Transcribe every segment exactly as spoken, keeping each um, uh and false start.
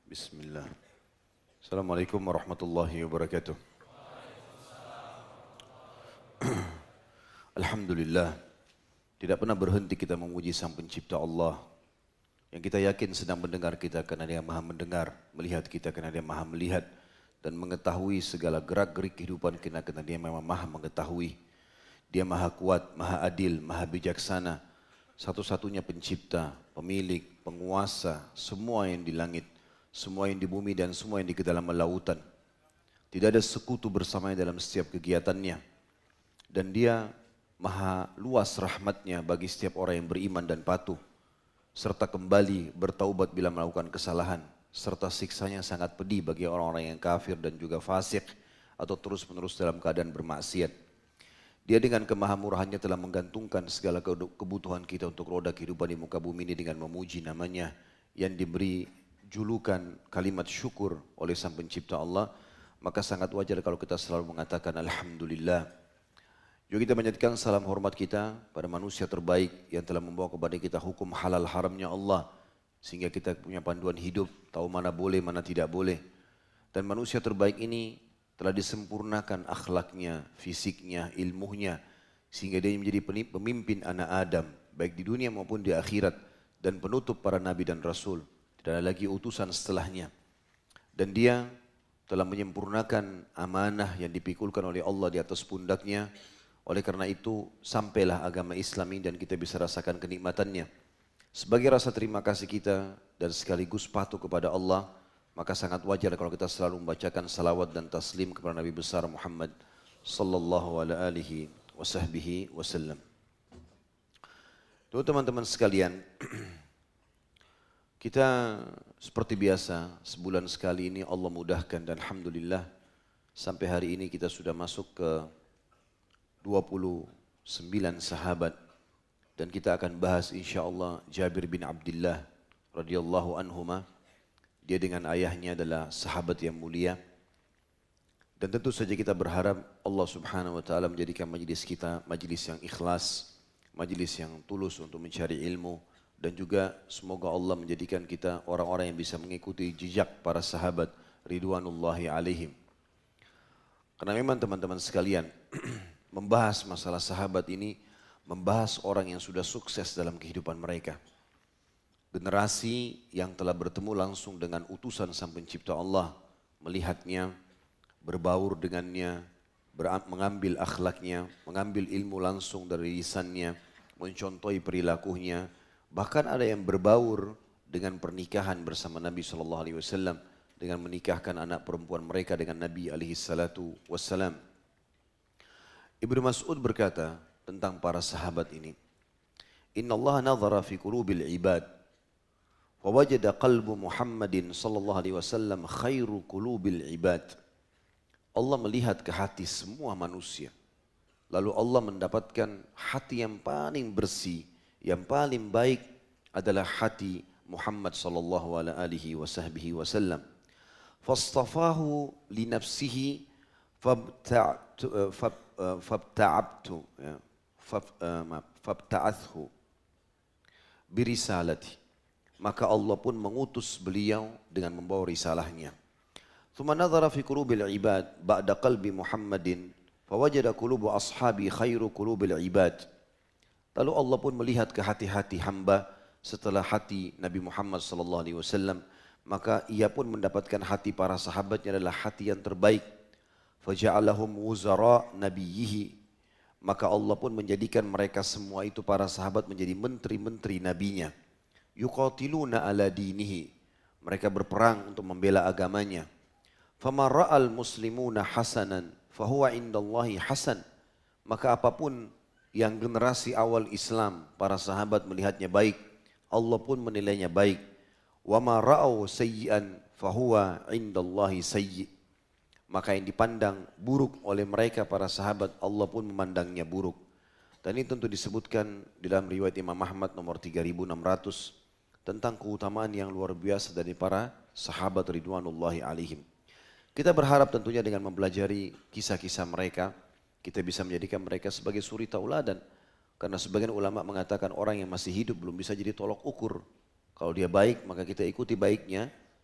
Bismillah. Assalamualaikum warahmatullahi wabarakatuh. Alhamdulillah, tidak pernah berhenti kita memuji Sang Pencipta Allah yang kita yakin sedang mendengar kita karena Dia Maha mendengar, melihat kita karena Dia Maha melihat, dan mengetahui segala gerak-gerik kehidupan kita karena Dia memang Maha mengetahui. Dia Maha kuat, Maha adil, Maha bijaksana, satu-satunya pencipta, pemilik, penguasa, semua yang di langit, semua yang di bumi dan semua yang di kedalaman lautan. Tidak ada sekutu bersamanya dalam setiap kegiatannya. Dan Dia Maha luas rahmatnya bagi setiap orang yang beriman dan patuh, serta kembali bertaubat bila melakukan kesalahan, serta siksanya sangat pedih bagi orang-orang yang kafir dan juga fasik atau terus-menerus dalam keadaan bermaksiat. Dia dengan kemahamurahannya telah menggantungkan segala kebutuhan kita untuk roda kehidupan di muka bumi ini dengan memuji namanya yang diberi julukan kalimat syukur oleh Sang Pencipta Allah. Maka sangat wajar kalau kita selalu mengatakan Alhamdulillah. Juga kita menyatakan salam hormat kita pada manusia terbaik yang telah membawa kepada kita hukum halal haramnya Allah, sehingga kita punya panduan hidup, tahu mana boleh, mana tidak boleh. Dan manusia terbaik ini telah disempurnakan akhlaknya, fisiknya, ilmunya, sehingga dia menjadi pemimpin anak Adam, baik di dunia maupun di akhirat, dan penutup para nabi dan rasul. Tidak ada lagi utusan setelahnya. Dan dia telah menyempurnakan amanah yang dipikulkan oleh Allah di atas pundaknya. Oleh karena itu, sampailah agama Islam ini dan kita bisa rasakan kenikmatannya. Sebagai rasa terima kasih kita dan sekaligus patuh kepada Allah, maka sangat wajar kalau kita selalu membacakan salawat dan taslim kepada Nabi besar Muhammad sallallahu alaihi wasallam. Tuh teman-teman sekalian, kita seperti biasa sebulan sekali ini Allah mudahkan dan alhamdulillah sampai hari ini kita sudah masuk ke dua puluh sembilan sahabat dan kita akan bahas insyaallah Jabir bin Abdullah radhiyallahu anhuma. Dia dengan ayahnya adalah sahabat yang mulia. Dan tentu saja kita berharap Allah Subhanahu wa taala menjadikan majlis kita majlis yang ikhlas, majlis yang tulus untuk mencari ilmu, dan juga semoga Allah menjadikan kita orang-orang yang bisa mengikuti jejak para sahabat ridwanullahi alaihim. Karena memang teman-teman sekalian, membahas masalah sahabat ini, membahas orang yang sudah sukses dalam kehidupan mereka. Generasi yang telah bertemu langsung dengan utusan Sang Pencipta Allah, melihatnya, berbaur dengannya, mengambil akhlaknya, mengambil ilmu langsung dari lisannya, mencontohi perilakunya. Bahkan ada yang berbaur dengan pernikahan bersama Nabi shallallahu alaihi wasallam dengan menikahkan anak perempuan mereka dengan Nabi alaihi salatu wassalam. Ibnu Mas'ud berkata tentang para sahabat ini, Inna Allah nazara fi qulubil ibad, wa wajada qalbu Muhammadin sallallahu alaihi wasallam khairu qulubil ibad. Allah melihat ke hati semua manusia, lalu Allah mendapatkan hati yang paling bersih, yang paling baik adalah hati Muhammad sallallahu alaihi wasallam. Fastafahu li nafsihi fabta'tu fabta'abtu fabta'athu birisalati. Maka Allah pun mengutus beliau dengan membawa risalahnya. Thumma nadhara fi qulubil ibad ba'da qalbi Muhammadin fawajada qulubu ashabi khairu qulubil ibad. Lalu Allah pun melihat ke hati-hati hamba setelah hati Nabi Muhammad sallallahu alaihi wasallam, maka ia pun mendapatkan hati para sahabatnya adalah hati yang terbaik. Faja'alahum wuzara nabiyhi, maka Allah pun menjadikan mereka semua itu para sahabat menjadi menteri-menteri nabinya. Yuqatiluna ala dinihi, mereka berperang untuk membela agamanya. Fama ra'al muslimuna hasanan fahuwa indallahi hasan, maka apapun yang generasi awal Islam para sahabat melihatnya baik, Allah pun menilainya baik. Wa ma ra'au sayyi'an fahuwa indallahi sayyi', maka yang dipandang buruk oleh mereka para sahabat, Allah pun memandangnya buruk. Dan ini tentu disebutkan dalam riwayat Imam Ahmad nomor tiga ribu enam ratus tentang keutamaan yang luar biasa dari para sahabat ridwanullahi alaihim. Kita berharap tentunya dengan mempelajari kisah-kisah mereka, kita bisa menjadikan mereka sebagai suri tauladan. Karena sebagian ulama mengatakan orang yang masih hidup belum bisa jadi tolok ukur. Kalau dia baik maka kita ikuti baiknya,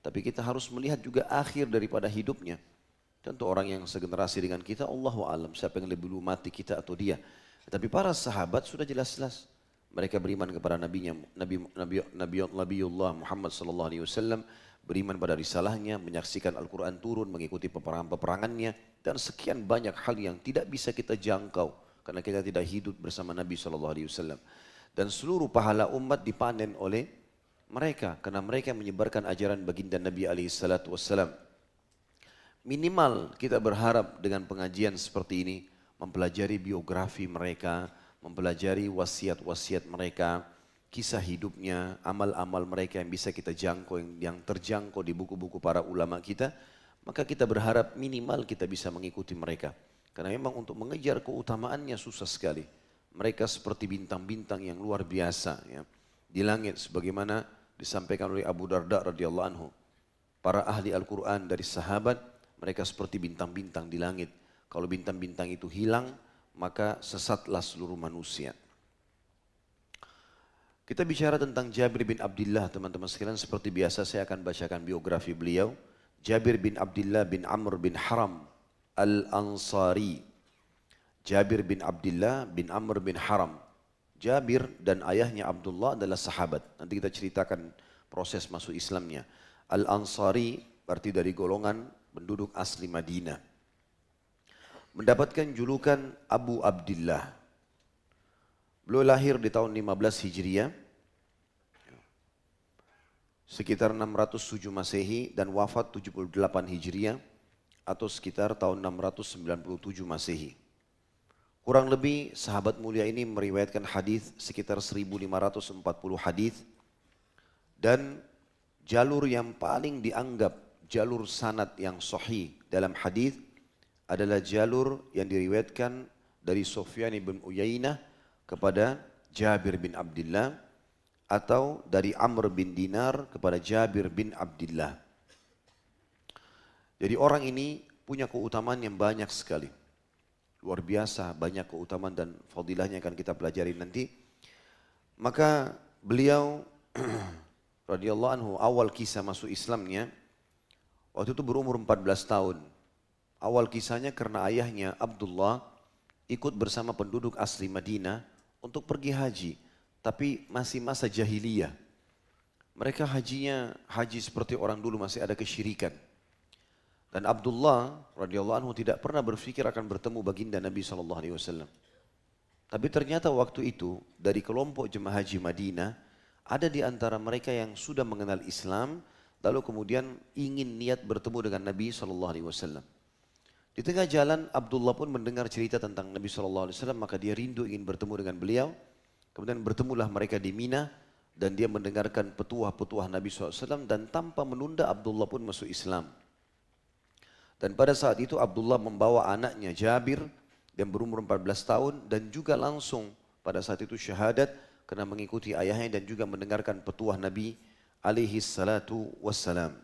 Tapi kita harus melihat juga akhir daripada hidupnya. Tentu orang yang segenerasi dengan kita, Allahu a'lam siapa yang lebih dulu mati, kita atau dia. Tapi para sahabat sudah jelas-jelas mereka beriman kepada nabinya, Nabi Nabi Nabi Nabiullah Muhammad sallallahu alaihi wasallam, beriman pada risalahnya, menyaksikan Al-Qur'an turun, mengikuti peperangan-peperangannya dan sekian banyak hal yang tidak bisa kita jangkau karena kita tidak hidup bersama Nabi sallallahu alaihi wasallam. Dan seluruh pahala umat dipanen oleh mereka karena mereka menyebarkan ajaran baginda Nabi alaihi salatu wasallam. Minimal kita berharap dengan pengajian seperti ini, mempelajari biografi mereka, mempelajari wasiat-wasiat mereka, kisah hidupnya, amal-amal mereka yang bisa kita jangkau, yang, yang terjangkau di buku-buku para ulama kita, maka kita berharap minimal kita bisa mengikuti mereka. Karena memang untuk mengejar keutamaannya susah sekali. Mereka seperti bintang-bintang yang luar biasa ya, di langit sebagaimana disampaikan oleh Abu Darda radhiyallahu anhu. Para ahli Al-Quran dari sahabat, mereka seperti bintang-bintang di langit. Kalau bintang-bintang itu hilang, maka sesatlah seluruh manusia. Kita bicara tentang Jabir bin Abdullah, teman-teman sekalian. Seperti biasa saya akan bacakan biografi beliau. Jabir bin Abdullah bin Amr bin Haram Al-Ansari. Jabir bin Abdullah bin Amr bin Haram. Jabir dan ayahnya Abdullah adalah sahabat. Nanti kita ceritakan proses masuk Islamnya. Al-Ansari berarti dari golongan penduduk asli Madinah. Mendapatkan julukan Abu Abdullah. Beliau lahir di tahun lima belas Hijriah, sekitar enam ratus tujuh Masehi, dan wafat tujuh puluh delapan Hijriah atau sekitar tahun enam ratus sembilan puluh tujuh Masehi. Kurang lebih sahabat mulia ini meriwayatkan hadis sekitar seribu lima ratus empat puluh hadis, dan jalur yang paling dianggap jalur sanad yang sahih dalam hadis adalah jalur yang diriwayatkan dari Sufyan bin Uyainah kepada Jabir bin Abdullah, atau dari Amr bin Dinar kepada Jabir bin Abdullah. Jadi orang ini punya keutamaan yang banyak sekali. Luar biasa banyak keutamaan dan fadilahnya akan kita pelajari nanti. Maka beliau radhiyallahu anhu, awal kisah masuk Islamnya waktu itu berumur empat belas tahun. Awal kisahnya karena ayahnya Abdullah ikut bersama penduduk asli Madinah untuk pergi haji. Tapi masih masa jahiliyah. Mereka hajinya haji seperti orang dulu, masih ada kesyirikan. Dan Abdullah radhiyallahu anhu tidak pernah berpikir akan bertemu baginda Nabi shallallahu alaihi wasallam. Tapi ternyata waktu itu dari kelompok jemaah haji Madinah ada di antara mereka yang sudah mengenal Islam, lalu kemudian ingin niat bertemu dengan Nabi shallallahu alaihi wasallam. Di tengah jalan Abdullah pun mendengar cerita tentang Nabi shallallahu alaihi wasallam, maka dia rindu ingin bertemu dengan beliau. Kemudian bertemulah mereka di Mina dan dia mendengarkan petuah-petuah Nabi shallallahu alaihi wasallam, dan tanpa menunda Abdullah pun masuk Islam. Dan pada saat itu Abdullah membawa anaknya Jabir yang berumur empat belas tahun, dan juga langsung pada saat itu syahadat karena mengikuti ayahnya dan juga mendengarkan petuah Nabi alaihi salatu wassalam.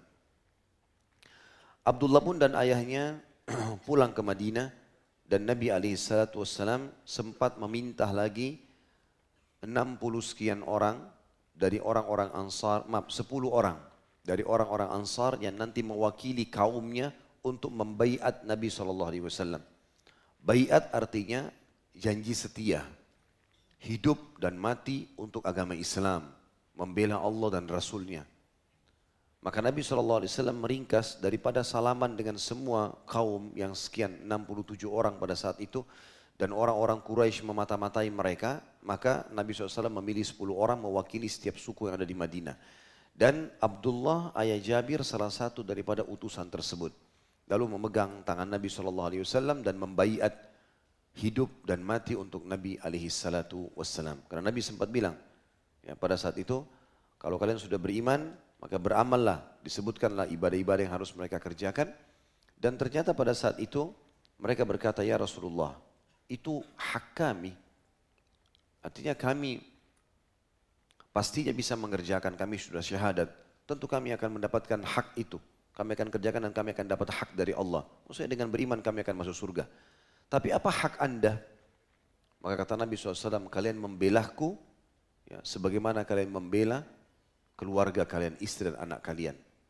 Abdullah pun dan ayahnya pulang ke Madinah, dan Nabi alaihi salatu wassalam sempat meminta lagi enam puluh sekian orang dari orang-orang Ansar, maaf sepuluh orang dari orang-orang Ansar yang nanti mewakili kaumnya untuk membaiat Nabi shallallahu alaihi wasallam. Baiat artinya janji setia, hidup dan mati untuk agama Islam, membela Allah dan Rasulnya. Maka Nabi shallallahu alaihi wasallam meringkas daripada salaman dengan semua kaum yang sekian enam puluh tujuh orang pada saat itu, dan orang-orang Quraisy memata-matai mereka, maka Nabi shallallahu alaihi wasallam memilih sepuluh orang mewakili setiap suku yang ada di Madinah. Dan Abdullah ayah Jabir salah satu daripada utusan tersebut. Lalu memegang tangan Nabi shallallahu alaihi wasallam dan membaiat hidup dan mati untuk Nabi alaihi salatu wassalam. Karena Nabi sempat bilang, ya, pada saat itu, kalau kalian sudah beriman, maka beramallah, disebutkanlah ibadah-ibadah yang harus mereka kerjakan. Dan ternyata pada saat itu mereka berkata, ya Rasulullah, itu hak kami. Artinya kami pastinya bisa mengerjakan, kami sudah syahadat. Tentu kami akan mendapatkan hak itu. Kami akan kerjakan dan kami akan dapat hak dari Allah. Maksudnya dengan beriman kami akan masuk surga. Tapi apa hak anda? Maka kata Nabi shallallahu alaihi wasallam, kalian membelahku ya, sebagaimana kalian membela keluarga kalian, istri dan anak kalian.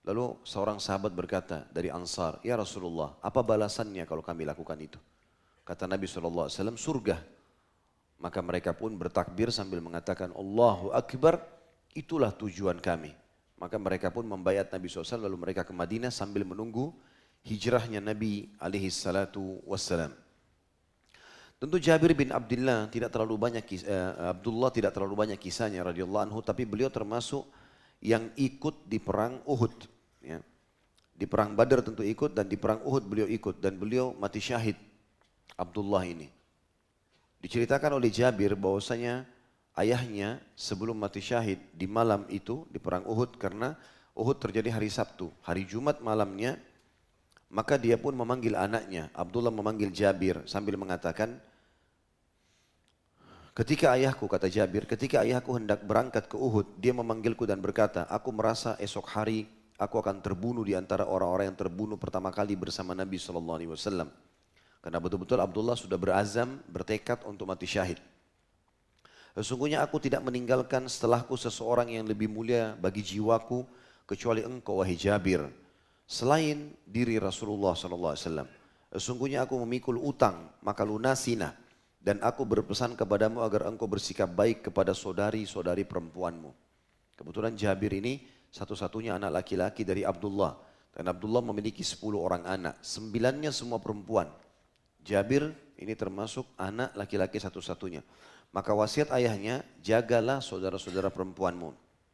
Lalu seorang sahabat berkata dari Ansar, ya Rasulullah, apa balasannya kalau kami lakukan itu? Kata Nabi shallallahu alaihi wasallam, surga. Maka mereka pun bertakbir sambil mengatakan, Allahu Akbar, itulah tujuan kami. Maka mereka pun membayat Nabi shallallahu alaihi wasallam, lalu mereka ke Madinah sambil menunggu hijrahnya Nabi alaihi salatu wassalam. Tentu Jabir bin Abdullah tidak terlalu banyak uh, Abdullah tidak terlalu banyak kisahnya radhiyallahu anhu, tapi beliau termasuk yang ikut di perang Uhud. Ya. Di perang Badar tentu ikut dan di perang Uhud beliau ikut dan beliau mati syahid. Abdullah ini diceritakan oleh Jabir bahwasanya ayahnya sebelum mati syahid di malam itu di perang Uhud, karena Uhud terjadi hari Sabtu, hari Jumat malamnya, maka dia pun memanggil anaknya. Abdullah memanggil Jabir sambil mengatakan, ketika ayahku, kata Jabir, ketika ayahku hendak berangkat ke Uhud, dia memanggilku dan berkata, aku merasa esok hari aku akan terbunuh di antara orang-orang yang terbunuh pertama kali bersama Nabi shallallahu alaihi wasallam. Karena betul-betul Abdullah sudah berazam, bertekad untuk mati syahid. Sesungguhnya aku tidak meninggalkan setelahku seseorang yang lebih mulia bagi jiwaku kecuali engkau, wahai Jabir, selain diri Rasulullah shallallahu alaihi wasallam. Sesungguhnya aku memikul utang, maka lunasilah. Dan aku berpesan kepadamu agar engkau bersikap baik kepada saudari-saudari perempuanmu. Kebetulan Jabir ini satu-satunya anak laki-laki dari Abdullah. Dan Abdullah memiliki sepuluh orang anak, sembilannya semua perempuan. Jabir ini termasuk anak laki-laki satu-satunya. Maka wasiat ayahnya, jagalah saudara-saudara perempuanmu.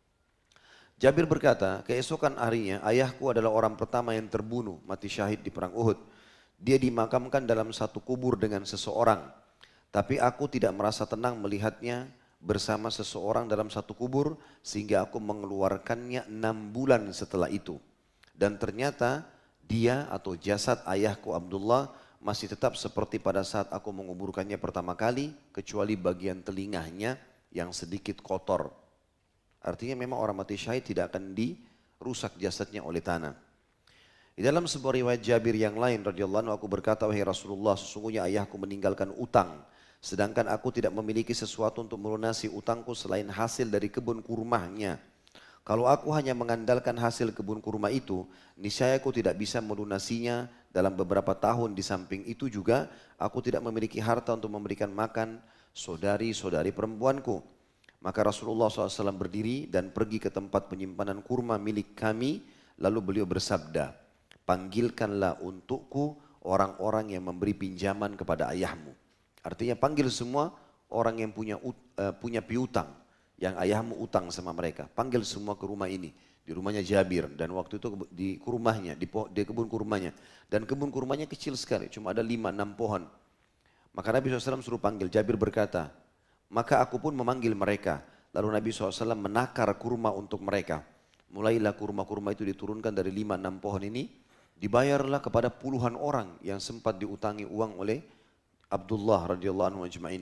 Jabir berkata, keesokan harinya ayahku adalah orang pertama yang terbunuh, mati syahid di perang Uhud. Dia dimakamkan dalam satu kubur dengan seseorang. Tapi aku tidak merasa tenang melihatnya bersama seseorang dalam satu kubur, sehingga aku mengeluarkannya enam bulan setelah itu. Dan ternyata dia atau jasad ayahku Abdullah masih tetap seperti pada saat aku menguburkannya pertama kali, kecuali bagian telinganya yang sedikit kotor. Artinya memang orang mati syahid tidak akan dirusak jasadnya oleh tanah. Di dalam sebuah riwayat Jabir yang lain radhiyallahu anhu, aku berkata, wahai Rasulullah, sesungguhnya ayahku meninggalkan utang, sedangkan aku tidak memiliki sesuatu untuk melunasi utangku selain hasil dari kebun kurmanya. Kalau aku hanya mengandalkan hasil kebun kurma itu, niscaya aku tidak bisa melunasinya dalam beberapa tahun. Di samping itu juga, aku tidak memiliki harta untuk memberikan makan saudari-saudari perempuanku. Maka Rasulullah shallallahu alaihi wasallam berdiri dan pergi ke tempat penyimpanan kurma milik kami. Lalu beliau bersabda, panggilkanlah untukku orang-orang yang memberi pinjaman kepada ayahmu. Artinya panggil semua orang yang punya uh, punya piutang, yang ayahmu utang sama mereka. Panggil semua ke rumah ini. Di rumahnya Jabir. Dan waktu itu di rumahnya, di, di kebun kurmanya. Dan kebun kurmanya kecil sekali. Cuma ada lima enam pohon. Maka Nabi shallallahu alaihi wasallam suruh panggil. Jabir berkata, maka aku pun memanggil mereka. Lalu Nabi shallallahu alaihi wasallam menakar kurma untuk mereka. Mulailah kurma-kurma itu diturunkan dari lima enam pohon ini. Dibayarlah kepada puluhan orang yang sempat diutangi uang oleh Abdullah radhiyallahu anhu ajma'in.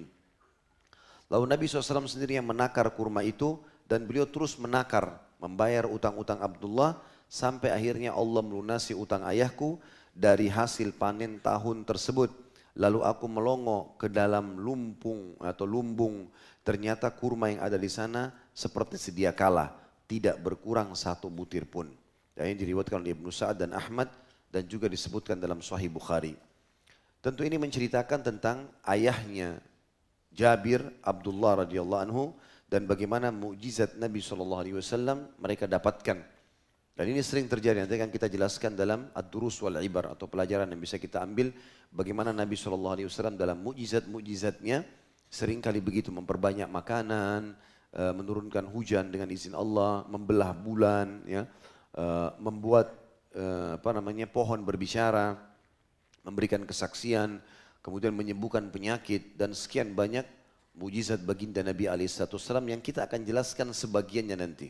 Lalu Nabi shallallahu alaihi wasallam sendiri yang menakar kurma itu, dan beliau terus menakar, membayar utang-utang Abdullah, sampai akhirnya Allah melunasi utang ayahku dari hasil panen tahun tersebut. Lalu aku melongo ke dalam lumpung atau lumbung, ternyata kurma yang ada di sana seperti sedia kala, tidak berkurang satu butir pun. Dan ini diriwayatkan oleh Ibnu Sa'ad dan Ahmad, dan juga disebutkan dalam Sahih Bukhari. Tentu ini menceritakan tentang ayahnya Jabir, Abdullah radhiyallahu anhu, dan bagaimana mukjizat Nabi shallallahu alaihi wasallam mereka dapatkan. Dan ini sering terjadi, nanti akan kita jelaskan dalam Ad-Durus wal Ibar, atau pelajaran yang bisa kita ambil bagaimana Nabi shallallahu alaihi wasallam dalam mukjizat-mukjizatnya seringkali begitu, memperbanyak makanan, menurunkan hujan dengan izin Allah, membelah bulan, ya, membuat apa namanya pohon berbicara, memberikan kesaksian, kemudian menyembuhkan penyakit, dan sekian banyak mujizat baginda Nabi alaihi wasallam yang kita akan jelaskan sebagiannya nanti.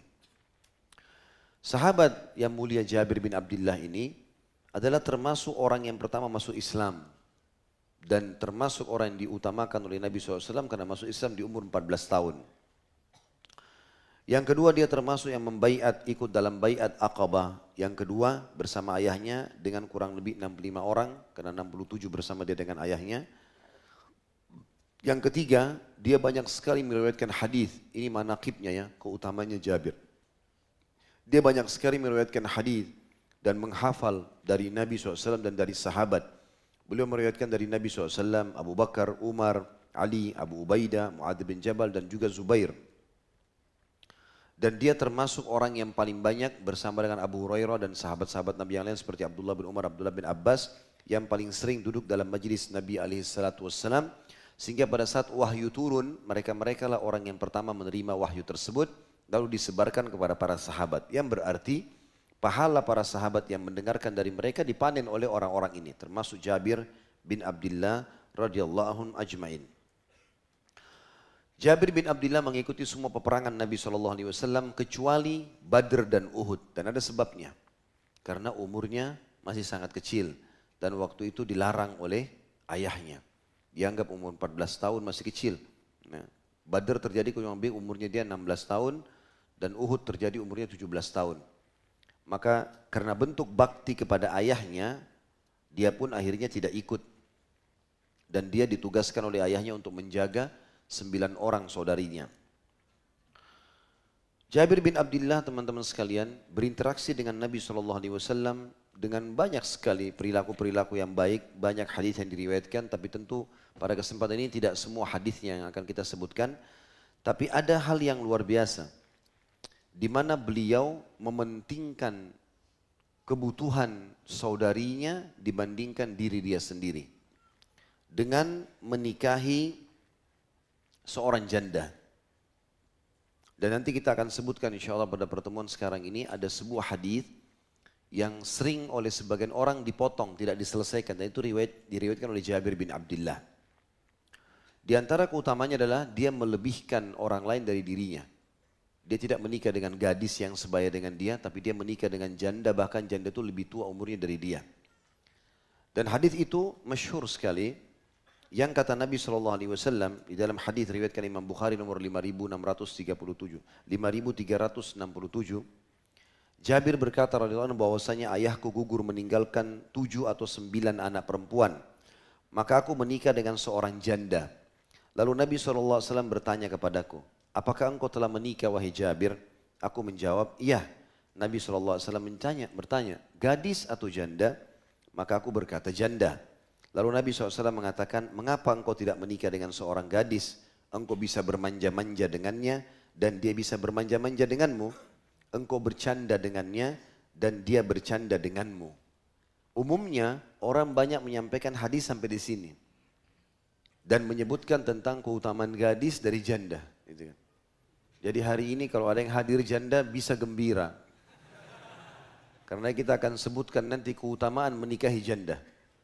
Sahabat yang mulia Jabir bin Abdullah ini adalah termasuk orang yang pertama masuk Islam, dan termasuk orang yang diutamakan oleh Nabi shallallahu alaihi wasallam karena masuk Islam di umur empat belas tahun. Yang kedua, dia termasuk yang membaiat, ikut dalam baiat Aqabah. Yang kedua bersama ayahnya dengan kurang lebih enam puluh lima orang, karena enam puluh tujuh bersama dia dengan ayahnya. Yang ketiga, dia banyak sekali meriwayatkan hadis. Ini manaqibnya ya, keutamanya Jabir. Dia banyak sekali meriwayatkan hadis dan menghafal dari Nabi shallallahu alaihi wasallam dan dari sahabat. Beliau meriwayatkan dari Nabi shallallahu alaihi wasallam, Abu Bakar, Umar, Ali, Abu Ubaidah, Muadz bin Jabal dan juga Zubair. Dan dia termasuk orang yang paling banyak bersama dengan Abu Hurairah dan sahabat-sahabat Nabi yang lain seperti Abdullah bin Umar, Abdullah bin Abbas yang paling sering duduk dalam majlis Nabi alaihi salatu wassalam. Sehingga pada saat wahyu turun, mereka-mereka lah orang yang pertama menerima wahyu tersebut lalu disebarkan kepada para sahabat. Yang berarti pahala para sahabat yang mendengarkan dari mereka dipanen oleh orang-orang ini, termasuk Jabir bin Abdullah radhiyallahu ajmain. Jabir bin Abdullah mengikuti semua peperangan Nabi shallallahu alaihi wasallam kecuali Badr dan Uhud, dan ada sebabnya. Karena umurnya masih sangat kecil dan waktu itu dilarang oleh ayahnya. Dianggap umur empat belas tahun masih kecil. Nah, Badr terjadi kurang lebih umurnya dia enam belas tahun dan Uhud terjadi umurnya tujuh belas tahun. Maka karena bentuk bakti kepada ayahnya, dia pun akhirnya tidak ikut. Dan dia ditugaskan oleh ayahnya untuk menjaga sembilan orang saudarinya. Jabir bin Abdullah, teman-teman sekalian, berinteraksi dengan Nabi shallallahu alaihi wasallam dengan banyak sekali perilaku-perilaku yang baik, banyak hadis yang diriwayatkan, tapi tentu pada kesempatan ini tidak semua hadisnya yang akan kita sebutkan. Tapi ada hal yang luar biasa, di mana beliau mementingkan kebutuhan saudarinya dibandingkan diri dia sendiri. Dengan menikahi seorang janda. Dan nanti kita akan sebutkan insya Allah pada pertemuan sekarang ini ada sebuah hadis yang sering oleh sebagian orang dipotong, tidak diselesaikan. Dan itu riwayat, diriwayatkan oleh Jabir bin Abdullah. Di antara keutamanya adalah dia melebihkan orang lain dari dirinya. Dia tidak menikah dengan gadis yang sebaya dengan dia, tapi dia menikah dengan janda, bahkan janda itu lebih tua umurnya dari dia. Dan hadis itu masyhur sekali, yang kata Nabi shallallahu alaihi wasallam di dalam hadis riwayatkan Imam Bukhari nomor lima ribu enam ratus tiga puluh tujuh, lima ribu tiga ratus enam puluh tujuh. Jabir berkata radhiyallahu anhu bahwasanya ayahku gugur meninggalkan tujuh atau sembilan anak perempuan. Maka aku menikah dengan seorang janda. Lalu Nabi shallallahu alaihi wasallam bertanya kepadaku, apakah engkau telah menikah wahai Jabir? Aku menjawab, iya. Nabi shallallahu alaihi wasallam bertanya, bertanya, gadis atau janda? Maka aku berkata janda. Lalu Nabi shallallahu alaihi wasallam mengatakan, mengapa engkau tidak menikah dengan seorang gadis? Engkau bisa bermanja-manja dengannya dan dia bisa bermanja-manja denganmu. Engkau bercanda dengannya dan dia bercanda denganmu. Umumnya orang banyak menyampaikan hadis sampai di sini dan menyebutkan tentang keutamaan gadis dari janda. Jadi hari ini kalau ada yang hadir janda bisa gembira, karena kita akan sebutkan nanti keutamaan menikahi janda.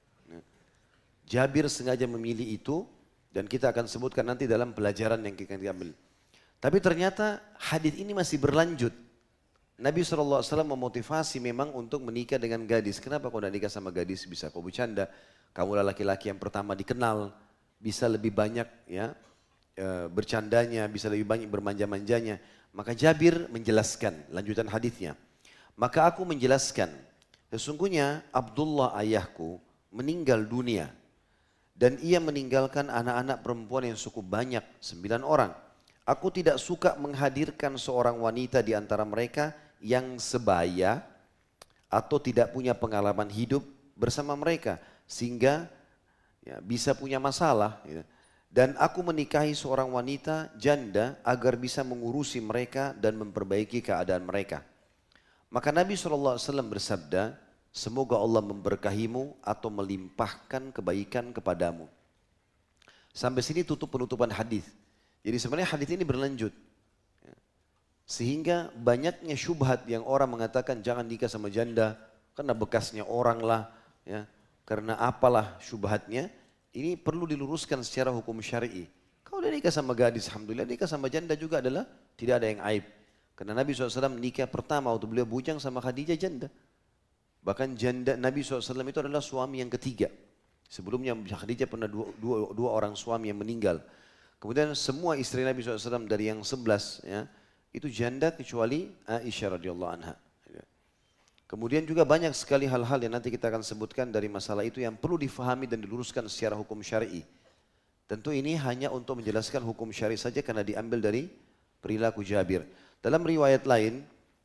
Jabir sengaja memilih itu dan kita akan sebutkan nanti dalam pelajaran yang kita ambil. Tapi ternyata hadis ini masih berlanjut. Nabi shallallahu alaihi wasallam memotivasi memang untuk menikah dengan gadis. Kenapa kau tidak nikah sama gadis? Bisa kau bercanda. Kamu laki-laki yang pertama dikenal. Bisa lebih banyak ya e, bercandanya, bisa lebih banyak bermanja-manjanya. Maka Jabir menjelaskan lanjutan hadisnya. Maka aku menjelaskan, sesungguhnya Abdullah ayahku meninggal dunia. Dan ia meninggalkan anak-anak perempuan yang cukup banyak, sembilan orang. Aku tidak suka menghadirkan seorang wanita di antara mereka yang sebaya atau tidak punya pengalaman hidup bersama mereka. Sehingga ya, bisa punya masalah. Ya. Dan aku menikahi seorang wanita janda agar bisa mengurusi mereka dan memperbaiki keadaan mereka. Maka Nabi shallallahu alaihi wasallam bersabda, semoga Allah memberkahimu atau melimpahkan kebaikan kepadamu. Sampai sini tutup penutupan hadis. Jadi sebenarnya hadis ini berlanjut. Sehingga banyaknya syubhat yang orang mengatakan jangan nikah sama janda karena bekasnya orang lah, ya, karena apalah syubhatnya. Ini perlu diluruskan secara hukum syar'i. Kalau dia nikah sama gadis, alhamdulillah, nikah sama janda juga adalah tidak ada yang aib. Karena Nabi shallallahu alaihi wasallam nikah pertama waktu beliau bujang sama Khadijah janda. Bahkan janda Nabi shallallahu alaihi wasallam itu adalah suami yang ketiga. Sebelumnya Khadijah pernah dua, dua, dua orang suami yang meninggal. Kemudian semua istri Nabi shallallahu alaihi wasallam dari yang sebelas ya, itu janda kecuali Aisyah radhiyallahu anha. Kemudian juga banyak sekali hal-hal yang nanti kita akan sebutkan dari masalah itu yang perlu difahami dan diluruskan secara hukum syar'i. Tentu ini hanya untuk menjelaskan hukum syar'i saja karena diambil dari perilaku Jabir. Dalam riwayat lain,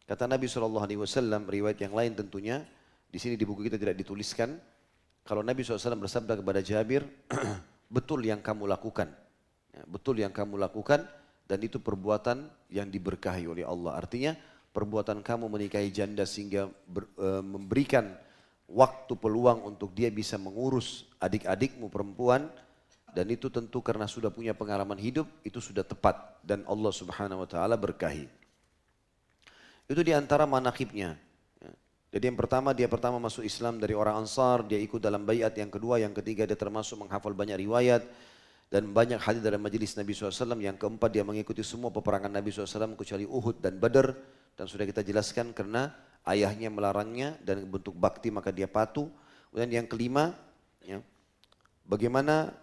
Kata Nabi shallallahu alaihi wasallam, riwayat yang lain tentunya, di sini di buku kita tidak dituliskan, kalau Nabi shallallahu alaihi wasallam bersabda kepada Jabir, betul yang kamu lakukan, ya, betul yang kamu lakukan, dan itu perbuatan yang diberkahi oleh Allah. Artinya perbuatan kamu menikahi janda sehingga ber, e, memberikan waktu peluang untuk dia bisa mengurus adik-adikmu perempuan, dan itu tentu karena sudah punya pengalaman hidup, itu sudah tepat dan Allah Subhanahu wa taala berkahi. Itu diantara manaqibnya. Jadi yang pertama, dia pertama masuk Islam dari orang Ansar, dia ikut dalam baiat. Yang kedua, yang ketiga, dia termasuk menghafal banyak riwayat dan banyak hadis dari majelis Nabi shallallahu alaihi wasallam. Yang keempat, dia mengikuti semua peperangan Nabi shallallahu alaihi wasallam kecuali Uhud dan Badar. Dan sudah kita jelaskan karena ayahnya melarangnya dan bentuk bakti maka dia patuh. Dan yang kelima, ya, bagaimana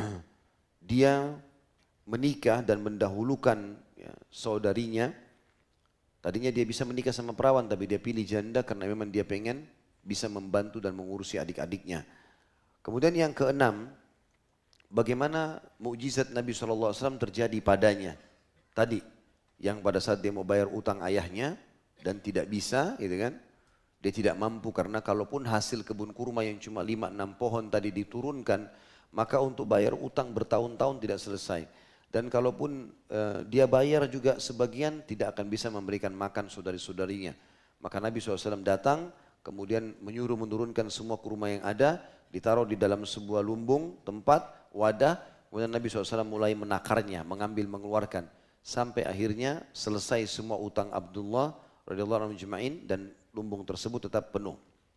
dia menikah dan mendahulukan, ya, saudarinya. Tadinya dia bisa menikah sama perawan, tapi dia pilih janda karena memang dia pengen bisa membantu dan mengurusi adik-adiknya. Kemudian yang keenam, bagaimana mukjizat Nabi shallallahu alaihi wasallam terjadi padanya. Tadi, yang pada saat dia mau bayar utang ayahnya dan tidak bisa, gitu kan? Dia tidak mampu karena kalaupun hasil kebun kurma yang cuma lima enam pohon tadi diturunkan, maka untuk bayar utang bertahun-tahun tidak selesai. Dan kalaupun uh, dia bayar juga sebagian tidak akan bisa memberikan makan saudari-saudarinya. Maka Nabi shallallahu alaihi wasallam datang, kemudian menyuruh menurunkan semua kurma yang ada, ditaruh di dalam sebuah lumbung, tempat, wadah, kemudian Nabi shallallahu alaihi wasallam mulai menakarnya, mengambil, mengeluarkan. Sampai akhirnya selesai semua utang Abdullah radhiyallahu anhu ajma'in dan lumbung tersebut tetap penuh.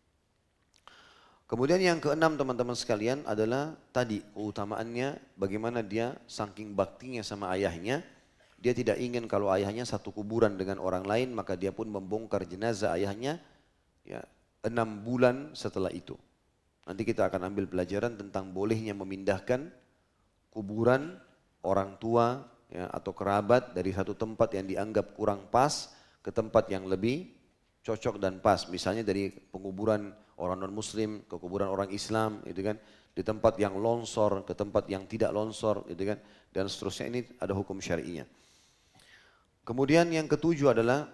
Kemudian yang keenam teman-teman sekalian adalah tadi keutamaannya, bagaimana dia saking baktinya sama ayahnya, dia tidak ingin kalau ayahnya satu kuburan dengan orang lain, maka dia pun membongkar jenazah ayahnya ya, enam bulan setelah itu. Nanti kita akan ambil pelajaran tentang bolehnya memindahkan kuburan orang tua ya, atau kerabat dari satu tempat yang dianggap kurang pas ke tempat yang lebih cocok dan pas. Misalnya dari penguburan orang non-muslim ke kuburan orang Islam, gitu kan, di tempat yang longsor ke tempat yang tidak longsor, gitu kan, dan seterusnya. Ini ada hukum syar'inya. Kemudian yang ketujuh adalah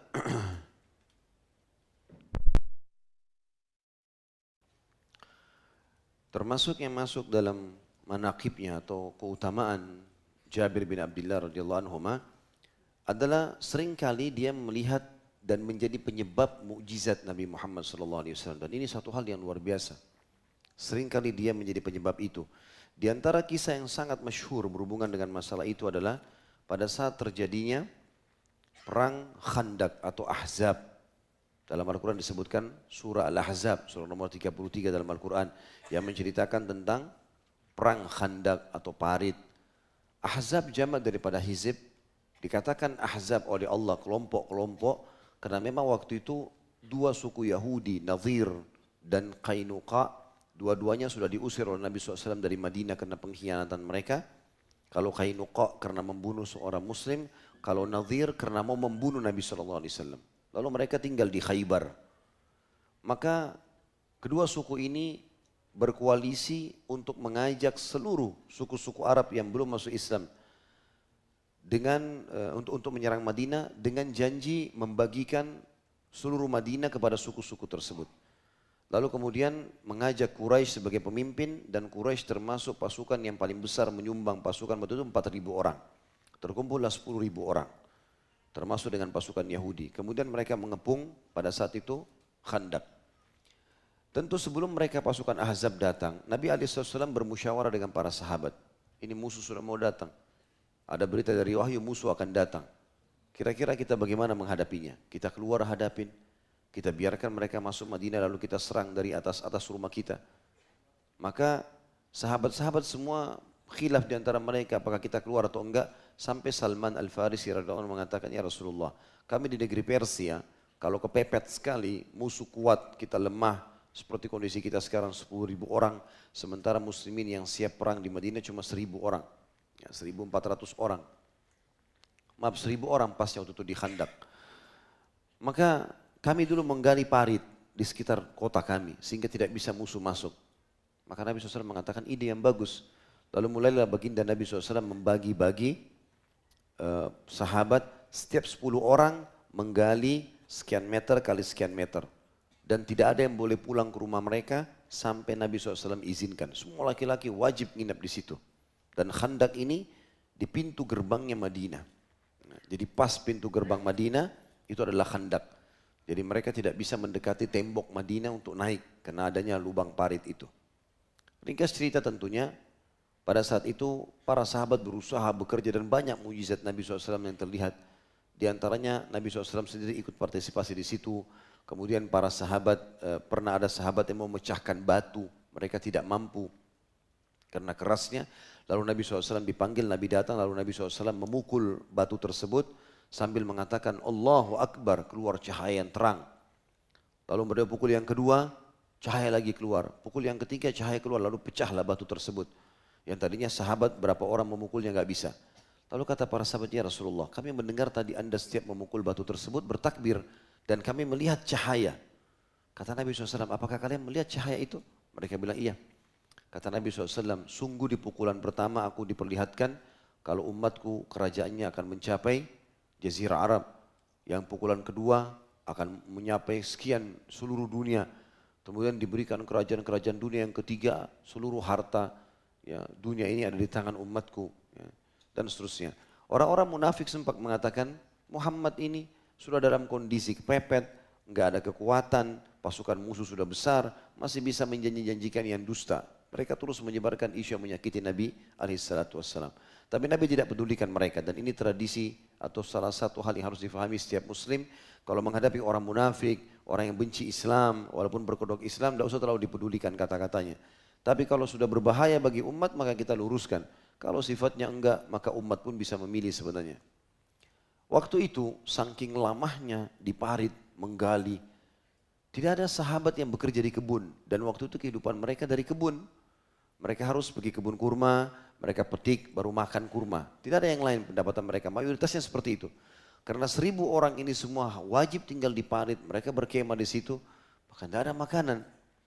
termasuk yang masuk dalam manaqibnya atau keutamaan Jabir bin Abdullah radhiyallahu anhuma adalah seringkali dia melihat dan menjadi penyebab mukjizat Nabi Muhammad shallallahu alaihi wasallam. Dan ini satu hal yang luar biasa. Seringkali dia menjadi penyebab itu. Di antara kisah yang sangat masyhur berhubungan dengan masalah itu adalah pada saat terjadinya perang Khandaq atau Ahzab. Dalam Al-Quran disebutkan surah Al-Ahzab, surah nomor tiga puluh tiga dalam Al-Quran, yang menceritakan tentang perang Khandaq atau parit. Ahzab jamak daripada hizib. Dikatakan Ahzab oleh Allah kelompok-kelompok karena memang waktu itu dua suku Yahudi, Nadir dan Qainuqa, dua-duanya sudah diusir oleh Nabi shallallahu alaihi wasallam dari Madinah karena pengkhianatan mereka. Kalau Qainuqa karena membunuh seorang muslim, kalau Nadir karena mau membunuh Nabi shallallahu alaihi wasallam. Lalu mereka tinggal di Khaybar. Maka kedua suku ini berkoalisi untuk mengajak seluruh suku-suku Arab yang belum masuk Islam dengan uh, untuk untuk menyerang Madinah dengan janji membagikan seluruh Madinah kepada suku-suku tersebut. Lalu kemudian mengajak Quraisy sebagai pemimpin, dan Quraisy termasuk pasukan yang paling besar menyumbang pasukan waktu itu empat ribu orang. Terkumpullah sepuluh ribu orang, termasuk dengan pasukan Yahudi. Kemudian mereka mengepung pada saat itu Khandaq. Tentu sebelum mereka pasukan Ahzab datang, Nabi shallallahu alaihi wasallam bermusyawarah dengan para sahabat. Ini musuh sudah mau datang. Ada berita dari wahyu musuh akan datang. Kira-kira kita bagaimana menghadapinya? Kita keluar hadapin, kita biarkan mereka masuk Madinah lalu kita serang dari atas-atas rumah kita. Maka sahabat-sahabat semua khilaf di antara mereka apakah kita keluar atau enggak. Sampai Salman Al-Farisi radhiyallahu anhu mengatakan, ya Rasulullah, kami di negeri Persia kalau kepepet sekali, musuh kuat, kita lemah, seperti kondisi kita sekarang sepuluh ribu orang, sementara muslimin yang siap perang di Madinah cuma seribu orang. Ya, seribu empat ratus orang. Maaf, seribu orang pasnya waktu itu di Khandaq. Maka kami dulu menggali parit di sekitar kota kami sehingga tidak bisa musuh masuk. Maka Nabi shallallahu alaihi wasallam mengatakan ide yang bagus. Lalu mulailah baginda Nabi shallallahu alaihi wasallam membagi-bagi uh, sahabat, setiap sepuluh orang menggali sekian meter kali sekian meter. Dan tidak ada yang boleh pulang ke rumah mereka sampai Nabi shallallahu alaihi wasallam izinkan. Semua laki-laki wajib nginap di situ. Dan Khandak ini di pintu gerbangnya Madinah. Nah, jadi pas pintu gerbang Madinah itu adalah Khandak. Jadi mereka tidak bisa mendekati tembok Madinah untuk naik karena adanya lubang parit itu. Ringkas cerita tentunya, pada saat itu para sahabat berusaha bekerja dan banyak mujizat Nabi shallallahu alaihi wasallam yang terlihat. Di antaranya Nabi shallallahu alaihi wasallam sendiri ikut partisipasi di situ. Kemudian para sahabat, eh, pernah ada sahabat yang mau memecahkan batu, mereka tidak mampu karena kerasnya. Lalu Nabi shallallahu alaihi wasallam dipanggil, Nabi datang, lalu Nabi shallallahu alaihi wasallam memukul batu tersebut sambil mengatakan Allahu Akbar, keluar cahaya yang terang. Lalu beliau pukul yang kedua, cahaya lagi keluar. Pukul yang ketiga, cahaya keluar, lalu pecahlah batu tersebut. Yang tadinya sahabat berapa orang memukulnya nggak bisa. Lalu kata para sahabat, ya Rasulullah, kami mendengar tadi anda setiap memukul batu tersebut bertakbir. Dan kami melihat cahaya. Kata Nabi shallallahu alaihi wasallam, apakah kalian melihat cahaya itu? Mereka bilang iya. Kata Nabi shallallahu alaihi wasallam, sungguh di pukulan pertama aku diperlihatkan kalau umatku kerajaannya akan mencapai Jazirah Arab. Yang pukulan kedua akan mencapai sekian seluruh dunia. Kemudian diberikan kerajaan-kerajaan dunia. Yang ketiga seluruh harta ya, dunia ini ada di tangan umatku. Ya, dan seterusnya. Orang-orang munafik sempat mengatakan Muhammad ini sudah dalam kondisi kepepet, nggak ada kekuatan, pasukan musuh sudah besar, masih bisa menjanji-janjikan yang dusta. Mereka terus menyebarkan isu yang menyakiti Nabi alaihi salatu wassalam. Tapi Nabi tidak pedulikan mereka dan ini tradisi atau salah satu hal yang harus difahami setiap muslim. Kalau menghadapi orang munafik, orang yang benci Islam, walaupun berkedok Islam, tidak usah terlalu dipedulikan kata-katanya. Tapi kalau sudah berbahaya bagi umat, maka kita luruskan. Kalau sifatnya enggak, maka umat pun bisa memilih sebenarnya. Waktu itu, saking lamahnya di parit, menggali, tidak ada sahabat yang bekerja di kebun. Dan waktu itu kehidupan mereka dari kebun. Mereka harus pergi kebun kurma, mereka petik, baru makan kurma. Tidak ada yang lain pendapatan mereka, mayoritasnya seperti itu. Karena seribu orang ini semua wajib tinggal di parit, mereka berkemah di situ, maka tidak ada makanan.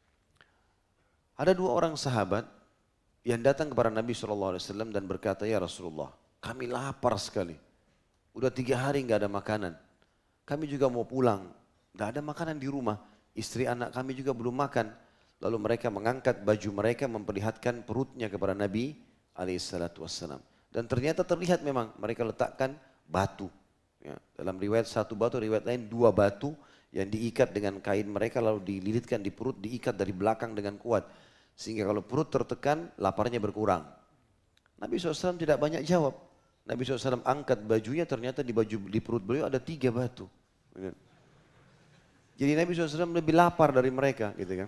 Ada dua orang sahabat yang datang kepada Nabi shallallahu alaihi wasallam dan berkata, ya Rasulullah, kami lapar sekali. Udah tiga hari nggak ada makanan. Kami juga mau pulang, nggak ada makanan di rumah. Istri anak kami juga belum makan. Lalu mereka mengangkat baju mereka memperlihatkan perutnya kepada Nabi alaihi salatu wassalam. Dan ternyata terlihat memang mereka letakkan batu. Ya, dalam riwayat satu batu, riwayat lain dua batu yang diikat dengan kain mereka lalu dililitkan di perut, diikat dari belakang dengan kuat. Sehingga kalau perut tertekan, laparnya berkurang. Nabi shallallahu alaihi wasallam tidak banyak jawab. Nabi shallallahu alaihi wasallam angkat bajunya, ternyata di baju di perut beliau ada tiga batu. Jadi Nabi shallallahu alaihi wasallam lebih lapar dari mereka, gitu kan?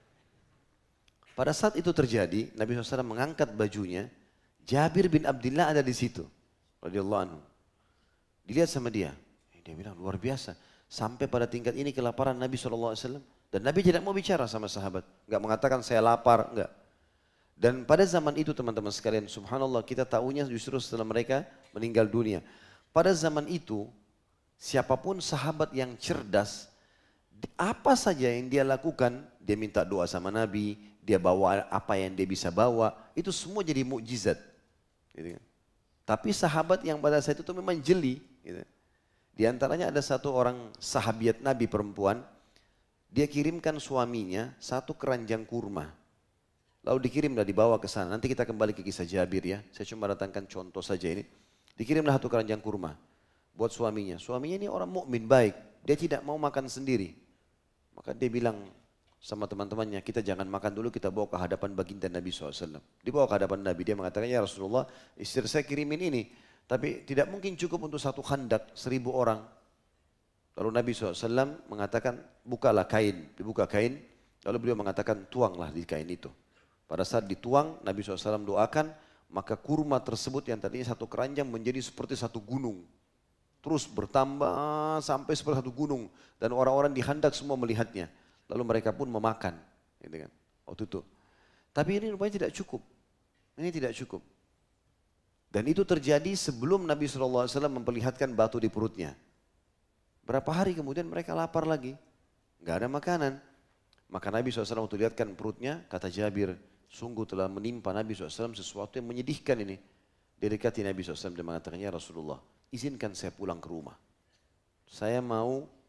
Pada saat itu terjadi, Nabi shallallahu alaihi wasallam mengangkat bajunya. Jabir bin Abdullah ada di situ, radhiyallahu anhu. Dilihat sama dia, dia bilang luar biasa. Sampai pada tingkat ini kelaparan Nabi shallallahu alaihi wasallam. Dan Nabi tidak mau bicara sama sahabat, nggak mengatakan saya lapar, enggak. Dan pada zaman itu teman-teman sekalian, subhanallah kita tahunya justru setelah mereka meninggal dunia. Pada zaman itu, siapapun sahabat yang cerdas, apa saja yang dia lakukan, dia minta doa sama Nabi, dia bawa apa yang dia bisa bawa, itu semua jadi mukjizat. Gitu kan. Tapi sahabat yang pada saat itu memang jeli. Gitu. Di antaranya ada satu orang sahabiat Nabi perempuan, dia kirimkan suaminya satu keranjang kurma. Lalu dikirimlah, dibawa ke sana. Nanti kita kembali ke kisah Jabir ya. Saya cuma datangkan contoh saja ini. Dikirimlah satu keranjang kurma buat suaminya. Suaminya ini orang mukmin baik. Dia tidak mau makan sendiri. Maka dia bilang sama teman-temannya, kita jangan makan dulu, kita bawa ke hadapan baginda Nabi shallallahu alaihi wasallam. Dibawa ke hadapan Nabi, dia mengatakan, ya Rasulullah, istri saya kirimin ini. Tapi tidak mungkin cukup untuk satu khandak, seribu orang. Lalu Nabi shallallahu alaihi wasallam mengatakan, bukalah kain. Dibuka kain, lalu beliau mengatakan, tuanglah di kain itu. Pada saat dituang, Nabi shallallahu alaihi wasallam doakan, maka kurma tersebut yang tadinya satu keranjang menjadi seperti satu gunung. Terus bertambah sampai seperti satu gunung. Dan orang-orang di khandak semua melihatnya. Lalu mereka pun memakan. Gitu kan, waktu itu. Tapi ini rupanya tidak cukup. Ini tidak cukup. Dan itu terjadi sebelum Nabi shallallahu alaihi wasallam memperlihatkan batu di perutnya. Berapa hari kemudian mereka lapar lagi. Nggak ada makanan. Maka Nabi shallallahu alaihi wasallam waktu lihatkan perutnya, kata Jabir, sungguh telah menimpa Nabi shallallahu alaihi wasallam sesuatu yang menyedihkan ini. Dia dekati Nabi shallallahu alaihi wasallam dan mengatakan, ya Rasulullah, izinkan saya pulang ke rumah. Saya mau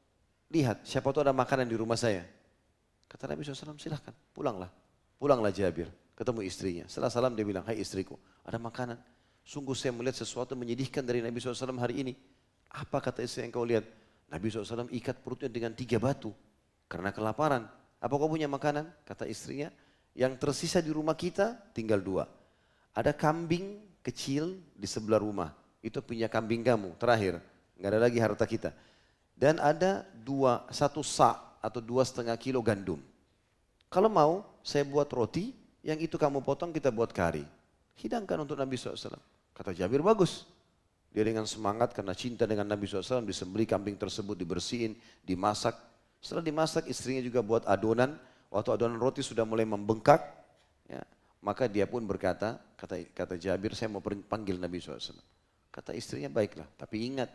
lihat siapa tahu ada makanan di rumah saya. Kata Nabi shallallahu alaihi wasallam, silahkan pulanglah. Pulanglah Jabir, ketemu istrinya. Setelah salam dia bilang, hai istriku, ada makanan. Sungguh saya melihat sesuatu menyedihkan dari Nabi shallallahu alaihi wasallam hari ini. Apa kata istri yang kau lihat? Nabi shallallahu alaihi wasallam ikat perutnya dengan tiga batu karena kelaparan. Apa kau punya makanan? Kata istrinya, yang tersisa di rumah kita tinggal dua. Ada kambing kecil di sebelah rumah. Itu punya kambing kamu, terakhir. Nggak ada lagi harta kita. Dan ada dua, satu sa' atau dua setengah kilo gandum. Kalau mau, saya buat roti, yang itu kamu potong, kita buat kari. Hidangkan untuk Nabi shallallahu alaihi wasallam. Kata Jabir, bagus. Dia dengan semangat karena cinta dengan Nabi shallallahu alaihi wasallam, disembelih kambing tersebut, dibersihin, dimasak. Setelah dimasak, istrinya juga buat adonan. Waktu adonan roti sudah mulai membengkak, ya, maka dia pun berkata, kata, kata Jabir, saya mau panggil Nabi shallallahu alaihi wasallam. Kata istrinya, baiklah, tapi ingat,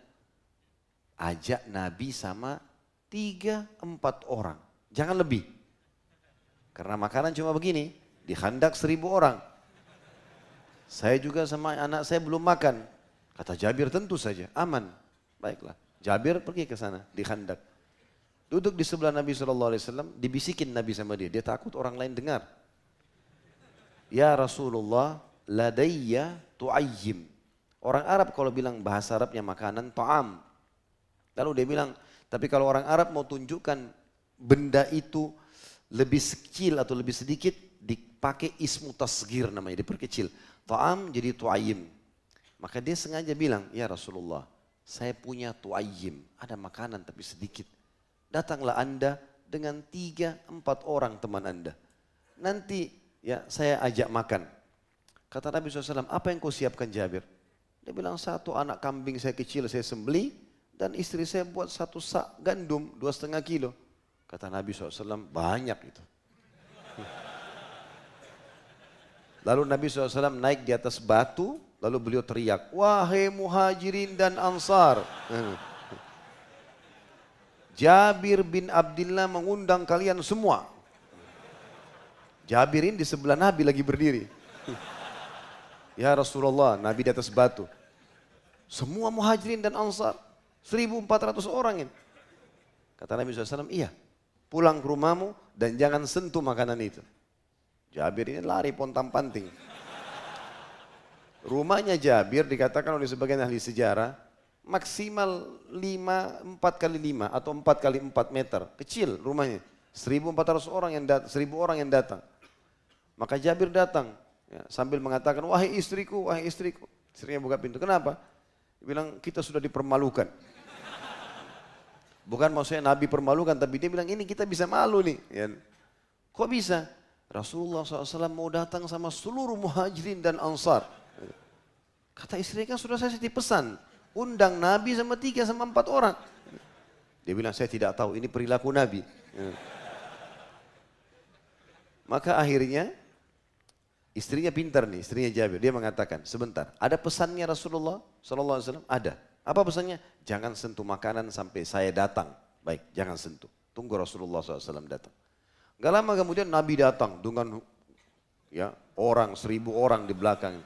ajak Nabi sama tiga, empat orang. Jangan lebih. Karena makanan cuma begini, di Khandak seribu orang. Saya juga sama anak saya belum makan. Kata Jabir, tentu saja, aman. Baiklah, Jabir pergi ke sana, di Khandak. Duduk di sebelah Nabi shallallahu alaihi wasallam, dibisikin Nabi sama dia. Dia takut orang lain dengar. Ya Rasulullah, ladayya tu'ayyim. Orang Arab kalau bilang bahasa Arabnya makanan, ta'am. Lalu dia bilang, tapi kalau orang Arab mau tunjukkan benda itu lebih kecil atau lebih sedikit, dipakai ismu tasgir namanya, diperkecil. Ta'am jadi tu'ayyim. Maka dia sengaja bilang, ya Rasulullah, saya punya tu'ayyim. Ada makanan tapi sedikit. Datanglah anda dengan tiga, empat orang teman anda. Nanti ya saya ajak makan. Kata Nabi shallallahu alaihi wasallam, apa yang kau siapkan Jabir? Dia bilang, satu anak kambing saya kecil saya sembelih. Dan istri saya buat satu sak gandum, dua setengah kilo. Kata Nabi shallallahu alaihi wasallam, banyak itu. Lalu Nabi shallallahu alaihi wasallam naik di atas batu, lalu beliau teriak, wahai muhajirin dan ansar. Jabir bin Abdullah mengundang kalian semua. Jabirin di sebelah Nabi lagi berdiri. Ya Rasulullah, Nabi di atas batu. Semua muhajirin dan ansar, seribu empat ratus orang ini. Kata Nabi shallallahu alaihi wasallam, iya, pulang ke rumahmu dan jangan sentuh makanan itu. Jabir ini lari pontang panting. Rumahnya Jabir dikatakan oleh sebagian ahli sejarah, maksimal lima, empat kali lima atau empat kali empat meter. Kecil rumahnya, seribu empat ratus orang yang datang, seribu orang yang datang. Maka Jabir datang ya, sambil mengatakan, wahai istriku, wahai istriku. Istrinya buka pintu, kenapa? Dia bilang, kita sudah dipermalukan. Bukan maksudnya Nabi permalukan, tapi dia bilang, ini kita bisa malu nih. Ya. Kok bisa? Rasulullah shallallahu alaihi wasallam mau datang sama seluruh muhajirin dan ansar. Kata istrinya, kan sudah saya titip pesan. Undang Nabi sama tiga sama empat orang. Dia bilang, saya tidak tahu, ini perilaku Nabi. Ya. Maka akhirnya, istrinya pintar nih, istrinya Jabir. Dia mengatakan, sebentar, ada pesannya Rasulullah shallallahu alaihi wasallam? Ada. Apa pesannya? Jangan sentuh makanan sampai saya datang. Baik, jangan sentuh. Tunggu Rasulullah shallallahu alaihi wasallam datang. Gak lama kemudian Nabi datang dengan ya orang, seribu orang di belakang.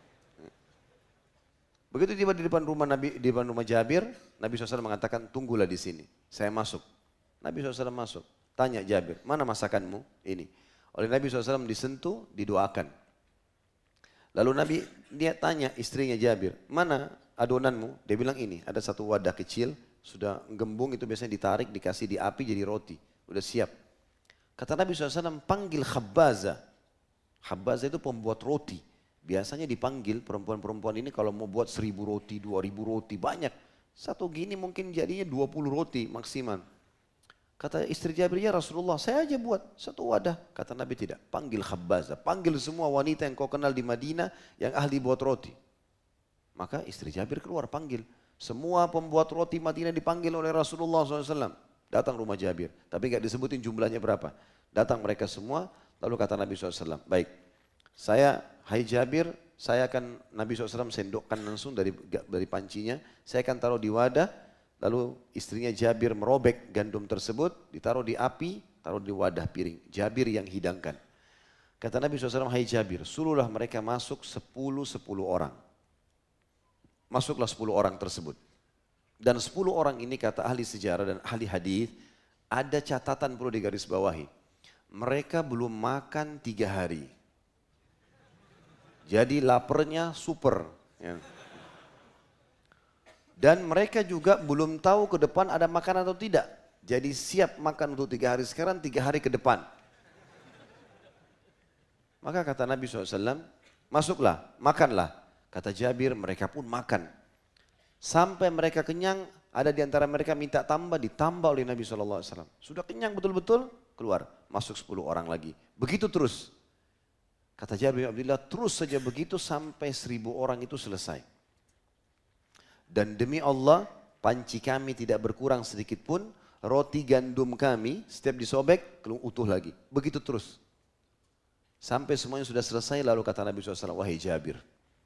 Begitu tiba di depan rumah Nabi, di depan rumah Jabir, Nabi shallallahu alaihi wasallam mengatakan, tunggulah di sini, saya masuk. Nabi shallallahu alaihi wasallam masuk. Tanya Jabir, mana masakanmu? Ini. Oleh Nabi shallallahu alaihi wasallam disentuh, didoakan. Lalu Nabi, dia tanya istrinya Jabir, mana adonanmu? Dia bilang ini, ada satu wadah kecil, sudah gembung, itu biasanya ditarik, dikasih di api jadi roti. Udah siap. Kata Nabi shallallahu alaihi wasallam, panggil khabbaza. Khabbaza itu pembuat roti. Biasanya dipanggil perempuan-perempuan ini kalau mau buat seribu roti, dua ribu roti, banyak. Satu gini mungkin jadinya dua puluh roti maksimal. Kata istri Jabir, ya Rasulullah, saya aja buat satu wadah. Kata Nabi, tidak, panggil khabbaza. Panggil semua wanita yang kau kenal di Madinah yang ahli buat roti. Maka istri Jabir keluar, panggil. Semua pembuat roti Madinah dipanggil oleh Rasulullah shallallahu alaihi wasallam. Datang rumah Jabir, tapi gak disebutin jumlahnya berapa. Datang mereka semua, lalu kata Nabi shallallahu alaihi wasallam, baik, saya, hai Jabir, saya akan, Nabi shallallahu alaihi wasallam sendokkan langsung dari, dari pancinya, saya akan taruh di wadah, lalu istrinya Jabir merobek gandum tersebut, ditaruh di api, taruh di wadah piring. Jabir yang hidangkan. Kata Nabi shallallahu alaihi wasallam, hai Jabir, suruhlah mereka masuk sepuluh sepuluh orang. Masuklah sepuluh orang tersebut. Dan sepuluh orang ini kata ahli sejarah dan ahli hadis, ada catatan perlu digarisbawahi. Mereka belum makan tiga hari. Jadi laparnya super. Ya. Dan mereka juga belum tahu ke depan ada makan atau tidak. Jadi siap makan untuk tiga hari sekarang, tiga hari ke depan. Maka kata Nabi shallallahu alaihi wasallam, masuklah, makanlah. Kata Jabir, mereka pun makan. Sampai mereka kenyang, ada di antara mereka minta tambah, ditambah oleh Nabi shallallahu alaihi wasallam. Sudah kenyang betul-betul, keluar. Masuk sepuluh orang lagi. Begitu terus. Kata Jabir bin Abdullah, terus saja begitu sampai seribu orang itu selesai. Dan demi Allah, panci kami tidak berkurang sedikit pun, roti gandum kami setiap disobek, utuh lagi. Begitu terus. Sampai semuanya sudah selesai, lalu kata Nabi shallallahu alaihi wasallam, wahai Jabir,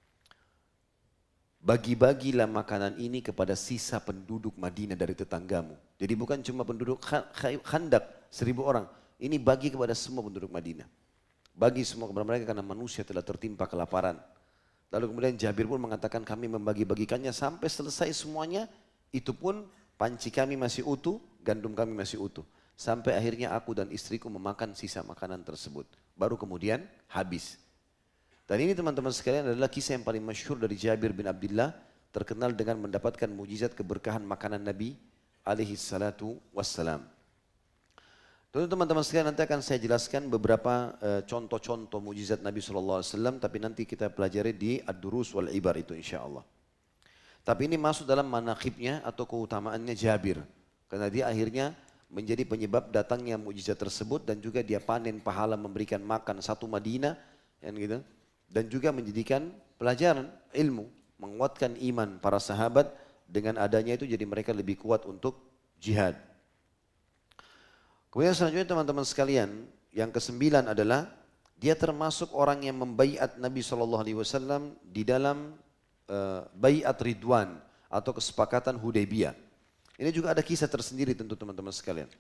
bagi-bagilah makanan ini kepada sisa penduduk Madinah dari tetanggamu. Jadi bukan cuma penduduk Khandak, seribu orang. Ini bagi kepada semua penduduk Madinah. Bagi semua kepada mereka karena manusia telah tertimpa kelaparan. Lalu kemudian Jabir pun mengatakan kami membagi-bagikannya sampai selesai semuanya. Itu pun panci kami masih utuh, gandum kami masih utuh. Sampai akhirnya aku dan istriku memakan sisa makanan tersebut. Baru kemudian habis. Dan ini teman-teman sekalian adalah kisah yang paling masyhur dari Jabir bin Abdullah. Terkenal dengan mendapatkan mujizat keberkahan makanan Nabi alaihi salatu wassalam. Tentu teman-teman sekalian nanti akan saya jelaskan beberapa uh, contoh-contoh mujizat Nabi shallallahu alaihi wasallam. Tapi nanti kita pelajari di Ad-Durus wal Ibar itu insya Allah. Tapi ini masuk dalam manaqibnya atau keutamaannya Jabir. Karena dia akhirnya menjadi penyebab datangnya mujizat tersebut. Dan juga dia panen pahala memberikan makan satu Madinah. Kan gitu. Dan juga menjadikan pelajaran ilmu. Menguatkan iman para sahabat. Dengan adanya itu jadi mereka lebih kuat untuk jihad. Kemudian selanjutnya teman-teman sekalian. Yang kesembilan adalah. Dia termasuk orang yang membaiat Nabi shallallahu alaihi wasallam di dalam uh, baiat Ridwan. Atau kesepakatan Hudaybiyah. Ini juga ada kisah tersendiri tentu teman-teman sekalian.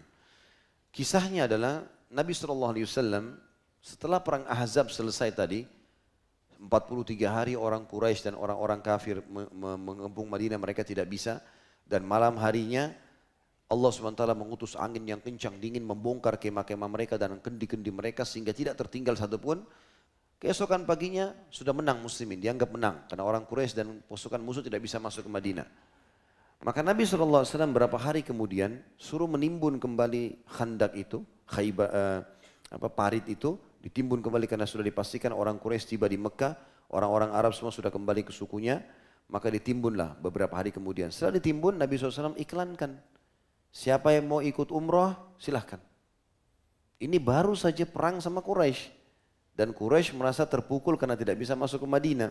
Kisahnya adalah Nabi shallallahu alaihi wasallam setelah perang Ahzab selesai tadi, empat puluh tiga hari orang Quraisy dan orang-orang kafir mengepung Madinah, mereka tidak bisa. Dan malam harinya Allah subhanahu wa taala mengutus angin yang kencang dingin membongkar kemah-kemah mereka dan kendi-kendi mereka sehingga tidak tertinggal satupun. Keesokan paginya sudah menang muslimin, dianggap menang karena orang Quraisy dan pasukan musuh tidak bisa masuk ke Madinah. Maka Nabi shallallahu alaihi wasallam berapa hari kemudian suruh menimbun kembali Khandak itu, khayba, uh, apa, parit itu, ditimbun kembali karena sudah dipastikan orang Quraisy tiba di Mekah, orang-orang Arab semua sudah kembali ke sukunya, maka ditimbunlah beberapa hari kemudian. Setelah ditimbun Nabi shallallahu alaihi wasallam iklankan, siapa yang mau ikut umroh silahkan. Ini baru saja perang sama Quraisy dan Quraisy merasa terpukul karena tidak bisa masuk ke Madinah.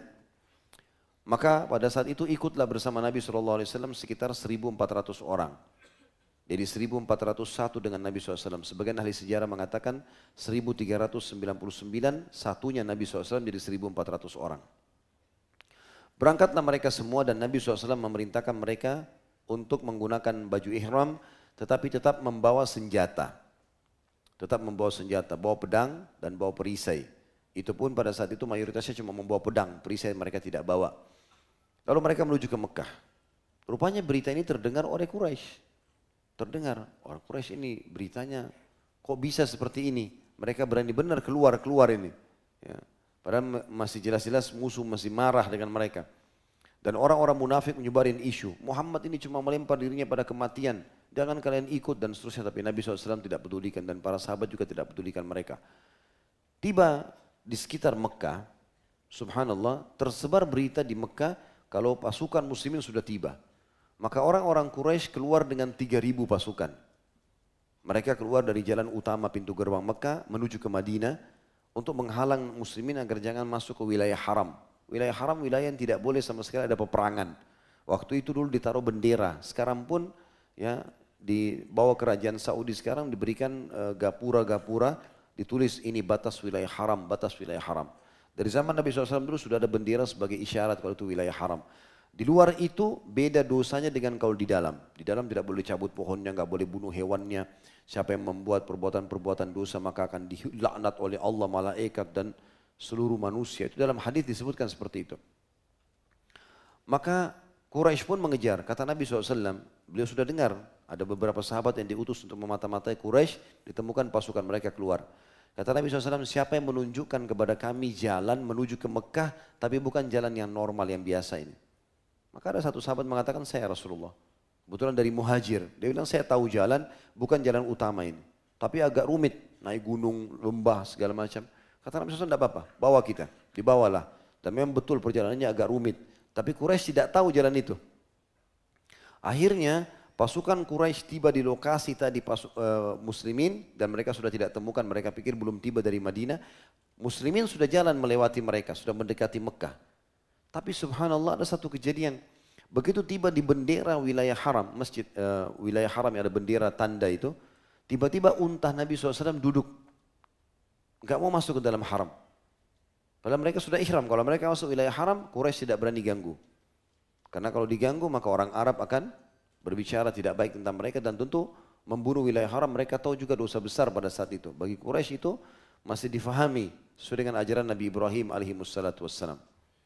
Maka pada saat itu ikutlah bersama Nabi shallallahu alaihi wasallam sekitar seribu empat ratus orang. Jadi seribu empat ratus satu dengan Nabi shallallahu alaihi wasallam. Sebagian ahli sejarah mengatakan seribu tiga ratus sembilan puluh sembilan, satunya Nabi shallallahu alaihi wasallam jadi seribu empat ratus orang. Berangkatlah mereka semua dan Nabi shallallahu alaihi wasallam memerintahkan mereka untuk menggunakan baju ihram tetapi tetap membawa senjata. Tetap membawa senjata, bawa pedang dan bawa perisai. Itu pun pada saat itu mayoritasnya cuma membawa pedang, perisai mereka tidak bawa. Lalu mereka menuju ke Mekah. Rupanya berita ini terdengar oleh Quraisy. Terdengar, orang Quraisy ini beritanya kok bisa seperti ini. Mereka berani benar keluar-keluar ini. Ya. Padahal masih jelas-jelas musuh masih marah dengan mereka. Dan orang-orang munafik menyebarin isu. Muhammad ini cuma melempar dirinya pada kematian. Jangan kalian ikut dan seterusnya. Tapi Nabi shallallahu alaihi wasallam tidak pedulikan dan para sahabat juga tidak pedulikan mereka. Tiba di sekitar Mekah, subhanallah, tersebar berita di Mekah kalau pasukan muslimin sudah tiba. Maka orang-orang Quraisy keluar dengan tiga ribu pasukan. Mereka keluar dari jalan utama pintu gerbang Mekah menuju ke Madinah untuk menghalang muslimin agar jangan masuk ke wilayah haram. Wilayah haram wilayah yang tidak boleh sama sekali ada peperangan. Waktu itu dulu ditaruh bendera. Sekarang pun ya di bawah kerajaan Saudi sekarang diberikan uh, gapura-gapura ditulis ini batas wilayah haram, batas wilayah haram. Dari zaman Nabi shallallahu alaihi wasallam dulu sudah ada bendera sebagai isyarat kalau itu wilayah haram. Di luar itu beda dosanya dengan kalau di dalam. Di dalam tidak boleh cabut pohonnya, nggak boleh bunuh hewannya. Siapa yang membuat perbuatan-perbuatan dosa maka akan dilaknat oleh Allah, malaikat dan seluruh manusia. Itu dalam hadis disebutkan seperti itu. Maka Quraisy pun mengejar. Kata Nabi shallallahu alaihi wasallam, beliau sudah dengar ada beberapa sahabat yang diutus untuk memata-matai Quraisy, ditemukan pasukan mereka keluar. Kata Nabi shallallahu alaihi wasallam, siapa yang menunjukkan kepada kami jalan menuju ke Mekah, tapi bukan jalan yang normal, yang biasa ini. Maka ada satu sahabat mengatakan, saya Rasulullah. Kebetulan dari Muhajir. Dia bilang, saya tahu jalan, bukan jalan utama ini. Tapi agak rumit, naik gunung, lembah, segala macam. Kata Nabi shallallahu alaihi wasallam, tidak apa-apa, bawa kita. Dibawalah. Dan memang betul perjalanannya agak rumit. Tapi Quraisy tidak tahu jalan itu. Akhirnya pasukan Quraisy tiba di lokasi tadi pasuk, uh, muslimin. Dan mereka sudah tidak temukan, mereka pikir belum tiba dari Madinah. Muslimin sudah jalan melewati mereka, sudah mendekati Mekah. Tapi subhanallah ada satu kejadian. Begitu tiba di bendera wilayah haram, masjid uh, wilayah haram yang ada bendera tanda itu. Tiba-tiba unta Nabi shallallahu alaihi wasallam duduk. Enggak mau masuk ke dalam haram. Padahal mereka sudah ihram. Kalau mereka masuk wilayah haram, Quraisy tidak berani ganggu. Karena kalau diganggu maka orang Arab akan berbicara tidak baik tentang mereka. Dan tentu membunuh wilayah haram mereka tahu juga dosa besar pada saat itu. Bagi Quraisy itu masih difahami sesuai dengan ajaran Nabi Ibrahim alaihi wassalatu wassalam.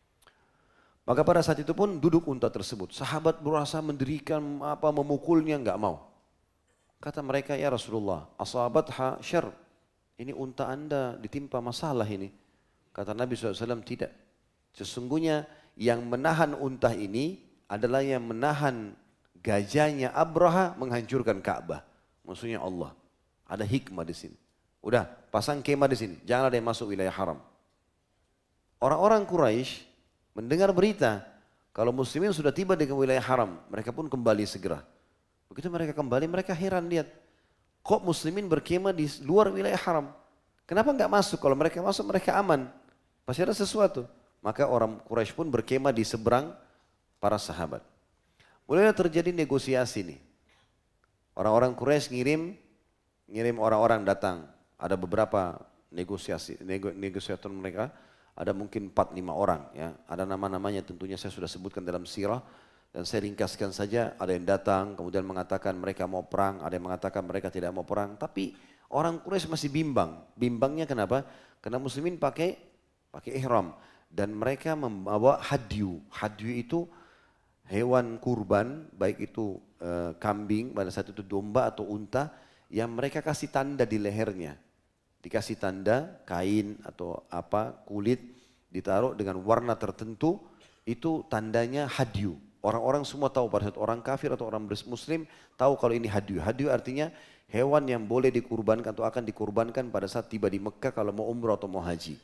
Maka pada saat itu pun duduk unta tersebut. Sahabat berusaha mendirikan apa memukulnya, enggak mau. Kata mereka, ya Rasulullah, asabatha syarr. Ini unta anda ditimpa masalah ini. Kata Nabi shallallahu alaihi wasallam, tidak. Sesungguhnya yang menahan unta ini adalah yang menahan gajahnya Abraha menghancurkan Ka'bah. Maksudnya Allah. Ada hikmah di sini. Udah, pasang kemah di sini. Jangan ada yang masuk wilayah haram. Orang-orang Quraisy mendengar berita kalau muslimin sudah tiba di wilayah haram, mereka pun kembali segera. Begitu mereka kembali, mereka heran lihat, kok muslimin berkemah di luar wilayah haram? Kenapa enggak masuk? Kalau mereka masuk, mereka aman. Pasti ada sesuatu. Maka orang Quraisy pun berkemah di seberang para sahabat. Mulailah terjadi negosiasi nih. Orang-orang Quraisy ngirim, ngirim orang-orang datang. Ada beberapa negosiasi, nego, negosiator mereka. Ada mungkin empat lima orang, ya. Ada nama-namanya tentunya saya sudah sebutkan dalam sirah dan saya ringkaskan saja. Ada yang datang kemudian mengatakan mereka mau perang, ada yang mengatakan mereka tidak mau perang. Tapi orang Quraisy masih bimbang. Bimbangnya kenapa? Karena muslimin pakai pakai ihram dan mereka membawa hadyu. Hadyu itu hewan kurban, baik itu e, kambing, pada saat itu domba atau unta yang mereka kasih tanda di lehernya. Dikasih tanda, kain atau apa, kulit, ditaruh dengan warna tertentu, itu tandanya hadyu. Orang-orang semua tahu, pada saat orang kafir atau orang muslim tahu kalau ini hadyu. Hadyu artinya hewan yang boleh dikurbankan atau akan dikurbankan pada saat tiba di Mekah kalau mau umrah atau mau haji.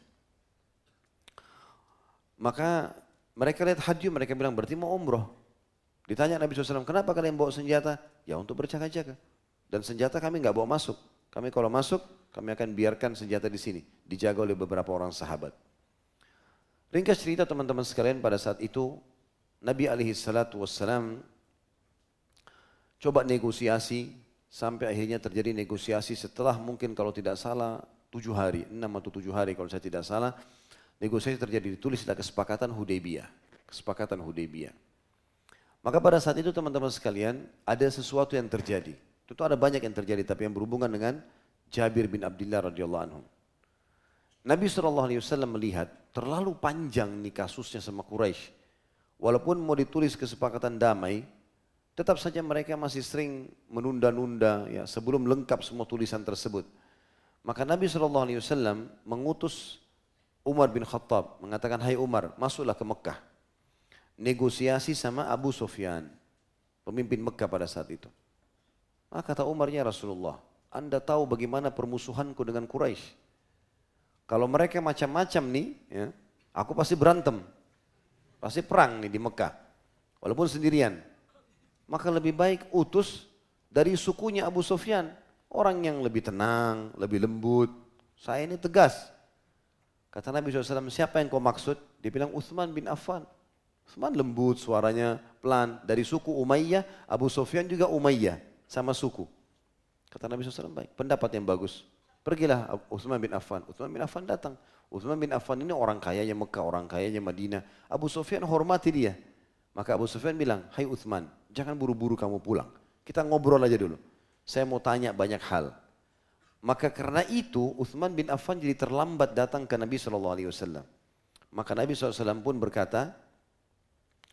Maka mereka lihat hadyu, mereka bilang berarti mau umrah. Ditanya Nabi shallallahu alaihi wasallam, kenapa kalian bawa senjata? Ya untuk berjaga-jaga. Dan senjata kami nggak bawa masuk. Kami kalau masuk, kami akan biarkan senjata di sini, dijaga oleh beberapa orang sahabat. Ringkas cerita teman-teman sekalian, pada saat itu Nabi alaihi salatu wassalam coba negosiasi sampai akhirnya terjadi negosiasi setelah mungkin kalau tidak salah tujuh hari, enam atau tujuh hari kalau saya tidak salah, negosiasi terjadi, ditulis dalam kesepakatan Hudaybiyah, kesepakatan Hudaybiyah. Maka pada saat itu teman-teman sekalian ada sesuatu yang terjadi. Tentu ada banyak yang terjadi, tapi yang berhubungan dengan Jabir bin Abdullah radhiyallahu anhu. Nabi shallallahu alaihi wasallam melihat terlalu panjang nih kasusnya sama Quraisy. Walaupun mau ditulis kesepakatan damai, tetap saja mereka masih sering menunda-nunda ya sebelum lengkap semua tulisan tersebut. Maka Nabi shallallahu alaihi wasallam mengutus Umar bin Khattab, mengatakan, hai Umar, masuklah ke Mekah. Negosiasi sama Abu Sufyan, pemimpin Mekah pada saat itu. Maka kata Umar, ya Rasulullah, Anda tahu bagaimana permusuhanku dengan Quraisy. Kalau mereka macam-macam nih, ya, aku pasti berantem. Pasti perang nih di Mekah. Walaupun sendirian. Maka lebih baik utus dari sukunya Abu Sufyan. Orang yang lebih tenang, lebih lembut. Saya ini tegas. Kata Nabi shallallahu alaihi wasallam, siapa yang kau maksud? Dia bilang Utsman bin Affan. Utsman lembut, suaranya pelan. Dari suku Umayyah, Abu Sufyan juga Umayyah. Sama suku. Kata Nabi shallallahu alaihi wasallam, baik, pendapat yang bagus. Pergilah Utsman bin Affan. Utsman bin Affan datang. Utsman bin Affan ini orang kayanya Mekah, orang kayanya Madinah. Abu Sufyan hormati dia. Maka Abu Sufyan bilang, hai Utsman, jangan buru-buru kamu pulang. Kita ngobrol aja dulu. Saya mau tanya banyak hal. Maka karena itu Utsman bin Affan jadi terlambat datang ke Nabi shallallahu alaihi wasallam. Maka Nabi shallallahu alaihi wasallam pun berkata,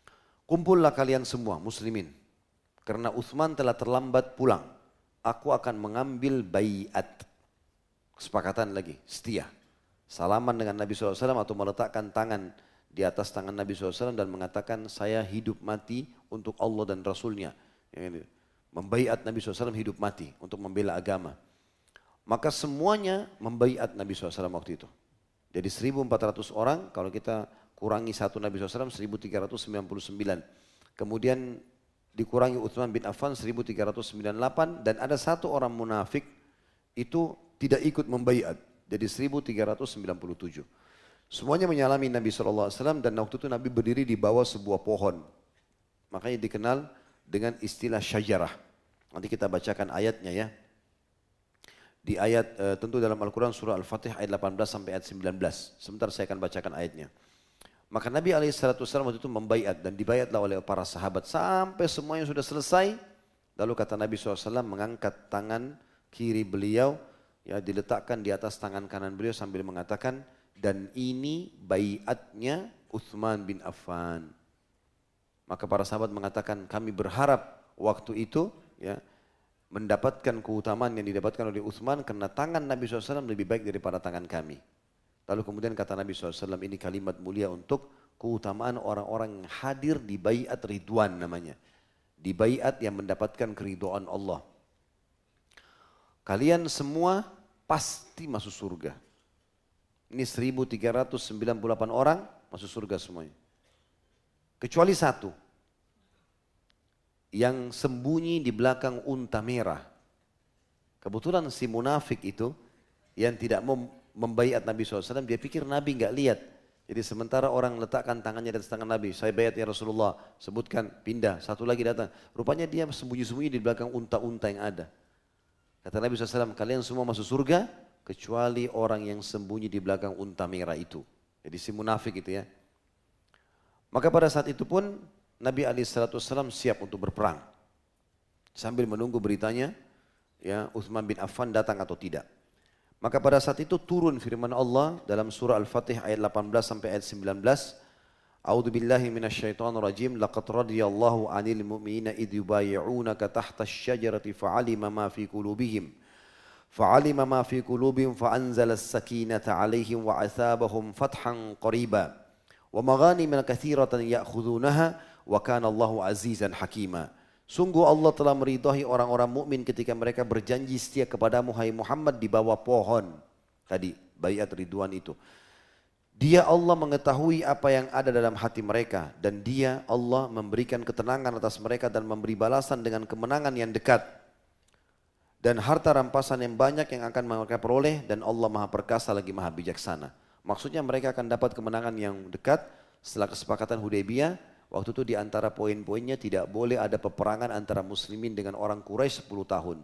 kumpullah kalian semua muslimin. Karena Uthman telah terlambat pulang. Aku akan mengambil baiat. Kesepakatan lagi, setia. Salaman dengan Nabi shallallahu alaihi wasallam atau meletakkan tangan di atas tangan Nabi shallallahu alaihi wasallam dan mengatakan saya hidup mati untuk Allah dan Rasulnya. Membaiat Nabi shallallahu alaihi wasallam hidup mati untuk membela agama. Maka semuanya membaiat Nabi shallallahu alaihi wasallam waktu itu. Jadi seribu empat ratus orang, kalau kita kurangi satu Nabi shallallahu alaihi wasallam seribu tiga ratus sembilan puluh sembilan. Kemudian dikurangi Uthman bin Affan seribu tiga ratus sembilan puluh delapan dan ada satu orang munafik itu tidak ikut membaiat. Jadi seribu tiga ratus sembilan puluh tujuh. Semuanya menyalami Nabi shallallahu alaihi wasallam dan waktu itu Nabi berdiri di bawah sebuah pohon. Makanya dikenal dengan istilah syajarah. Nanti kita bacakan ayatnya ya. Di ayat e, tentu dalam Al-Quran surah Al-Fatih ayat delapan belas sampai ayat sembilan belas. Sebentar saya akan bacakan ayatnya. Maka Nabi alaihi salatu wasallam waktu itu membaiat dan dibaiatlah oleh para sahabat sampai semuanya sudah selesai. Lalu kata Nabi shallallahu alaihi wasallam mengangkat tangan kiri beliau, ya diletakkan di atas tangan kanan beliau sambil mengatakan, dan ini baiatnya Uthman bin Affan. Maka para sahabat mengatakan kami berharap waktu itu ya mendapatkan keutamaan yang didapatkan oleh Uthman karena tangan Nabi shallallahu alaihi wasallam lebih baik daripada tangan kami. Lalu kemudian kata Nabi shallallahu alaihi wasallam ini kalimat mulia untuk keutamaan orang-orang yang hadir di baiat ridwan namanya. Di baiat yang mendapatkan keridhaan Allah. Kalian semua pasti masuk surga. Ini seribu tiga ratus sembilan puluh delapan orang masuk surga semuanya. Kecuali satu. Yang sembunyi di belakang unta merah. Kebetulan si munafik itu yang tidak mau membaiat Nabi shallallahu alaihi wasallam, dia pikir Nabi nggak lihat. Jadi sementara orang letakkan tangannya di atas tangan Nabi, saya baiat ya Rasulullah, sebutkan pindah, satu lagi datang. Rupanya dia sembunyi-sembunyi di belakang unta-unta yang ada. Kata Nabi shallallahu alaihi wasallam, kalian semua masuk surga, kecuali orang yang sembunyi di belakang unta merah itu. Jadi si munafik itu ya. Maka pada saat itu pun Nabi alaihi salatu wasallam siap untuk berperang. Sambil menunggu beritanya, ya Uthman bin Affan datang atau tidak. Maka pada saat itu turun firman Allah dalam surah Al-Fatih ayat delapan belas sampai ayat sembilan belas. A'udzu billahi minasyaitonir rajim. Laqad radiyallahu 'anil mu'minina idh yubayyi'unaka tahta asy-syajarati fa'alima ma fi qulubihim. Fa'alima ma fi qulubihim fa'anzala as-sakinata 'alaihim wa 'atsabahum fathan qariba. Wa maghanima katsiratan ya'khudunaha wa kana Allahu 'azizan hakima. Sungguh Allah telah meridhai orang-orang mukmin ketika mereka berjanji setia kepadamu hai Muhammad di bawah pohon. Tadi baiat ridwan itu. Dia Allah mengetahui apa yang ada dalam hati mereka. Dan dia Allah memberikan ketenangan atas mereka dan memberi balasan dengan kemenangan yang dekat. Dan harta rampasan yang banyak yang akan mereka peroleh. Dan Allah maha perkasa lagi maha bijaksana. Maksudnya mereka akan dapat kemenangan yang dekat setelah kesepakatan Hudaybiyah. Waktu itu di antara poin-poinnya tidak boleh ada peperangan antara muslimin dengan orang Quraisy sepuluh tahun.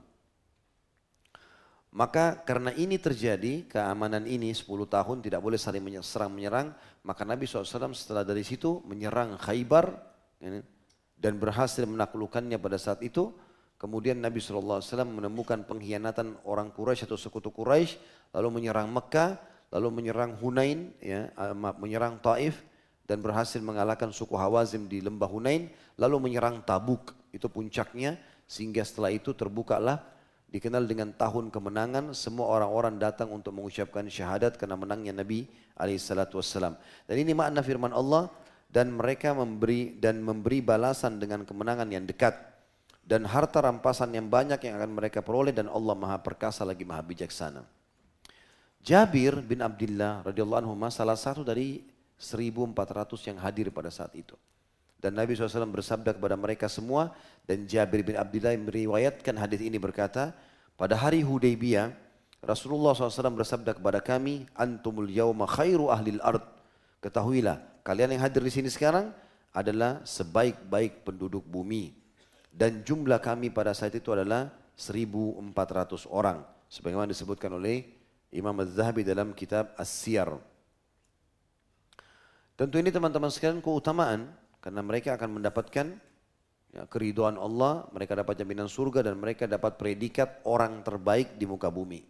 Maka karena ini terjadi, keamanan ini sepuluh tahun tidak boleh saling serang menyerang, maka Nabi shallallahu alaihi wasallam setelah dari situ menyerang Khaybar dan berhasil menaklukkannya pada saat itu. Kemudian Nabi shallallahu alaihi wasallam menemukan pengkhianatan orang Quraisy atau sekutu Quraisy, lalu menyerang Mekah, lalu menyerang Hunain, ya, menyerang Taif, dan berhasil mengalahkan suku Hawazim di lembah Hunain, lalu menyerang Tabuk, itu puncaknya, sehingga setelah itu terbukalah, dikenal dengan tahun kemenangan, semua orang-orang datang untuk mengucapkan syahadat karena menangnya Nabi alaihi salatu wassalam. Dan ini makna firman Allah, dan mereka memberi dan memberi balasan dengan kemenangan yang dekat, dan harta rampasan yang banyak yang akan mereka peroleh, dan Allah maha perkasa lagi maha bijaksana. Jabir bin Abdullah radhiyallahu anhu salah satu dari seribu empat ratus yang hadir pada saat itu. Dan Nabi shallallahu alaihi wasallam bersabda kepada mereka semua, dan Jabir bin Abdullah meriwayatkan hadis ini berkata, pada hari Hudaybiyah, Rasulullah shallallahu alaihi wasallam bersabda kepada kami, antumul yawma khairu ahlil ard. Ketahuilah, kalian yang hadir di sini sekarang adalah sebaik-baik penduduk bumi. Dan jumlah kami pada saat itu adalah seribu empat ratus orang. Sebagaimana disebutkan oleh Imam Az-Zahabi dalam kitab As-Siyar. Tentu ini teman-teman sekalian keutamaan karena mereka akan mendapatkan ya, keridhaan Allah, mereka dapat jaminan surga dan mereka dapat predikat orang terbaik di muka bumi.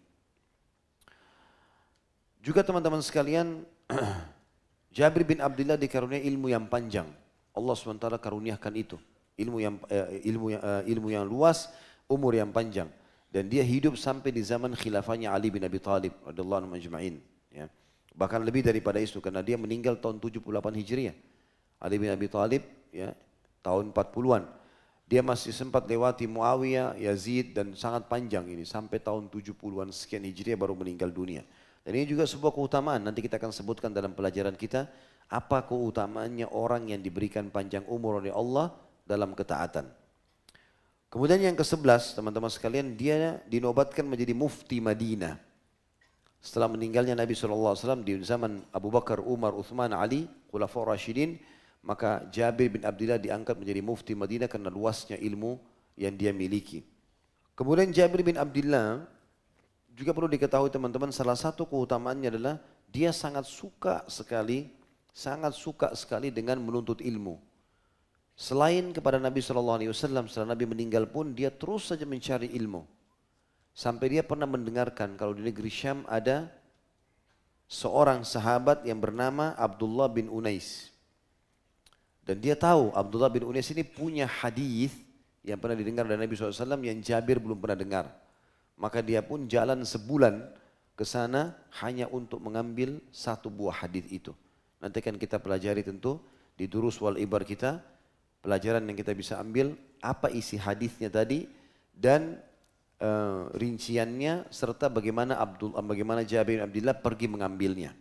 Juga teman-teman sekalian, Jabir bin Abdullah dikaruniai ilmu yang panjang. Allah subhanahu wa taala karuniakan itu. Ilmu yang eh, ilmu yang eh, ilmu yang luas, umur yang panjang, dan dia hidup sampai di zaman khilafahnya Ali bin Abi Thalib radhiyallahu anhu ajma'in, ya. Bahkan lebih daripada itu karena dia meninggal tahun tujuh puluh delapan Hijriah. Ali bin Abi Thalib ya tahun empat puluhan. Dia masih sempat lewati Muawiyah, Yazid dan sangat panjang ini sampai tahun tujuh puluhan sekian Hijriah baru meninggal dunia. Dan ini juga sebuah keutamaan, nanti kita akan sebutkan dalam pelajaran kita apa keutamaannya orang yang diberikan panjang umur oleh Allah dalam ketaatan. Kemudian yang ke sebelas teman-teman sekalian, dia dinobatkan menjadi mufti Madinah. Setelah meninggalnya Nabi shallallahu alaihi wasallam di zaman Abu Bakar, Umar, Uthman, Ali, Khulafaur Rasyidin, maka Jabir bin Abdillah diangkat menjadi mufti Madinah karena luasnya ilmu yang dia miliki. Kemudian Jabir bin Abdillah juga perlu diketahui teman-teman, salah satu keutamaannya adalah dia sangat suka sekali, sangat suka sekali dengan menuntut ilmu. Selain kepada Nabi shallallahu alaihi wasallam, setelah Nabi meninggal pun dia terus saja mencari ilmu. Sampai dia pernah mendengarkan kalau di negeri Syam ada seorang sahabat yang bernama Abdullah bin Unais. Dan dia tahu Abdullah bin Unais ini punya hadis yang pernah didengar dari Nabi shallallahu alaihi wasallam yang Jabir belum pernah dengar. Maka dia pun jalan sebulan ke sana hanya untuk mengambil satu buah hadis itu. Nanti kan kita pelajari tentu di durus wal ibar kita, pelajaran yang kita bisa ambil apa isi hadisnya tadi dan uh, rinciannya serta bagaimana Abdul bagaimana Jabir bin Abdillah pergi mengambilnya.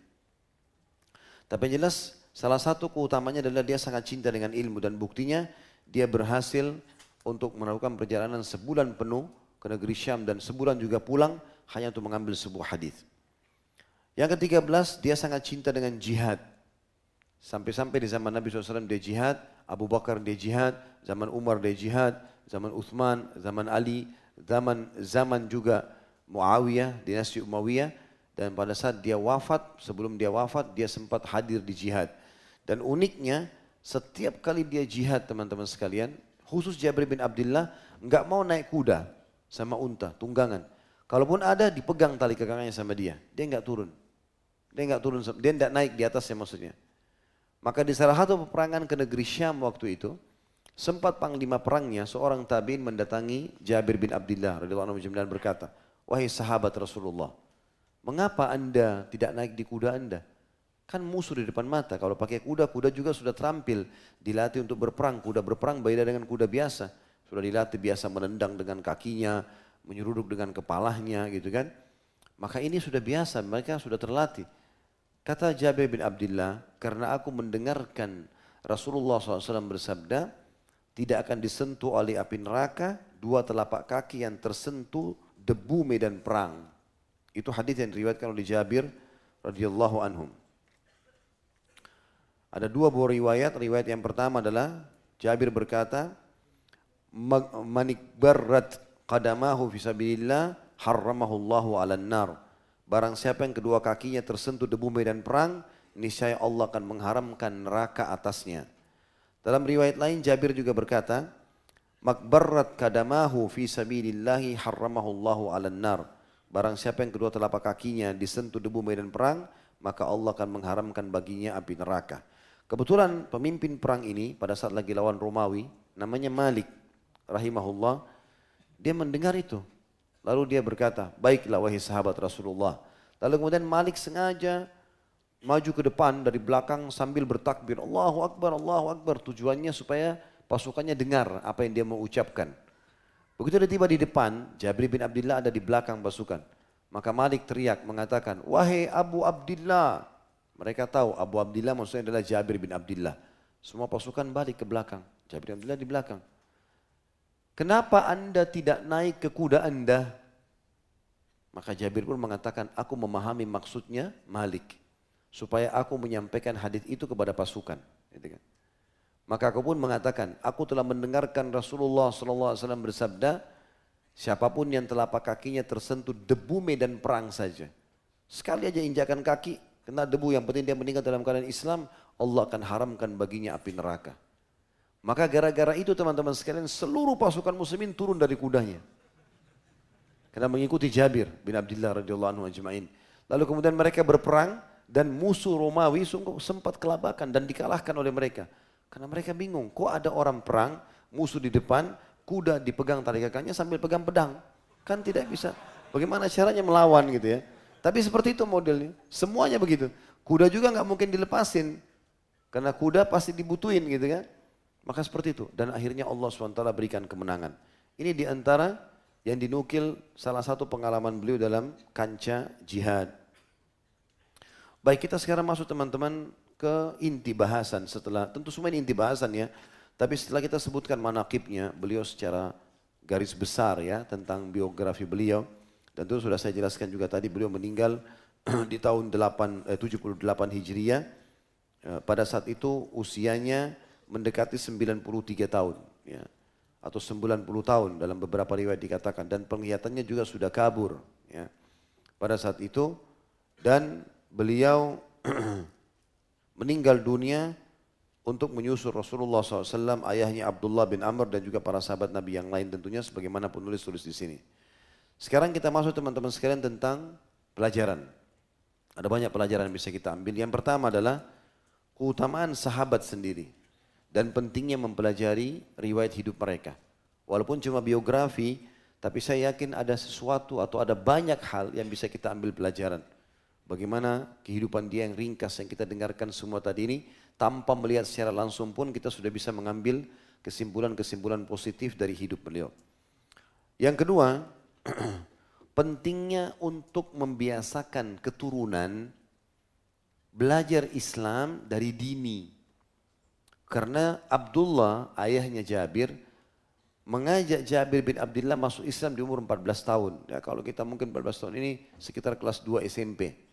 Tapi yang jelas salah satu keutamanya adalah dia sangat cinta dengan ilmu dan buktinya dia berhasil untuk melakukan perjalanan sebulan penuh ke negeri Syam dan sebulan juga pulang hanya untuk mengambil sebuah hadis. Yang ketiga belas, dia sangat cinta dengan jihad. Sampai-sampai di zaman Nabi shallallahu alaihi wasallam dia jihad, Abu Bakar dia jihad, zaman Umar dia jihad, zaman Uthman, zaman Ali, zaman zaman juga Muawiyah, dinasti Umayyah, dan pada saat dia wafat, sebelum dia wafat dia sempat hadir di jihad. Dan uniknya setiap kali dia jihad teman-teman sekalian, khusus Jabir bin Abdillah enggak mau naik kuda sama unta, tunggangan. Kalaupun ada dipegang tali kekangnya sama dia, dia enggak turun. Dia enggak turun, dia enggak naik di atasnya maksudnya. Maka di salah satu peperangan ke negeri Syam waktu itu, sempat panglima perangnya seorang tabi'in mendatangi Jabir bin Abdillah radhiyallahu anhu dan berkata, "Wahai sahabat Rasulullah, mengapa Anda tidak naik di kuda Anda? Kan musuh di depan mata. Kalau pakai kuda, kuda juga sudah terampil, dilatih untuk berperang. Kuda berperang beda dengan kuda biasa. Sudah dilatih biasa menendang dengan kakinya, menyeruduk dengan kepalanya gitu kan. Maka ini sudah biasa, mereka sudah terlatih." Kata Jabir bin Abdillah, karena aku mendengarkan Rasulullah shallallahu alaihi wasallam bersabda, tidak akan disentuh oleh api neraka dua telapak kaki yang tersentuh debu medan perang. Itu hadis yang diriwayatkan oleh Jabir radhiyallahu anhum. Ada dua buah riwayat. Riwayat yang pertama adalah Jabir berkata, "Manikbarrat qadamahu fi sabilillah harramahullahu 'alan nar." Barang siapa yang kedua kakinya tersentuh debu medan perang, niscaya Allah akan mengharamkan neraka atasnya. Dalam riwayat lain Jabir juga berkata, "Makbarrat kadamahu fi sabilillahi harramahullahu 'alan nar." Barang siapa yang kedua telapak kakinya disentuh debu medan perang, maka Allah akan mengharamkan baginya api neraka. Kebetulan pemimpin perang ini pada saat lagi lawan Romawi, namanya Malik rahimahullah, dia mendengar itu. Lalu dia berkata, "Baiklah wahai sahabat Rasulullah." Lalu kemudian Malik sengaja maju ke depan dari belakang sambil bertakbir, "Allahu Akbar, Allahu Akbar." Tujuannya supaya pasukannya dengar apa yang dia mau ucapkan. Begitu dia tiba di depan, Jabir bin Abdillah ada di belakang pasukan. Maka Malik teriak mengatakan, "Wahai Abu Abdillah." Mereka tahu Abu Abdillah maksudnya adalah Jabir bin Abdillah. Semua pasukan balik ke belakang. Jabir bin Abdillah di belakang. "Kenapa Anda tidak naik ke kuda Anda?" Maka Jabir pun mengatakan, "Aku memahami maksudnya Malik, supaya aku menyampaikan hadis itu kepada pasukan." Gitu kan. Maka aku pun mengatakan, "Aku telah mendengarkan Rasulullah shallallahu alaihi wasallam bersabda, siapapun yang telapak kakinya tersentuh debu medan perang saja, sekali aja injakan kaki kena debu, yang penting dia meninggal dalam keadaan Islam, Allah akan haramkan baginya api neraka." Maka gara-gara itu teman-teman sekalian, seluruh pasukan muslimin turun dari kudanya. Karena mengikuti Jabir bin Abdillah radhiyallahu anhu ajma'in. Lalu kemudian mereka berperang dan musuh Romawi sungguh sempat kelabakan dan dikalahkan oleh mereka. Karena mereka bingung, kok ada orang perang, musuh di depan, kuda dipegang tali kakaknya sambil pegang pedang. Kan tidak bisa. Bagaimana caranya melawan gitu ya. Tapi seperti itu modelnya, semuanya begitu. Kuda juga nggak mungkin dilepasin. Karena kuda pasti dibutuhin gitu kan. Maka seperti itu. Dan akhirnya Allah subhanahu wa taala berikan kemenangan. Ini diantara yang dinukil salah satu pengalaman beliau dalam kancah jihad. Baik, kita sekarang masuk teman-teman ke inti bahasan setelah, tentu semua ini inti bahasan ya. Tapi setelah kita sebutkan manaqibnya, beliau secara garis besar ya tentang biografi beliau. Dan itu sudah saya jelaskan juga tadi, beliau meninggal di tahun delapan, eh, tujuh puluh delapan Hijriah. Eh, pada saat itu usianya mendekati sembilan puluh tiga tahun. Ya, atau sembilan puluh tahun dalam beberapa riwayat dikatakan. Dan penglihatannya juga sudah kabur. Ya, pada saat itu. Dan beliau meninggal dunia untuk menyusul Rasulullah shallallahu alaihi wasallam, ayahnya Abdullah bin Amr dan juga para sahabat Nabi yang lain tentunya sebagaimana penulis tulis di sini. Sekarang kita masuk teman-teman sekalian tentang pelajaran. Ada banyak pelajaran yang bisa kita ambil. Yang pertama adalah keutamaan sahabat sendiri dan pentingnya mempelajari riwayat hidup mereka. Walaupun cuma biografi, tapi saya yakin ada sesuatu atau ada banyak hal yang bisa kita ambil pelajaran. Bagaimana kehidupan dia yang ringkas yang kita dengarkan semua tadi ini, tanpa melihat secara langsung pun kita sudah bisa mengambil kesimpulan-kesimpulan positif dari hidup beliau. Yang kedua, pentingnya untuk membiasakan keturunan belajar Islam dari dini. Karena Abdullah, ayahnya Jabir, mengajak Jabir bin Abdullah masuk Islam di umur empat belas tahun. Ya, kalau kita mungkin empat belas tahun ini sekitar kelas dua S M P.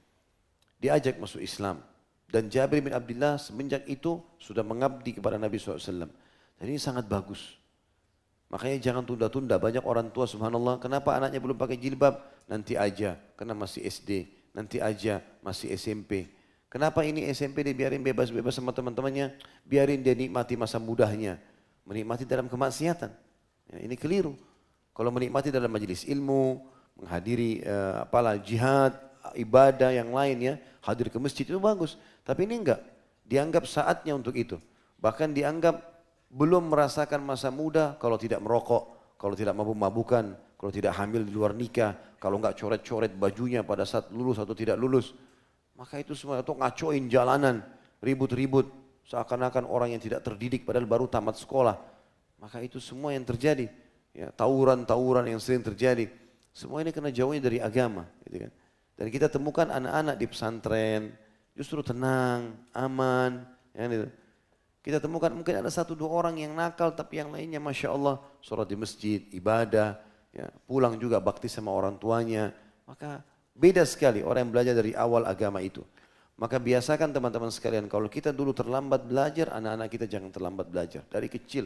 Diajak masuk Islam. Dan Jabir bin Abdullah semenjak itu sudah mengabdi kepada Nabi shallallahu alaihi wasallam. Dan ini sangat bagus. Makanya jangan tunda-tunda. Banyak orang tua subhanallah, kenapa anaknya belum pakai jilbab? Nanti aja, karena masih S D. Nanti aja, masih S M P. Kenapa ini S M P dibiarin bebas-bebas sama teman-temannya? Biarin dia nikmati masa mudahnya. Menikmati dalam kemaksiatan. Ya, ini keliru. Kalau menikmati dalam majelis ilmu, menghadiri uh, apalah jihad, ibadah yang lain ya, hadir ke masjid itu bagus. Tapi ini enggak, dianggap saatnya untuk itu. Bahkan dianggap belum merasakan masa muda kalau tidak merokok, kalau tidak mabuk-mabukan, kalau tidak hamil di luar nikah, kalau enggak coret-coret bajunya pada saat lulus atau tidak lulus. Maka itu semua, atau ngacoin jalanan, ribut-ribut, seakan-akan orang yang tidak terdidik padahal baru tamat sekolah. Maka itu semua yang terjadi. Ya, tawuran-tawuran yang sering terjadi. Semua ini kena jauhnya dari agama. Gitu kan. Dan kita temukan anak-anak di pesantren, justru tenang, aman. Ya, gitu. Kita temukan mungkin ada satu dua orang yang nakal, tapi yang lainnya Masya Allah, sholat di masjid, ibadah, ya, pulang juga bakti sama orang tuanya. Maka beda sekali orang yang belajar dari awal agama itu. Maka biasakan teman-teman sekalian, kalau kita dulu terlambat belajar, anak-anak kita jangan terlambat belajar, dari kecil.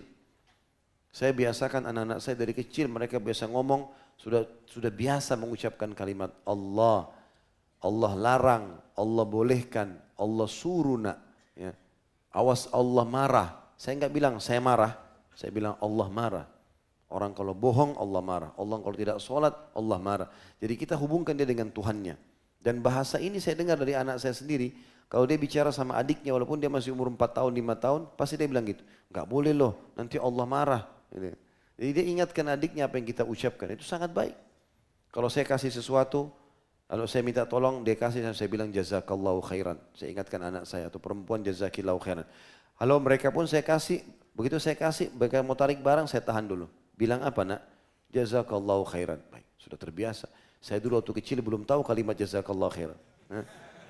Saya biasakan anak-anak saya dari kecil, mereka biasa ngomong, sudah sudah biasa mengucapkan kalimat Allah. Allah larang, Allah bolehkan, Allah suruh nak. Ya. Awas Allah marah. Saya enggak bilang saya marah, saya bilang Allah marah. Orang kalau bohong Allah marah, Allah kalau tidak sholat Allah marah. Jadi kita hubungkan dia dengan Tuhannya. Dan bahasa ini saya dengar dari anak saya sendiri. Kalau dia bicara sama adiknya walaupun dia masih umur empat tahun, lima tahun, pasti dia bilang gitu. Enggak boleh loh, nanti Allah marah. Jadi dia ingatkan adiknya apa yang kita ucapkan, itu sangat baik. Kalau saya kasih sesuatu, kalau saya minta tolong, dia kasih, saya bilang jazakallahu khairan. Saya ingatkan anak saya atau perempuan jazakillahu khairan. Halo mereka pun saya kasih, begitu saya kasih, mereka mau tarik barang, saya tahan dulu. Bilang apa nak? Jazakallahu khairan. Baik, sudah terbiasa. Saya dulu waktu kecil belum tahu kalimat jazakallahu khairan. Nah.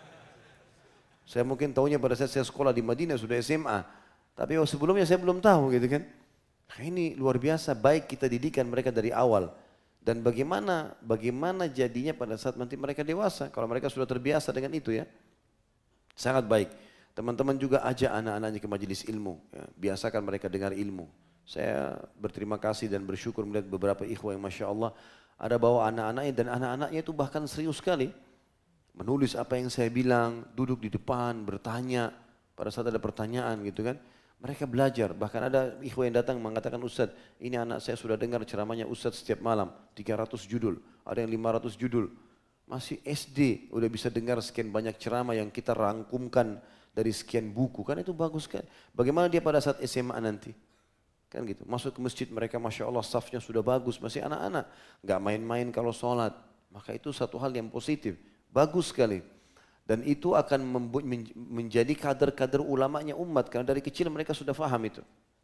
Saya mungkin tahunya pada saat saya sekolah di Madinah sudah S M A. Tapi sebelumnya saya belum tahu gitu kan. Ini luar biasa baik kita didikan mereka dari awal. Dan bagaimana bagaimana jadinya pada saat nanti mereka dewasa. Kalau mereka sudah terbiasa dengan itu ya. Sangat baik. Teman-teman juga ajak anak-anaknya ke majelis ilmu. Ya. Biasakan mereka dengar ilmu. Saya berterima kasih dan bersyukur melihat beberapa ikhwah yang Masya Allah. Ada bawa anak-anaknya dan anak-anaknya itu bahkan serius sekali. Menulis apa yang saya bilang, duduk di depan, bertanya. Pada saat ada pertanyaan gitu kan. Mereka belajar, bahkan ada ikhwah yang datang mengatakan, Ustadz, ini anak saya sudah dengar ceramahnya Ustadz setiap malam, tiga ratus judul, ada yang lima ratus judul. Masih S D, udah bisa dengar sekian banyak ceramah yang kita rangkumkan dari sekian buku, kan itu bagus kan. Bagaimana dia pada saat S M A nanti? Kan gitu, masuk ke masjid mereka Masya Allah safnya sudah bagus, masih anak-anak. Gak main-main kalau sholat, maka itu satu hal yang positif, bagus sekali. Dan itu akan menjadi kader-kader ulamanya umat, karena dari kecil mereka sudah faham itu.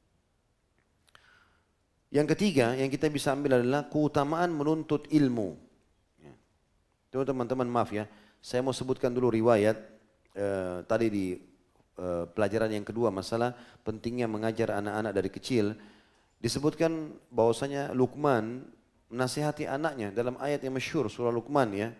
Yang ketiga yang kita bisa ambil adalah keutamaan menuntut ilmu. Teman-teman maaf ya, saya mau sebutkan dulu riwayat eh, tadi di eh, pelajaran yang kedua masalah pentingnya mengajar anak-anak dari kecil. Disebutkan bahwasanya Luqman menasihati anaknya dalam ayat yang masyhur surah Luqman ya.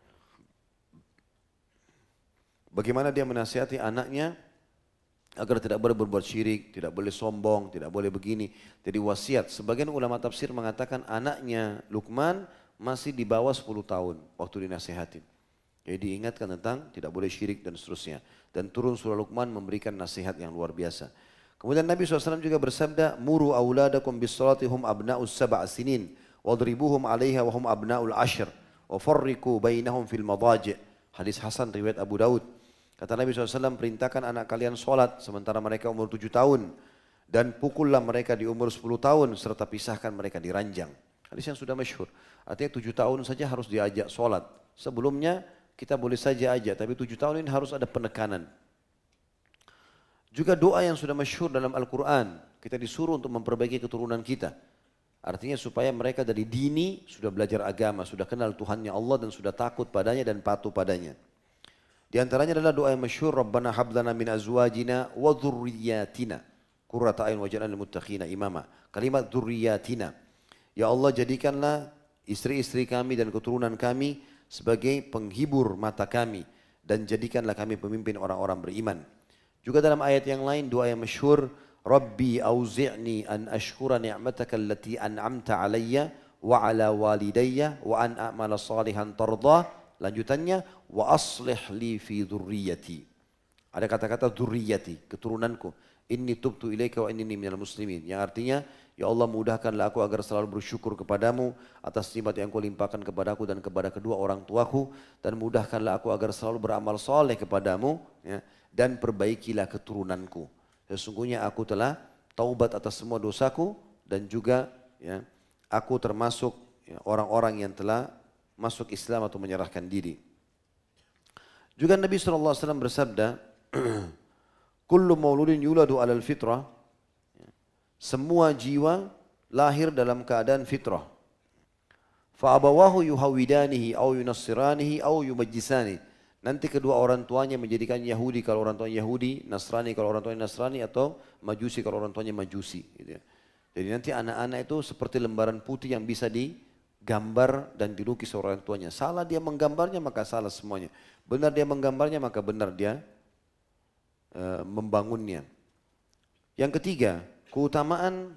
Bagaimana dia menasihati anaknya agar tidak boleh berbuat syirik, tidak boleh sombong, tidak boleh begini. Jadi wasiat, sebagian ulama tafsir mengatakan anaknya Luqman masih di bawah sepuluh tahun waktu dinasihatin. Jadi diingatkan tentang tidak boleh syirik dan seterusnya. Dan turun surah Luqman memberikan nasihat yang luar biasa. Kemudian Nabi shallallahu alaihi wasallam juga bersabda, Muru awladakum bis salati hum abna'us sab'a sinin, wadribuhum alaiha wa hum abna'ul ashr, wa farriku bainahum fil madaji'. Hadis Hasan riwayat Abu Daud. Kata Nabi shallallahu alaihi wasallam, perintahkan anak kalian sholat sementara mereka umur tujuh tahun. Dan pukullah mereka di umur sepuluh tahun serta pisahkan mereka di ranjang. Hadis yang sudah masyhur. Artinya tujuh tahun saja harus diajak sholat. Sebelumnya kita boleh saja ajak, tapi tujuh tahun ini harus ada penekanan. Juga doa yang sudah masyhur dalam Al-Quran. Kita disuruh untuk memperbaiki keturunan kita. Artinya supaya mereka dari dini sudah belajar agama, sudah kenal Tuhannya Allah dan sudah takut padanya dan patuh padanya. Di antaranya adalah doa yang masyhur, Rabbana hablana min azwajina wa dhurriyyatina qurrata a'yun waj'alna lil muttaqina imama. Kalimat dzurriyyatina. Ya Allah, jadikanlah istri-istri kami dan keturunan kami sebagai penghibur mata kami dan jadikanlah kami pemimpin orang-orang beriman. Juga dalam ayat yang lain doa yang masyhur, Rabbi auzi'ni an ashkura ni'mataka allati an'amta alayya wa ala walidayya wa an a'mala salihan tardah. Lanjutannya, wa aslih li fi dzurriyyati. Ada kata-kata dzurriyyati, keturunanku. Inni tubtu ilaika wa inni minal muslimin. Yang artinya, ya Allah mudahkanlah aku agar selalu bersyukur kepadamu atas nikmat yang kau limpahkan kepadaku dan kepada kedua orang tuaku, dan mudahkanlah aku agar selalu beramal soleh kepadamu, ya, dan perbaikilah keturunanku. Sesungguhnya aku telah taubat atas semua dosaku dan juga ya, aku termasuk ya, orang-orang yang telah masuk Islam atau menyerahkan diri. Juga Nabi shallallahu alaihi wasallam bersabda, Kullu mauludin yuladu alal fitrah. Semua jiwa lahir dalam keadaan fitrah. Fa'abawahu yuhawidanihi au yunassiranihi au yumajjisani. Nanti kedua orang tuanya menjadikan Yahudi kalau orang tuanya Yahudi, Nasrani kalau orang tuanya Nasrani, atau Majusi kalau orang tuanya Majusi. Gitu ya. Jadi nanti anak-anak itu seperti lembaran putih yang bisa digambar dan dilukis orang tuanya. Salah dia menggambarnya maka salah semuanya. Benar dia menggambarnya maka benar dia uh, membangunnya. Yang ketiga, keutamaan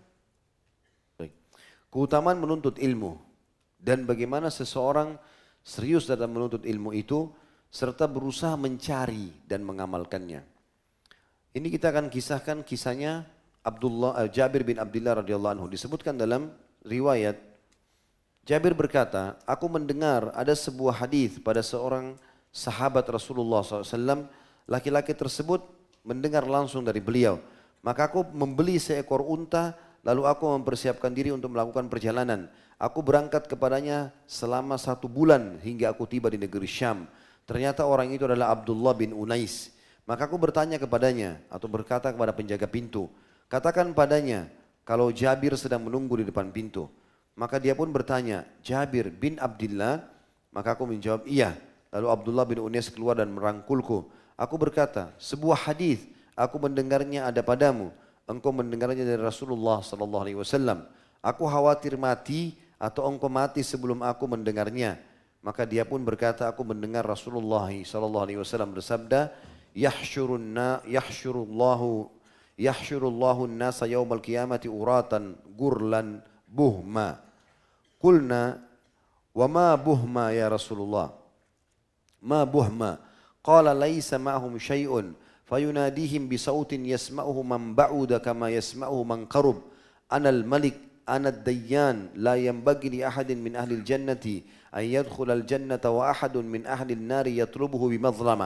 keutamaan menuntut ilmu dan bagaimana seseorang serius dalam menuntut ilmu itu serta berusaha mencari dan mengamalkannya. Ini kita akan kisahkan kisahnya Abdullah uh, Jabir bin Abdullah radhiyallahu anhu. Disebutkan dalam riwayat, Jabir berkata, aku mendengar ada sebuah hadis pada seorang sahabat Rasulullah shallallahu alaihi wasallam. Laki-laki tersebut mendengar langsung dari beliau. Maka aku membeli seekor unta, lalu aku mempersiapkan diri untuk melakukan perjalanan. Aku berangkat kepadanya selama satu bulan hingga aku tiba di negeri Syam. Ternyata orang itu adalah Abdullah bin Unais. Maka aku bertanya kepadanya atau berkata kepada penjaga pintu, katakan padanya kalau Jabir sedang menunggu di depan pintu. Maka dia pun bertanya, Jabir bin Abdullah? Maka aku menjawab, iya. Lalu Abdullah bin Unais keluar dan merangkulku. Aku berkata, sebuah hadis aku mendengarnya ada padamu. Engkau mendengarnya dari Rasulullah sallallahu alaihi wasallam. Aku khawatir mati atau engkau mati sebelum aku mendengarnya. Maka dia pun berkata, aku mendengar Rasulullah sallallahu alaihi wasallam bersabda, yahsyurunna yahsyurullahu yahsyurullahu an-nasa yaumal qiyamati uratan gurlan buhma. Qulna wa ma buhma ya Rasulullah? Ma buhma? Qala laisa ma'hum syai'un fayunadihim bisautin yasma'uhu man ba'uda kama yasma'uhu man qarub. Anal malik anad dayyan la yanbaghi li ahadin min ahli al-jannati an yadkhula al-jannata wa ahadun min ahli an-nari yatlubuhu bimadlamah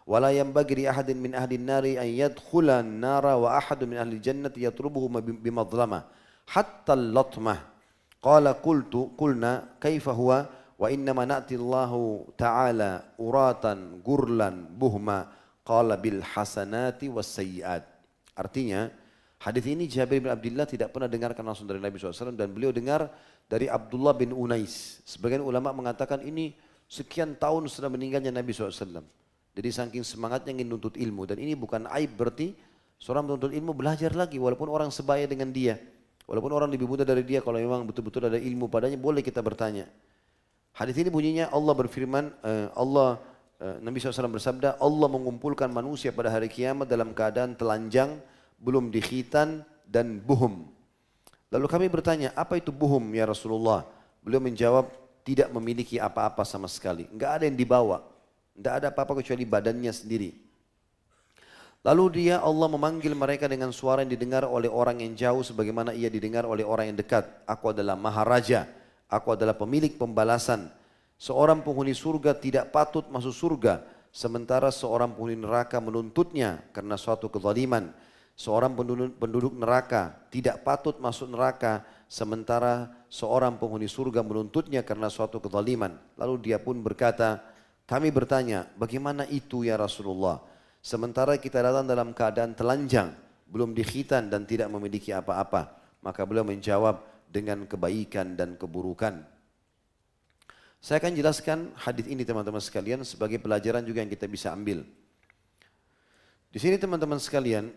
wala yanbaghi li ahadin min ahli an-nari an yadkhula an-nara wa ahadun min ahli al-jannati yatlubuhu bimadlamah hatta al-latmah. Qala qultu qulna kaifa huwa wa innama na'ti Allahu ta'ala uratan gurlan buhma qala bil hasanati was sayyiat. Artinya hadis ini Jabir bin Abdullah tidak pernah dengarkan langsung dari Nabi shallallahu alaihi wasallam dan beliau dengar dari Abdullah bin Unais. Sebagian ulama mengatakan ini sekian tahun setelah meninggalnya Nabi shallallahu alaihi wasallam. Jadi saking semangatnya ingin nuntut ilmu dan ini bukan aib, berarti seorang menuntut ilmu belajar lagi walaupun orang sebaya dengan dia. Walaupun orang lebih muda dari dia, kalau memang betul-betul ada ilmu padanya boleh kita bertanya. Hadis ini bunyinya Allah berfirman, uh, Allah uh, Nabi shallallahu alaihi wasallam bersabda, Allah mengumpulkan manusia pada hari kiamat dalam keadaan telanjang, belum dikhitan dan buhum. Lalu kami bertanya, apa itu buhum ya Rasulullah? Beliau menjawab, tidak memiliki apa-apa sama sekali. Enggak ada yang dibawa, enggak ada apa-apa kecuali badannya sendiri. Lalu dia Allah memanggil mereka dengan suara yang didengar oleh orang yang jauh sebagaimana ia didengar oleh orang yang dekat. Aku adalah Maharaja. Aku adalah pemilik pembalasan. Seorang penghuni surga tidak patut masuk surga, sementara seorang penghuni neraka menuntutnya karena suatu kezaliman. Seorang penduduk, penduduk neraka tidak patut masuk neraka, sementara seorang penghuni surga menuntutnya karena suatu kezaliman. Lalu dia pun berkata, kami bertanya, bagaimana itu ya Rasulullah? Sementara kita datang dalam keadaan telanjang, belum dikhitan dan tidak memiliki apa-apa. Maka beliau menjawab, dengan kebaikan dan keburukan. Saya akan jelaskan hadis ini teman-teman sekalian sebagai pelajaran juga yang kita bisa ambil. Di sini teman-teman sekalian,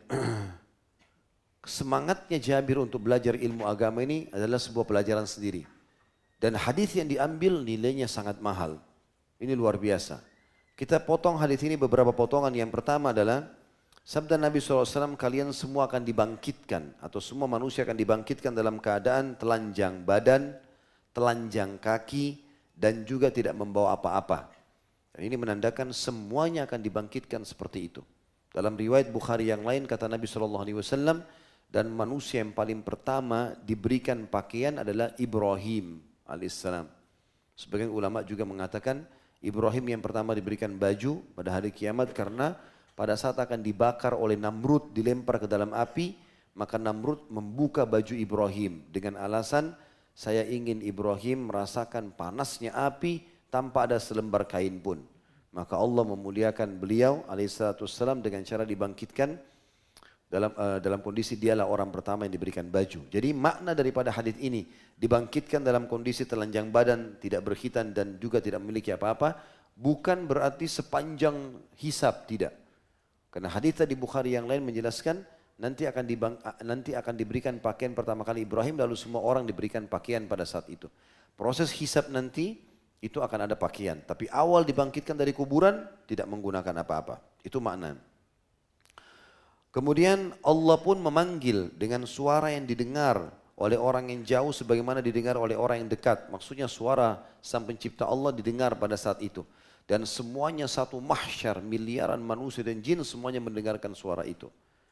semangatnya Jabir untuk belajar ilmu agama ini adalah sebuah pelajaran sendiri. Dan hadis yang diambil nilainya sangat mahal. Ini luar biasa. Kita potong hadis ini beberapa potongan. Yang pertama adalah sabda Nabi shallallahu alaihi wasallam, kalian semua akan dibangkitkan atau semua manusia akan dibangkitkan dalam keadaan telanjang badan, telanjang kaki dan juga tidak membawa apa-apa. Dan ini menandakan semuanya akan dibangkitkan seperti itu. Dalam riwayat Bukhari yang lain kata Nabi shallallahu alaihi wasallam, dan manusia yang paling pertama diberikan pakaian adalah Ibrahim alaihissalam. Sebagian ulama juga mengatakan Ibrahim yang pertama diberikan baju pada hari kiamat karena pada saat akan dibakar oleh Namrud, dilempar ke dalam api, maka Namrud membuka baju Ibrahim dengan alasan, saya ingin Ibrahim merasakan panasnya api tanpa ada selembar kain pun. Maka Allah memuliakan beliau alaihissalatu wassalam dengan cara dibangkitkan dalam uh, dalam kondisi dialah orang pertama yang diberikan baju. Jadi makna daripada hadis ini, dibangkitkan dalam kondisi telanjang badan, tidak berkhitan dan juga tidak memiliki apa-apa, bukan berarti sepanjang hisab, tidak. Karena hadis tadi Bukhari yang lain menjelaskan nanti akan dibang, nanti akan diberikan pakaian pertama kali Ibrahim, lalu semua orang diberikan pakaian pada saat itu. Proses hisab nanti itu akan ada pakaian, tapi awal dibangkitkan dari kuburan tidak menggunakan apa-apa. Itu makna. Kemudian Allah pun memanggil dengan suara yang didengar oleh orang yang jauh sebagaimana didengar oleh orang yang dekat. Maksudnya suara Sang Pencipta Allah didengar pada saat itu. Dan semuanya satu mahsyar, miliaran manusia dan jin semuanya mendengarkan suara itu.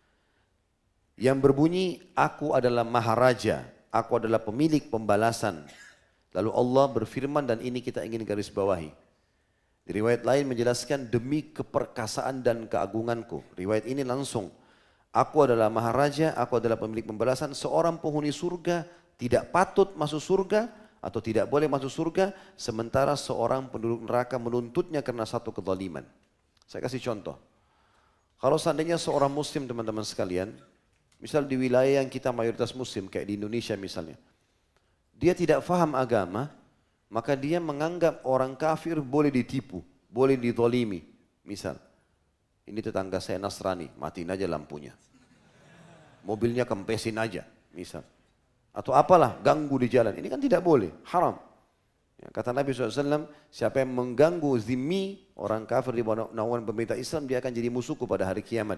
Yang berbunyi, aku adalah Maharaja, aku adalah pemilik pembalasan. Lalu Allah berfirman, dan ini kita ingin garis bawahi. Di riwayat lain menjelaskan, demi keperkasaan dan keagunganku. Riwayat ini langsung, aku adalah Maharaja, aku adalah pemilik pembalasan. Seorang penghuni surga tidak patut masuk surga, atau tidak boleh masuk surga, sementara seorang penduduk neraka menuntutnya karena satu kezaliman. Saya kasih contoh. Kalau seandainya seorang muslim teman-teman sekalian, misal di wilayah yang kita mayoritas muslim, kayak di Indonesia misalnya, dia tidak faham agama, maka dia menganggap orang kafir boleh ditipu, boleh dizalimi. Misal, ini tetangga saya Nasrani, matiin aja lampunya. Mobilnya kempesin aja, misal. Atau apalah, ganggu di jalan. Ini kan tidak boleh, haram. Ya, kata Nabi shallallahu alaihi wasallam, siapa yang mengganggu zimmi, orang kafir di bawah naungan pemerintah Islam, dia akan jadi musuhku pada hari kiamat.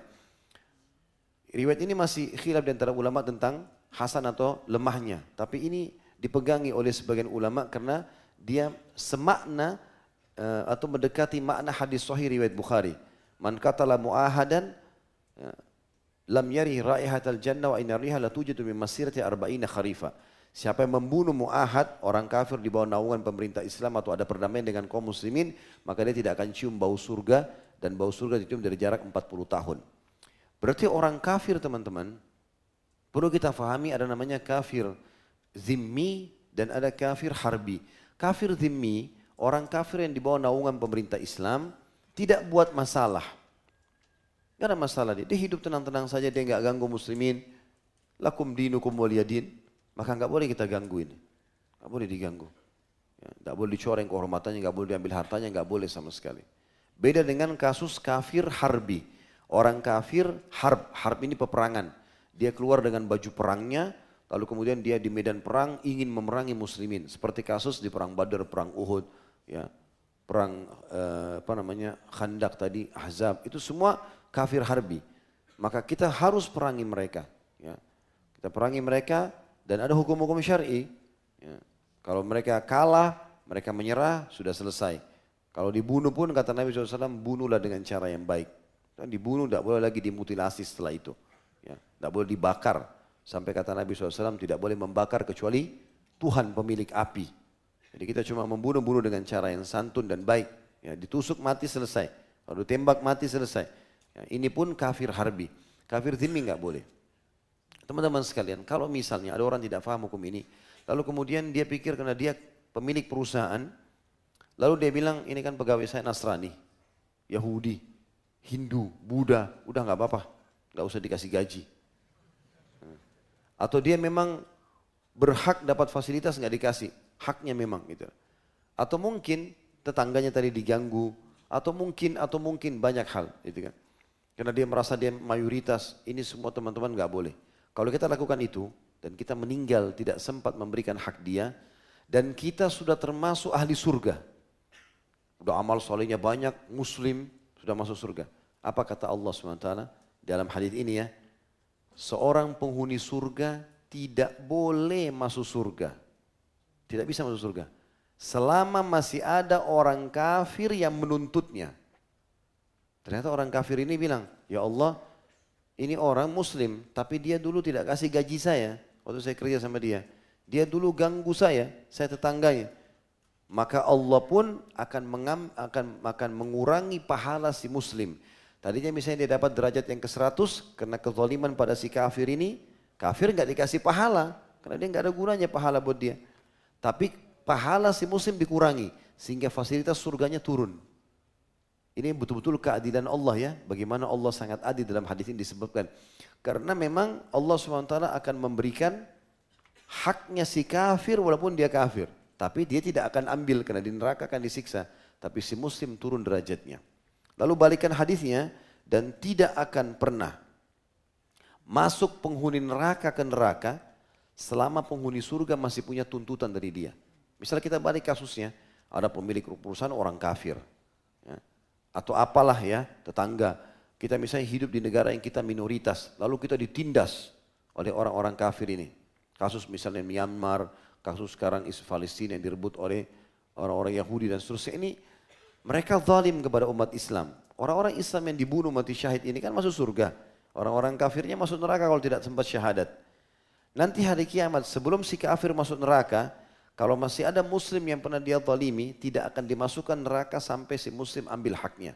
Riwayat ini masih khilaf di antara ulama tentang hasan atau lemahnya. Tapi ini dipegangi oleh sebagian ulama karena dia semakna uh, atau mendekati makna hadis sahih riwayat Bukhari. Man qatala mu'ahadan uh, lam yari raihatal jannah wa inna riha la tujidu min masirati arba'ina kharifa. Siapa yang membunuh mu'ahad, orang kafir di bawah naungan pemerintah Islam atau ada perdamaian dengan kaum muslimin, maka dia tidak akan cium bau surga dan bau surga dicium dari jarak empat puluh tahun. Berarti orang kafir teman-teman, perlu kita fahami ada namanya kafir zimmi dan ada kafir harbi. Kafir zimmi, orang kafir yang di bawah naungan pemerintah Islam, tidak buat masalah. Gak ada masalah dia, dia hidup tenang-tenang saja, dia gak ganggu muslimin. Lakum dinukum waliyadin, maka gak boleh kita ganggu ini. Gak boleh diganggu. Ya, gak boleh dicoreng kehormatannya, gak boleh diambil hartanya, gak boleh sama sekali. Beda dengan kasus kafir harbi. Orang kafir harb, harb ini peperangan. Dia keluar dengan baju perangnya, lalu kemudian dia di medan perang ingin memerangi muslimin. Seperti kasus di perang Badar, perang Uhud, ya, perang eh, apa namanya Khandak tadi, Ahzab, itu semua kafir harbi. Maka kita harus perangi mereka. Ya. Kita perangi mereka dan ada hukum-hukum syar'i. Ya. Kalau mereka kalah, mereka menyerah, sudah selesai. Kalau dibunuh pun kata Nabi shallallahu alaihi wasallam, bunuhlah dengan cara yang baik. Dan dibunuh tidak boleh lagi dimutilasi setelah itu. Ya. Tidak boleh dibakar. Sampai kata Nabi shallallahu alaihi wasallam tidak boleh membakar kecuali Tuhan pemilik api. Jadi kita cuma membunuh-bunuh dengan cara yang santun dan baik. Ya, ditusuk mati selesai. Kalau ditembak mati selesai. Ya, ini pun kafir harbi. Kafir zimmi nggak boleh. Teman-teman sekalian, kalau misalnya ada orang tidak paham hukum ini, lalu kemudian dia pikir karena dia pemilik perusahaan, lalu dia bilang ini kan pegawai saya Nasrani, Yahudi, Hindu, Buddha, udah nggak apa-apa, nggak usah dikasih gaji. Atau dia memang berhak dapat fasilitas nggak dikasih, haknya memang gitu. Atau mungkin tetangganya tadi diganggu, atau mungkin atau mungkin banyak hal, gitu kan. Karena dia merasa dia mayoritas, ini semua teman-teman nggak boleh. Kalau kita lakukan itu dan kita meninggal tidak sempat memberikan hak dia, dan kita sudah termasuk ahli surga, udah amal solehnya banyak, muslim, sudah masuk surga. Apa kata Allah subhanahu wa taala dalam hadis ini ya? Seorang penghuni surga tidak boleh masuk surga. Tidak bisa masuk surga. Selama masih ada orang kafir yang menuntutnya. Ternyata orang kafir ini bilang, ya Allah ini orang muslim tapi dia dulu tidak kasih gaji saya waktu saya kerja sama dia. Dia dulu ganggu saya, saya tetangganya. Maka Allah pun akan, mengam, akan, akan mengurangi pahala si muslim. Tadinya misalnya dia dapat derajat yang ke seratus karena kezaliman pada si kafir ini. Kafir nggak dikasih pahala karena dia nggak ada gunanya pahala buat dia. Tapi pahala si muslim dikurangi sehingga fasilitas surganya turun. Ini betul-betul keadilan Allah ya. Bagaimana Allah sangat adil dalam hadis ini disebutkan. Karena memang Allah subhanahu wa taala akan memberikan haknya si kafir walaupun dia kafir. Tapi dia tidak akan ambil karena di neraka akan disiksa. Tapi si muslim turun derajatnya. Lalu balikan hadisnya, dan tidak akan pernah masuk penghuni neraka ke neraka selama penghuni surga masih punya tuntutan dari dia. Misalnya kita balik kasusnya, ada pemilik perusahaan orang kafir. Ya. Atau apalah ya, tetangga. Kita misalnya hidup di negara yang kita minoritas, lalu kita ditindas oleh orang-orang kafir ini. Kasus misalnya Myanmar, kasus sekarang isu Palestina yang direbut oleh orang-orang Yahudi dan seterusnya ini, mereka zalim kepada umat Islam. Orang-orang Islam yang dibunuh mati syahid ini kan masuk surga. Orang-orang kafirnya masuk neraka kalau tidak sempat syahadat. Nanti hari kiamat sebelum si kafir masuk neraka, kalau masih ada muslim yang pernah dia zalimi, tidak akan dimasukkan neraka sampai si muslim ambil haknya.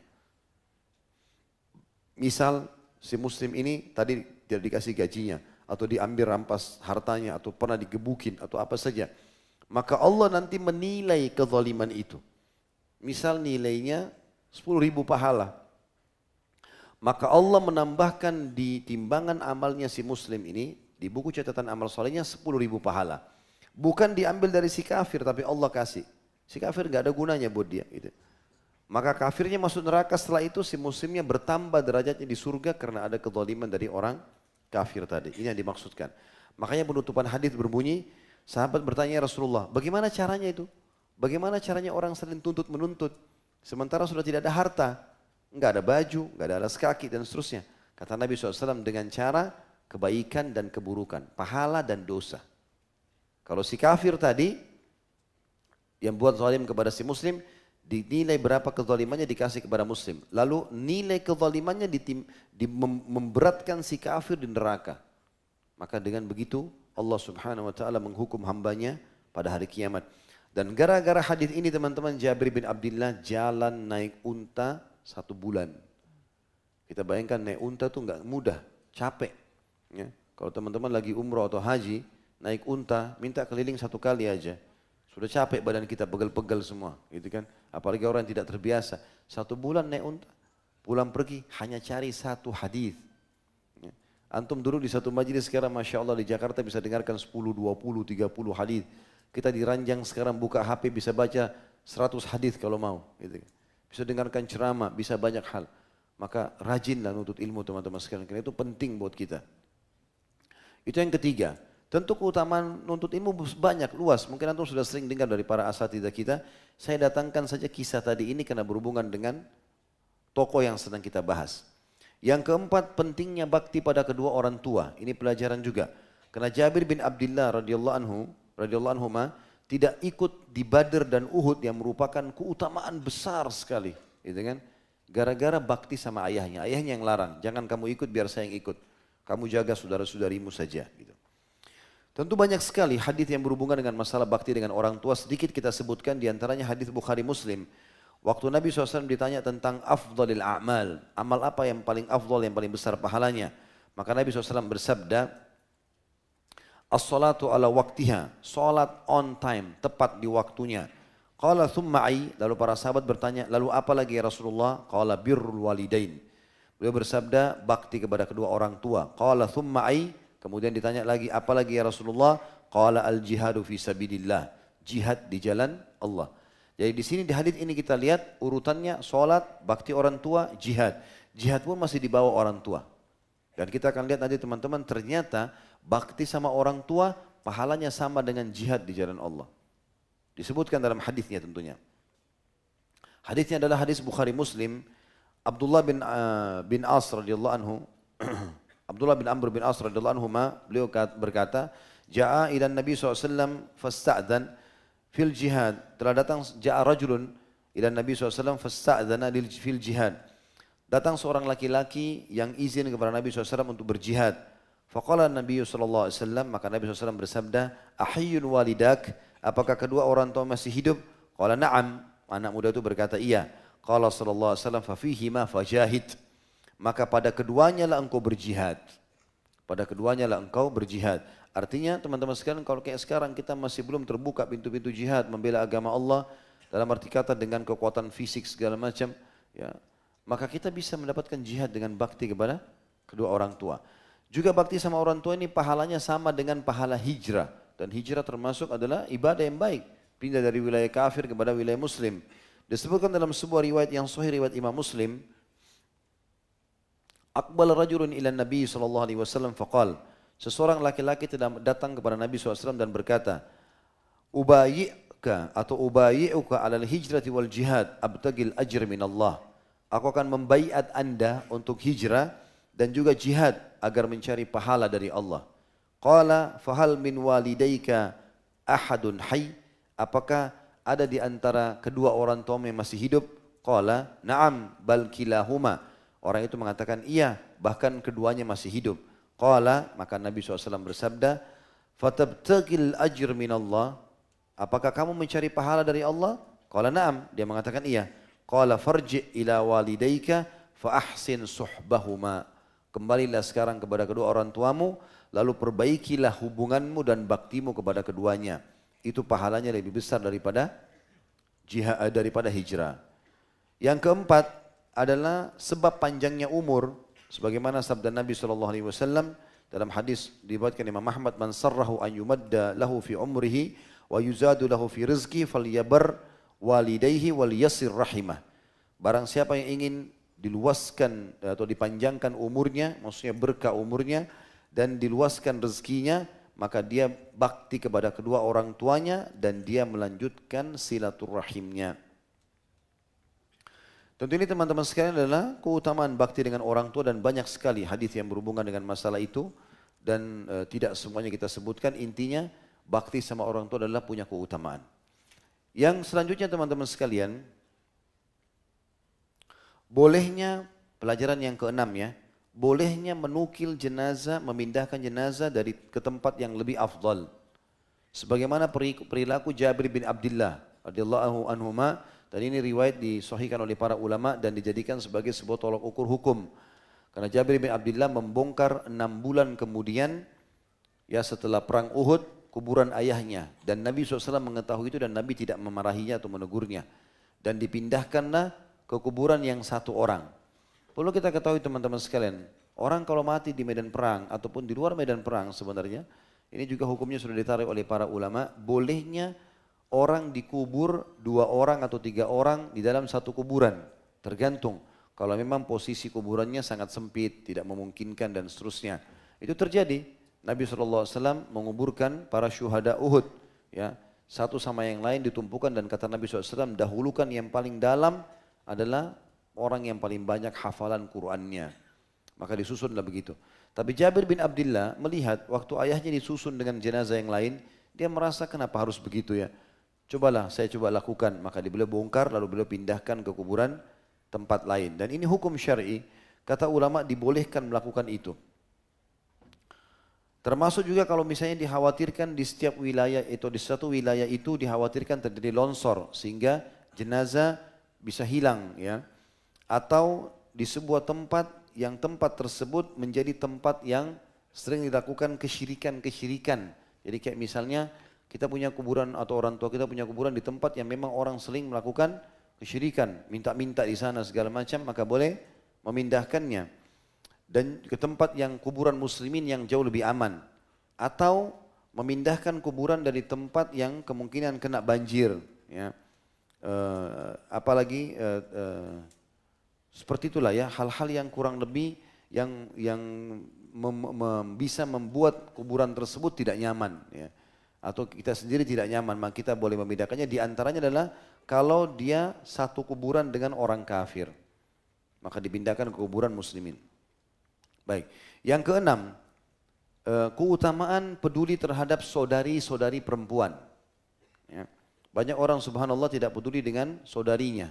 Misal si muslim ini tadi tidak dikasih gajinya, atau diambil rampas hartanya, atau pernah digebukin, atau apa saja. Maka Allah nanti menilai kezaliman itu. Misal nilainya sepuluh ribu pahala. Maka Allah menambahkan di timbangan amalnya si muslim ini, di buku catatan amal solehnya sepuluh ribu pahala. Bukan diambil dari si kafir, tapi Allah kasih. Si kafir gak ada gunanya buat dia. Gitu. Maka kafirnya masuk neraka, setelah itu si muslimnya bertambah derajatnya di surga karena ada kezaliman dari orang kafir tadi. Ini yang dimaksudkan. Makanya penutupan hadis berbunyi, sahabat bertanya, ya Rasulullah, bagaimana caranya itu? Bagaimana caranya orang saling tuntut menuntut? Sementara sudah tidak ada harta, nggak ada baju, nggak ada alas kaki dan seterusnya. Kata Nabi shallallahu alaihi wasallam dengan cara kebaikan dan keburukan, pahala dan dosa. Kalau si kafir tadi yang buat zalim kepada si muslim, dinilai berapa kezalimannya dikasih kepada muslim. Lalu nilai kezalimannya ditim, di, mem, memberatkan si kafir di neraka. Maka dengan begitu Allah subhanahu wa ta'ala menghukum hambanya pada hari kiamat. Dan gara-gara hadis ini teman-teman, Jabir bin Abdullah jalan naik unta satu bulan. Kita bayangkan naik unta tuh nggak mudah, capek. Ya. Kalau teman-teman lagi umroh atau haji, naik unta, minta keliling satu kali aja. Sudah capek badan kita, pegel-pegel semua. Gitu kan? Apalagi orang yang tidak terbiasa. Satu bulan naik unta, pulang pergi hanya cari satu hadis. Ya. Antum dulu di satu majelis sekarang Masya Allah di Jakarta bisa dengarkan sepuluh, dua puluh, tiga puluh hadis. Kita di Ranjang sekarang buka H P bisa baca seratus hadis kalau mau. Gitu. Bisa dengarkan ceramah, bisa banyak hal. Maka rajinlah nuntut ilmu teman-teman sekalian. Karena itu penting buat kita. Itu yang ketiga. Tentu keutamaan nuntut ilmu banyak, luas. Mungkin antum sudah sering dengar dari para asatidzah kita. Saya datangkan saja kisah tadi ini karena berhubungan dengan tokoh yang sedang kita bahas. Yang keempat, pentingnya bakti pada kedua orang tua. Ini pelajaran juga. Karena Jabir bin Abdullah radhiyallahu anhu, radhiyallahu anhuma tidak ikut di Badr dan Uhud yang merupakan keutamaan besar sekali, gitu kan? Gara-gara bakti sama ayahnya. Ayahnya yang larang, jangan kamu ikut biar saya yang ikut. Kamu jaga saudara-saudarimu saja. Gitu. Tentu banyak sekali hadis yang berhubungan dengan masalah bakti dengan orang tua. Sedikit kita sebutkan diantaranya hadis Bukhari Muslim. Waktu Nabi shallallahu alaihi wasallam ditanya tentang afdhalil a'mal. Amal apa yang paling afdhal, yang paling besar pahalanya. Maka Nabi shallallahu alaihi wasallam bersabda, as-salatu ala waktiha. Salat on time, tepat di waktunya. Qala thumma ai. Lalu para sahabat bertanya, lalu apa lagi ya Rasulullah? Qala birrul walidain. Beliau bersabda, bakti kepada kedua orang tua. Qala thumma ai. Kemudian ditanya lagi, apa lagi ya Rasulullah? Qala al-jihadu fi sabilillah. Jihad di jalan Allah. Jadi di sini di hadis ini kita lihat urutannya salat, bakti orang tua, jihad. Jihad pun masih dibawa orang tua. Dan kita akan lihat nanti teman-teman ternyata bakti sama orang tua pahalanya sama dengan jihad di jalan Allah. Disebutkan dalam hadisnya tentunya. Hadisnya adalah hadis Bukhari Muslim. Abdullah bin uh, bin As radhiyallahu anhu Abdullah bin Amr bin As radhiyallahu anhu beliau berkata, "Ja'a ila Nabi sallallahu alaihi wasallam fasta'dzan fil jihad." Telah datang ja'a rajulun ila Nabi sallallahu alaihi wasallam fasta'dzana fil jihad. Datang seorang laki-laki yang izin kepada Nabi sallallahu alaihi wasallam untuk berjihad. Faqala Nabi sallallahu alaihi wasallam, maka Nabi sallallahu alaihi wasallam bersabda, "Ahayyun walidak?" Apakah kedua orang tua masih hidup? Qala na'am. Anak muda itu berkata, iya. Qala sallallahu alaihi wasallam, fa fihima fajahid. Maka pada keduanya lah engkau berjihad. Pada keduanya lah engkau berjihad. Artinya teman-teman sekalian, kalau kayak sekarang kita masih belum terbuka pintu-pintu jihad membela agama Allah dalam arti kata dengan kekuatan fisik segala macam, ya, maka kita bisa mendapatkan jihad dengan bakti kepada kedua orang tua. Juga bakti sama orang tua ini pahalanya sama dengan pahala hijrah. Dan hijrah termasuk adalah ibadah yang baik. Pindah dari wilayah kafir kepada wilayah muslim. Disebutkan dalam sebuah riwayat yang sahih, riwayat Imam Muslim. Aqbal rajulun ila Nabi sallallahu alaihi wasallam faqal. Seseorang laki-laki datang kepada Nabi sallallahu alaihi wasallam dan berkata, Ubayi'ka atau ubayi'uka alal hijrati wal jihad abtagil ajr min Allah. Aku akan membaiat anda untuk hijrah dan juga jihad agar mencari pahala dari Allah. Qala fahal min walidayka ahadun hayy? Apakah ada di antara kedua orang tuamu yang masih hidup? Qala na'am bal kilahuma. Orang itu mengatakan iya, bahkan keduanya masih hidup. Qala, maka Nabi shallallahu alaihi wasallam bersabda, fatabtagil ajr min Allah. Apakah kamu mencari pahala dari Allah? Qala na'am. Dia mengatakan iya. Qala farji' ila walidayka fa ahsin suhbahuma. Kembalilah sekarang kepada kedua orang tuamu, lalu perbaikilah hubunganmu dan baktimu kepada keduanya. Itu pahalanya lebih besar daripada jihad, daripada hijrah. Yang keempat adalah sebab panjangnya umur. Sebagaimana sabda Nabi shallallahu alaihi wasallam dalam hadis diriwayatkan Imam Ahmad, man sarrahu an yumadda lahu fi umrihi wa yuzadu lahu fi rizqi falyabar walidayhi wal yasir rahimah. Barang siapa yang ingin diluaskan atau dipanjangkan umurnya, maksudnya berkah umurnya dan diluaskan rezekinya, maka dia bakti kepada kedua orang tuanya dan dia melanjutkan silaturahimnya. Tentu ini teman-teman sekalian adalah keutamaan bakti dengan orang tua dan banyak sekali hadis yang berhubungan dengan masalah itu dan e, tidak semuanya kita sebutkan. Intinya bakti sama orang tua adalah punya keutamaan. Yang selanjutnya teman-teman sekalian, bolehnya pelajaran yang keenam ya, bolehnya menukil jenazah, memindahkan jenazah dari ke tempat yang lebih afdal. Sebagaimana perilaku Jabir bin Abdullah radhiyallahu anhuma Dan ini riwayat disahihkan oleh para ulama dan dijadikan sebagai sebuah tolak ukur hukum. Karena Jabir bin Abdullah membongkar enam bulan kemudian, ya setelah perang Uhud, kuburan ayahnya. Dan Nabi shallallahu alaihi wasallam mengetahui itu dan Nabi tidak memarahinya atau menegurnya. Dan dipindahkanlah ke kuburan yang satu orang. Perlu kita ketahui teman-teman sekalian, orang kalau mati di medan perang ataupun di luar medan perang sebenarnya, ini juga hukumnya sudah ditarik oleh para ulama, bolehnya orang dikubur dua orang atau tiga orang di dalam satu kuburan. Tergantung, kalau memang posisi kuburannya sangat sempit, tidak memungkinkan dan seterusnya. Itu terjadi, Nabi shallallahu alaihi wasallam menguburkan para syuhada Uhud. Ya, satu sama yang lain ditumpukan dan kata Nabi shallallahu alaihi wasallam, dahulukan yang paling dalam adalah orang yang paling banyak hafalan Qur'annya. Maka disusunlah begitu. Tapi Jabir bin Abdullah melihat waktu ayahnya disusun dengan jenazah yang lain, dia merasa kenapa harus begitu ya. Cobalah saya coba lakukan. Maka beliau bongkar lalu beliau pindahkan ke kuburan tempat lain. Dan ini hukum syar'i, kata ulama dibolehkan melakukan itu. Termasuk juga kalau misalnya dikhawatirkan di setiap wilayah itu, di satu wilayah itu dikhawatirkan terjadi longsor sehingga jenazah bisa hilang ya. Atau di sebuah tempat yang tempat tersebut menjadi tempat yang sering dilakukan kesyirikan-kesyirikan. Jadi kayak misalnya kita punya kuburan atau orang tua kita punya kuburan di tempat yang memang orang sering melakukan kesyirikan, minta-minta di sana segala macam, maka boleh memindahkannya dan ke tempat yang kuburan muslimin yang jauh lebih aman, atau memindahkan kuburan dari tempat yang kemungkinan kena banjir ya. Uh, apalagi uh, uh, seperti itulah ya, hal-hal yang kurang lebih yang yang mem, mem, bisa membuat kuburan tersebut tidak nyaman ya. Atau kita sendiri tidak nyaman, maka kita boleh memindahkannya. Di antaranya adalah kalau dia satu kuburan dengan orang kafir, maka dipindahkan ke kuburan muslimin. Baik, yang keenam, eh, keutamaan peduli terhadap saudari-saudari perempuan ya. Banyak orang subhanallah tidak peduli dengan saudarinya.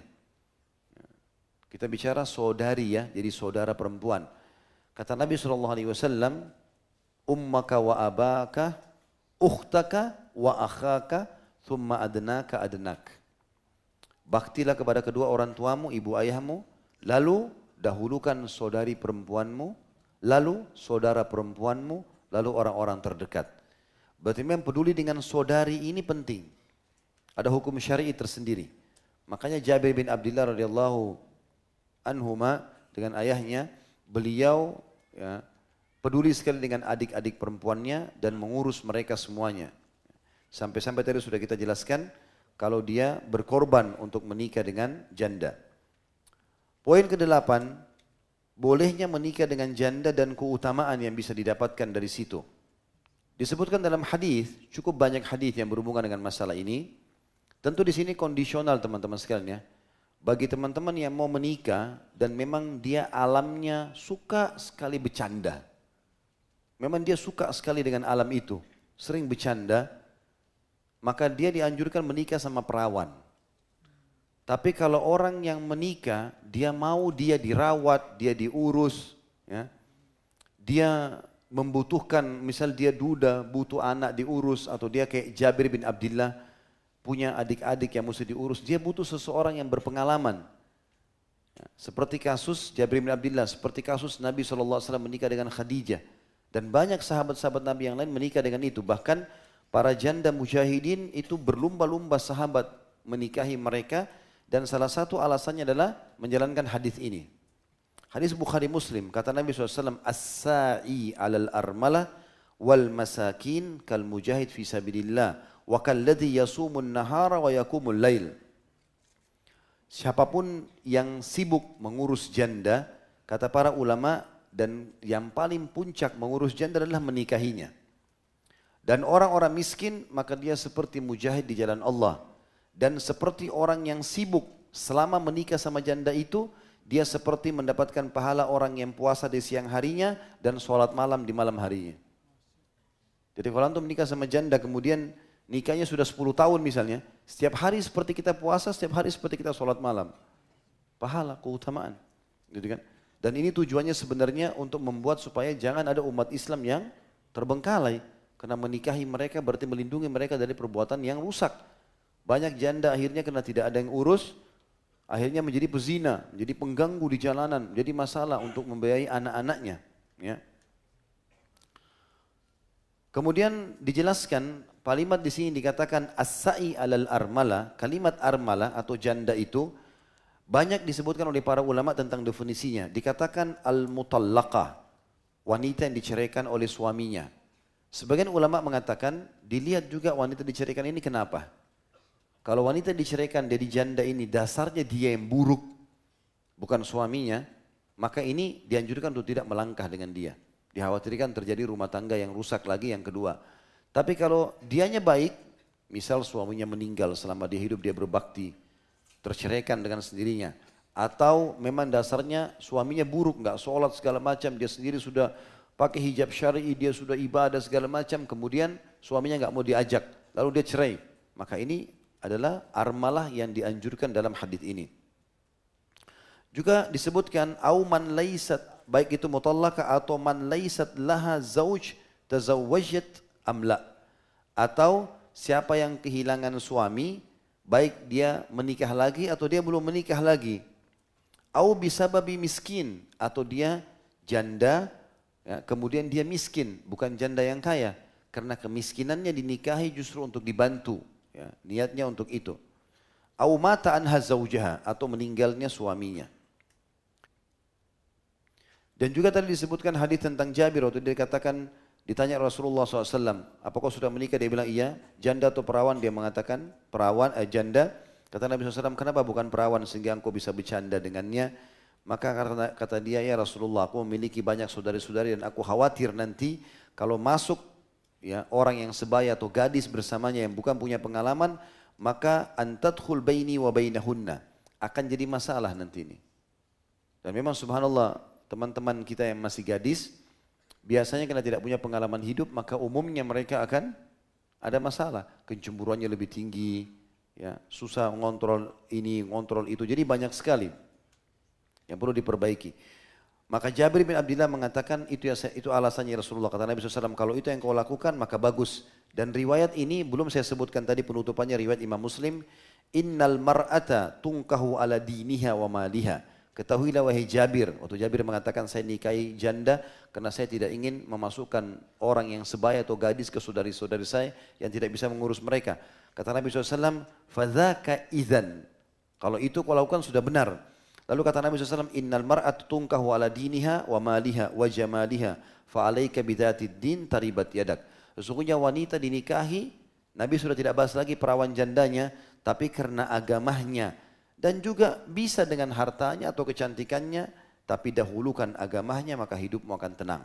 Kita bicara saudari ya, jadi saudara perempuan. Kata Nabi shallallahu alaihi wasallam, ummaka wa abaka, ukhtaka wa akhaka, thumma adnaka adnak. Baktilah kepada kedua orang tuamu, ibu ayahmu, lalu dahulukan saudari perempuanmu, lalu saudara perempuanmu, lalu orang-orang terdekat. Berarti memang peduli dengan saudari ini penting. Ada hukum syar'i tersendiri. Makanya Jabir bin Abdullah radhiyallahu anhuma dengan ayahnya, beliau ya, peduli sekali dengan adik-adik perempuannya dan mengurus mereka semuanya. Sampai-sampai tadi sudah kita jelaskan kalau dia berkorban untuk menikah dengan janda. Poin kedelapan, bolehnya menikah dengan janda dan keutamaan yang bisa didapatkan dari situ. Disebutkan dalam hadis, cukup banyak hadis yang berhubungan dengan masalah ini. Tentu di sini kondisional teman-teman sekalian ya. Bagi teman-teman yang mau menikah dan memang dia alamnya suka sekali bercanda. Memang dia suka sekali dengan alam itu, sering bercanda, maka dia dianjurkan menikah sama perawan. Tapi kalau orang yang menikah, dia mau dia dirawat, dia diurus, ya, dia membutuhkan, misal dia duda, butuh anak diurus, atau dia kayak Jabir bin Abdullah, punya adik-adik yang mesti diurus, dia butuh seseorang yang berpengalaman. Ya, seperti kasus Jabir bin Abdullah, seperti kasus Nabi shallallahu alaihi wasallam menikah dengan Khadijah. Dan banyak sahabat-sahabat Nabi yang lain menikah dengan itu. Bahkan para janda mujahidin itu berlumba-lumba sahabat menikahi mereka. Dan salah satu alasannya adalah menjalankan hadis ini. Hadis Bukhari Muslim, kata Nabi shallallahu alaihi wasallam, as-sa'i alal armalah wal masakin kal mujahid fi sabilillah. Wa kalladhi yasumun nahara wa yakumul lail. Siapapun yang sibuk mengurus janda, kata para ulama, dan yang paling puncak mengurus janda adalah menikahinya. Dan orang-orang miskin, maka dia seperti mujahid di jalan Allah. Dan seperti orang yang sibuk selama menikah sama janda itu, dia seperti mendapatkan pahala orang yang puasa di siang harinya dan sholat malam di malam harinya. Jadi kalau antum menikah sama janda kemudian nikahnya sudah sepuluh tahun misalnya, setiap hari seperti kita puasa, setiap hari seperti kita sholat malam. Pahala, keutamaan. Gitu kan? Dan ini tujuannya sebenarnya untuk membuat supaya jangan ada umat Islam yang terbengkalai. Karena menikahi mereka berarti melindungi mereka dari perbuatan yang rusak. Banyak janda akhirnya karena tidak ada yang urus, Akhirnya menjadi pezina, menjadi pengganggu di jalanan, menjadi masalah untuk membiayai anak-anaknya. Ya. Kemudian dijelaskan, kalimat di sini dikatakan as-sa'i alal armala, kalimat armala atau janda itu banyak disebutkan oleh para ulama tentang definisinya. Dikatakan al-mutallaqah, wanita yang diceraikan oleh suaminya. Sebagian ulama mengatakan dilihat juga wanita diceraikan ini kenapa? Kalau wanita diceraikan dari janda ini dasarnya dia yang buruk, bukan suaminya, maka ini dianjurkan untuk tidak melangkah dengan dia. Dikhawatirkan terjadi rumah tangga yang rusak lagi yang kedua. Tapi kalau dianya baik, misal suaminya meninggal selama dia hidup dia berbakti, terceraikan dengan sendirinya. Atau memang dasarnya suaminya buruk, nggak sholat segala macam, dia sendiri sudah pakai hijab syar'i, dia sudah ibadah segala macam, kemudian suaminya nggak mau diajak, lalu dia cerai. Maka ini adalah armalah yang dianjurkan dalam hadis ini. Juga disebutkan au man laisat, baik itu mutallaqah atau man laisat laha zauj tazawwajat amla, atau siapa yang kehilangan suami, baik dia menikah lagi atau dia belum menikah lagi. Au bisababi miskin, atau dia janda ya, kemudian dia miskin, bukan janda yang kaya, karena kemiskinannya dinikahi justru untuk dibantu ya, niatnya untuk itu. Au mata anha zaujaha, atau meninggalnya suaminya. Dan juga tadi disebutkan hadis tentang Jabir waktu dia dikatakan, ditanya Rasulullah shallallahu alaihi wasallam, apakah sudah menikah? Dia bilang iya. Janda atau perawan? Dia mengatakan perawan, eh, janda. Kata Nabi shallallahu alaihi wasallam, kenapa bukan perawan sehingga engkau bisa bercanda dengannya? Maka kata, kata dia, ya Rasulullah, aku memiliki banyak saudari-saudari dan aku khawatir nanti kalau masuk ya orang yang sebaya atau gadis bersamanya yang bukan punya pengalaman, maka antadkhul baini wa bainahunna, akan jadi masalah nanti ini. Dan memang subhanallah, teman-teman kita yang masih gadis, biasanya karena tidak punya pengalaman hidup, maka umumnya mereka akan ada masalah. Kecemburuannya lebih tinggi, ya, susah ngontrol ini, ngontrol itu. Jadi banyak sekali yang perlu diperbaiki. Maka Jabir bin Abdullah mengatakan itu ya, itu alasannya Rasulullah. Kata Nabi shallallahu alaihi wasallam, kalau itu yang kau lakukan maka bagus. Dan riwayat ini belum saya sebutkan tadi penutupannya, riwayat Imam Muslim. Innal mar'ata tunkahu ala diniha wa maliha. Ketahuilah wahai Jabir, waktu Jabir mengatakan saya nikahi janda karena saya tidak ingin memasukkan orang yang sebaya atau gadis ke saudari-saudari saya yang tidak bisa mengurus mereka. Kata Nabi shallallahu alaihi wasallam, fadzaka idzan. Kalau itu kau lakukan sudah benar. Lalu kata Nabi shallallahu alaihi wasallam, innal mar'at tunkahu ala diniha wa maliha wa jamaliha fa alaika bidzatid din taribat yadak. Sesungguhnya wanita dinikahi, Nabi sudah tidak bahas lagi perawan jandanya, tapi karena agamanya. Dan juga bisa dengan hartanya atau kecantikannya, tapi dahulukan agamanya maka hidupmu akan tenang.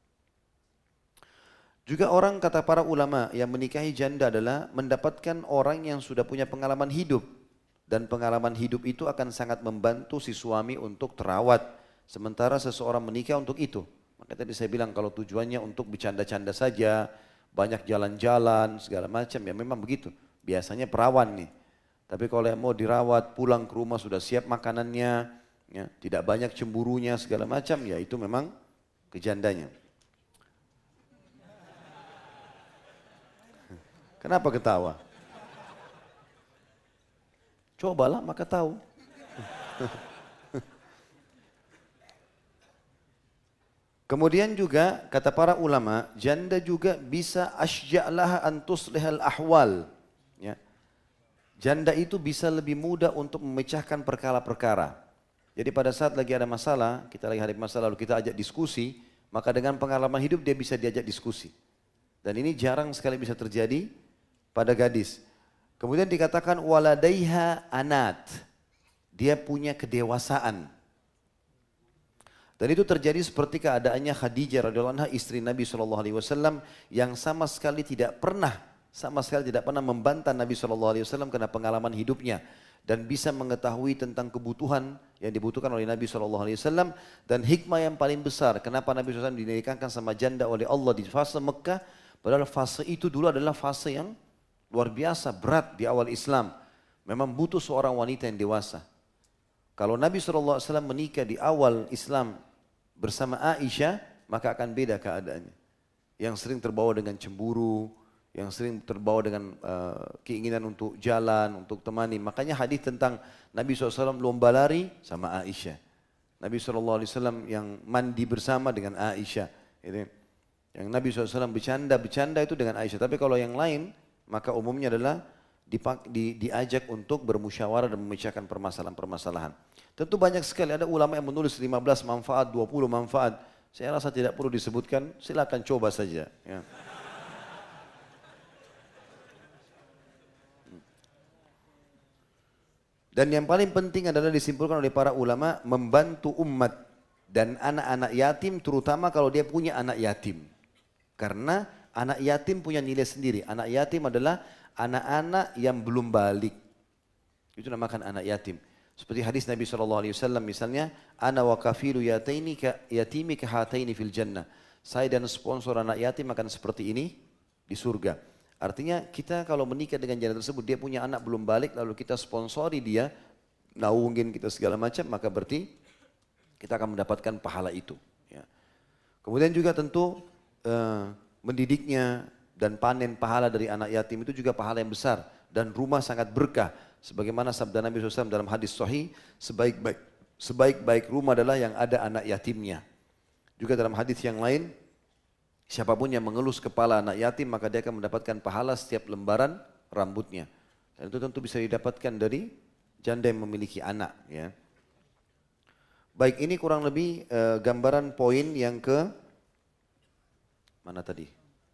Juga orang, kata para ulama, yang menikahi janda adalah mendapatkan orang yang sudah punya pengalaman hidup. Dan pengalaman hidup itu akan sangat membantu si suami untuk terawat. Sementara seseorang menikah untuk itu. Maka tadi saya bilang kalau tujuannya untuk bercanda-canda saja, banyak jalan-jalan, segala macam, ya memang begitu. Biasanya perawan nih. Tapi kalau yang mau dirawat, pulang ke rumah sudah siap makanannya, ya, tidak banyak cemburunya segala macam, ya itu memang kejandanya. Kenapa ketawa? Cobalah maka tahu. Kemudian juga kata para ulama, janda juga bisa asyja'laha an tuslihal ahwal. Ya. Janda itu bisa lebih mudah untuk memecahkan perkara-perkara. Jadi pada saat lagi ada masalah, kita lagi hadap masalah lalu kita ajak diskusi, maka dengan pengalaman hidup dia bisa diajak diskusi. Dan ini jarang sekali bisa terjadi pada gadis. Kemudian dikatakan waladaiha anat. Dia punya kedewasaan. Dan itu terjadi seperti keadaannya Khadijah radhiyallahu anha, istri Nabi shallallahu alaihi wasallam yang sama sekali tidak pernah sama sekali tidak pernah membantah Nabi shallallahu alaihi wasallam karena pengalaman hidupnya dan bisa mengetahui tentang kebutuhan yang dibutuhkan oleh Nabi shallallahu alaihi wasallam. Dan hikmah yang paling besar kenapa Nabi shallallahu alaihi wasallam dinikahkan sama janda oleh Allah di fase Mekah, padahal fase itu dulu adalah fase yang luar biasa berat di awal Islam. Memang butuh seorang wanita yang dewasa. Kalau Nabi shallallahu alaihi wasallam menikah di awal Islam bersama Aisyah, maka akan beda keadaannya. Yang sering terbawa dengan cemburu, yang sering terbawa dengan uh, keinginan untuk jalan, untuk temani. Makanya hadis tentang Nabi shallallahu alaihi wasallam lomba lari sama Aisyah. Nabi shallallahu alaihi wasallam yang mandi bersama dengan Aisyah. Gitu. Yang Nabi shallallahu alaihi wasallam bercanda-bercanda itu dengan Aisyah. Tapi kalau yang lain, maka umumnya adalah dipak, di, diajak untuk bermusyawarah dan memecahkan permasalahan-permasalahan. Tentu banyak sekali, ada ulama yang menulis lima belas manfaat, dua puluh manfaat. Saya rasa tidak perlu disebutkan, silakan coba saja. Ya. Dan yang paling penting adalah disimpulkan oleh para ulama, membantu umat dan anak-anak yatim, terutama kalau dia punya anak yatim. Karena anak yatim punya nilai sendiri. Anak yatim adalah anak-anak yang belum balik. Itu namakan anak yatim. Seperti hadis Nabi shallallahu alaihi wasallam misalnya, ana wa kafilu yataini ka yatimi kahataini fil jannah. Saya dan sponsor anak yatim akan seperti ini di surga. Artinya kita kalau menikah dengan janda tersebut, dia punya anak belum balik, lalu kita sponsori dia, naungin kita segala macam, maka berarti kita akan mendapatkan pahala itu. Ya. Kemudian juga tentu uh, mendidiknya dan panen pahala dari anak yatim itu juga pahala yang besar. Dan rumah sangat berkah. Sebagaimana sabda Nabi shallallahu alaihi wasallam dalam hadis sahih, sebaik-baik sebaik-baik rumah adalah yang ada anak yatimnya. Juga dalam hadis yang lain, siapapun yang mengelus kepala anak yatim maka dia akan mendapatkan pahala setiap lembaran rambutnya. Dan itu tentu bisa didapatkan dari janda yang memiliki anak. Ya. Baik, ini kurang lebih uh, gambaran poin yang ke mana tadi?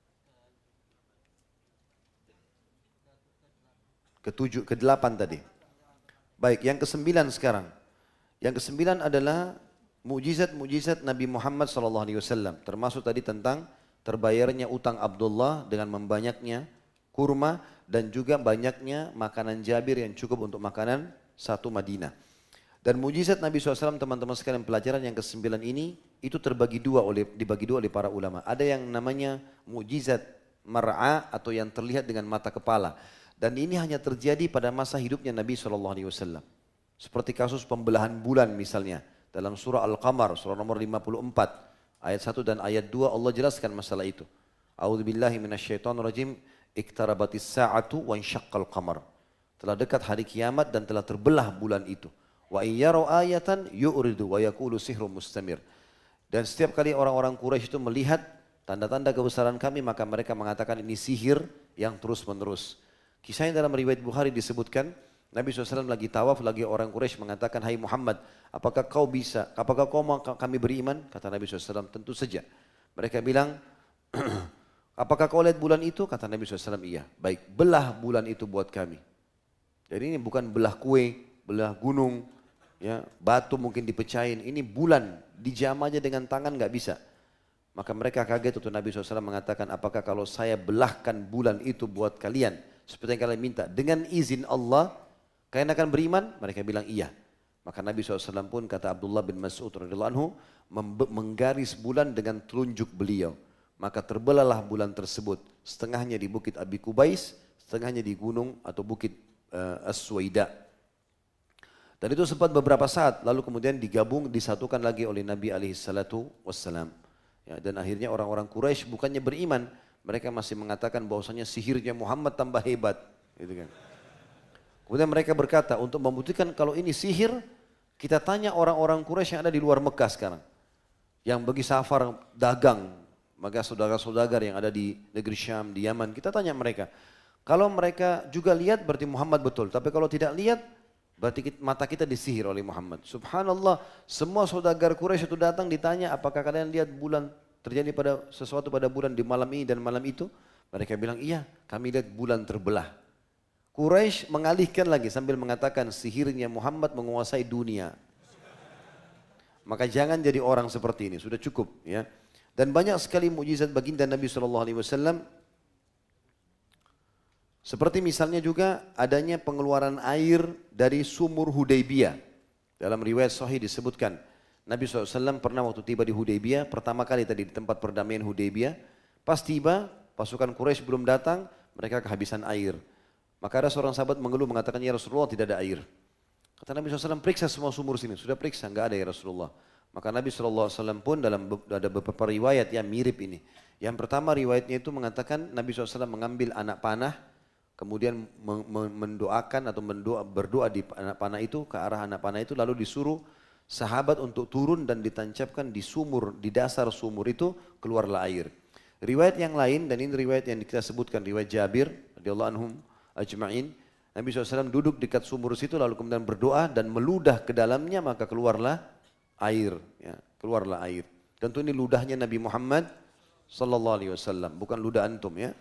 Ketujuh, ke delapan tadi. Baik, yang kesembilan sekarang. Yang kesembilan adalah mujizat-mujizat Nabi Muhammad shallallahu alaihi wasallam. Termasuk tadi tentang terbayarnya utang Abdullah dengan membanyaknya kurma dan juga banyaknya makanan Jabir yang cukup untuk makanan satu Madinah. Dan mujizat Nabi shallallahu alaihi wasallam, teman-teman sekalian, pelajaran yang kesembilan ini itu terbagi dua oleh dibagi dua oleh para ulama. Ada yang namanya mujizat mar'a atau yang terlihat dengan mata kepala. Dan ini hanya terjadi pada masa hidupnya Nabi shallallahu alaihi wasallam. Seperti kasus pembelahan bulan misalnya. Dalam surah Al-Qamar, surah nomor lima puluh empat. Ayat satu dan ayat dua Allah jelaskan masalah itu. A'udzubillahi minasyaitonirrajim. Iktarabatis sa'atu wa insyaqqal qamar. Telah dekat hari kiamat dan telah terbelah bulan itu. Wa iyyaraw ayatan yu'ridu wa yaqulu sihrun mustamir. Dan setiap kali orang-orang Quraisy itu melihat tanda-tanda kebesaran kami, maka mereka mengatakan ini sihir yang terus-menerus. Kisahnya dalam riwayat Bukhari disebutkan, Nabi shallallahu alaihi wasallam lagi tawaf, lagi orang Quraisy mengatakan, hai Muhammad, apakah kau bisa, apakah kau mau kami beriman? Kata Nabi shallallahu alaihi wasallam, tentu saja. Mereka bilang, apakah kau lihat bulan itu? Kata Nabi shallallahu alaihi wasallam, iya. Baik, belah bulan itu buat kami. Jadi ini bukan belah kue, belah gunung, ya, batu mungkin dipecahin. Ini bulan, dijam aja dengan tangan nggak bisa. Maka mereka kaget untuk Nabi shallallahu alaihi wasallam mengatakan, apakah kalau saya belahkan bulan itu buat kalian, seperti yang kalian minta, dengan izin Allah, kalian akan beriman? Mereka bilang iya. Maka Nabi shallallahu alaihi wasallam pun, kata Abdullah bin Mas'ud radhiyallahu anhu, menggaris bulan dengan telunjuk beliau. Maka terbelahlah bulan tersebut. Setengahnya di bukit Abi Kubais, setengahnya di gunung atau bukit uh, As-Suwaida. Dan itu sempat beberapa saat, lalu kemudian digabung, disatukan lagi oleh Nabi alaihi salatu wassalam. Ya, dan akhirnya orang-orang Quraisy bukannya beriman, mereka masih mengatakan bahwasanya sihirnya Muhammad tambah hebat. Gitu kan. Kemudian mereka berkata, untuk membuktikan kalau ini sihir, kita tanya orang-orang Quraisy yang ada di luar Mekah sekarang. Yang bagi safar dagang, maka saudara-saudara yang ada di negeri Syam, di Yaman, kita tanya mereka. Kalau mereka juga lihat berarti Muhammad betul, tapi kalau tidak lihat, berarti mata kita disihir oleh Muhammad. Subhanallah, semua saudagar Quraisy itu datang ditanya, apakah kalian lihat bulan terjadi pada sesuatu pada bulan di malam ini dan malam itu? Mereka bilang, iya, kami lihat bulan terbelah. Quraisy mengalihkan lagi sambil mengatakan sihirnya Muhammad menguasai dunia. Maka jangan jadi orang seperti ini, sudah cukup. Ya. Dan banyak sekali mukjizat baginda Nabi shallallahu alaihi wasallam. Seperti misalnya juga adanya pengeluaran air dari sumur Hudaybiyah. Dalam riwayat sahih disebutkan, Nabi shallallahu alaihi wasallam pernah waktu tiba di Hudaybiyah, pertama kali tadi di tempat perdamaian Hudaybiyah, pas tiba pasukan Quraisy belum datang, mereka kehabisan air. Maka ada seorang sahabat mengeluh mengatakan, ya Rasulullah tidak ada air. Kata Nabi shallallahu alaihi wasallam, periksa semua sumur sini. Sudah periksa, enggak ada ya Rasulullah. Maka Nabi shallallahu alaihi wasallam pun dalam ada beberapa riwayat yang mirip ini. Yang pertama riwayatnya itu mengatakan Nabi shallallahu alaihi wasallam mengambil anak panah, kemudian mendoakan atau mendoa, berdoa di anak panah itu, ke arah anak panah itu, lalu disuruh sahabat untuk turun dan ditancapkan di sumur, di dasar sumur itu keluarlah air. Riwayat yang lain, dan ini riwayat yang kita sebutkan, riwayat Jabir radhiyallahu anhum ajma'in, Nabi shallallahu alaihi wasallam duduk dekat sumur situ lalu kemudian berdoa dan meludah ke dalamnya, maka keluarlah air, ya, keluarlah air. Tentu ini ludahnya Nabi Muhammad sallallahu alaihi wasallam, bukan ludah antum ya.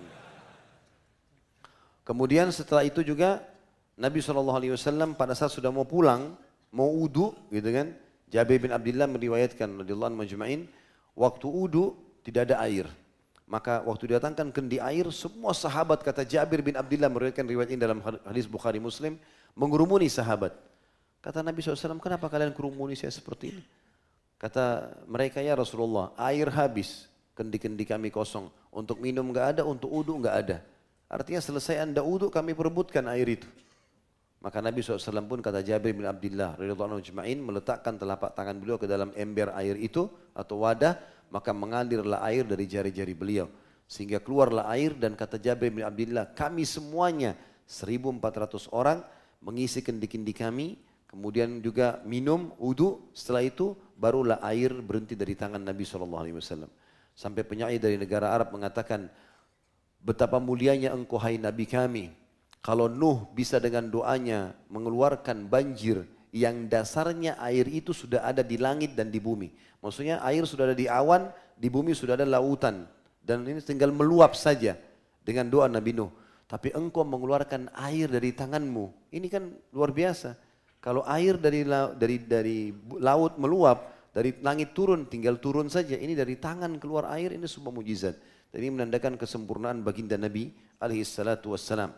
Kemudian setelah itu juga Nabi shallallahu alaihi wasallam pada saat sudah mau pulang, mau wudu gitu kan, Jabir bin Abdullah meriwayatkan radhiyallahu anhu majma'in, waktu wudu tidak ada air. Maka waktu didatangkan kendi air, semua sahabat, kata Jabir bin Abdullah meriwayatkan riwayat ini dalam hadis Bukhari Muslim, mengurumuni sahabat. Kata Nabi shallallahu alaihi wasallam, kenapa kalian kerumuni saya seperti ini? Kata mereka, ya Rasulullah, air habis, kendi-kendi kami kosong. Untuk minum enggak ada, untuk wudu enggak ada. Artinya selesai anda wudu, kami perebutkan air itu. Maka Nabi shallallahu alaihi wasallam pun, kata Jabir bin Abdullah radhiyallahu anhu ajma'in, meletakkan telapak tangan beliau ke dalam ember air itu atau wadah, maka mengalirlah air dari jari-jari beliau. Sehingga keluarlah air, dan kata Jabir bin Abdullah, kami semuanya seribu empat ratus orang mengisi kendi-kendi kami, kemudian juga minum, wudu, setelah itu barulah air berhenti dari tangan Nabi shallallahu alaihi wasallam. Sampai penyair dari negara Arab mengatakan, betapa mulianya engkau hai Nabi kami, kalau Nuh bisa dengan doanya mengeluarkan banjir yang dasarnya air itu sudah ada di langit dan di bumi. Maksudnya air sudah ada di awan, di bumi sudah ada lautan, dan ini tinggal meluap saja dengan doa Nabi Nuh. Tapi engkau mengeluarkan air dari tanganmu, ini kan luar biasa. Kalau air dari dari dari laut meluap, dari langit turun, tinggal turun saja. Ini dari tangan keluar air, ini sebuah mujizat. Dan ini menandakan kesempurnaan baginda Nabi alaihi salatu wassalam.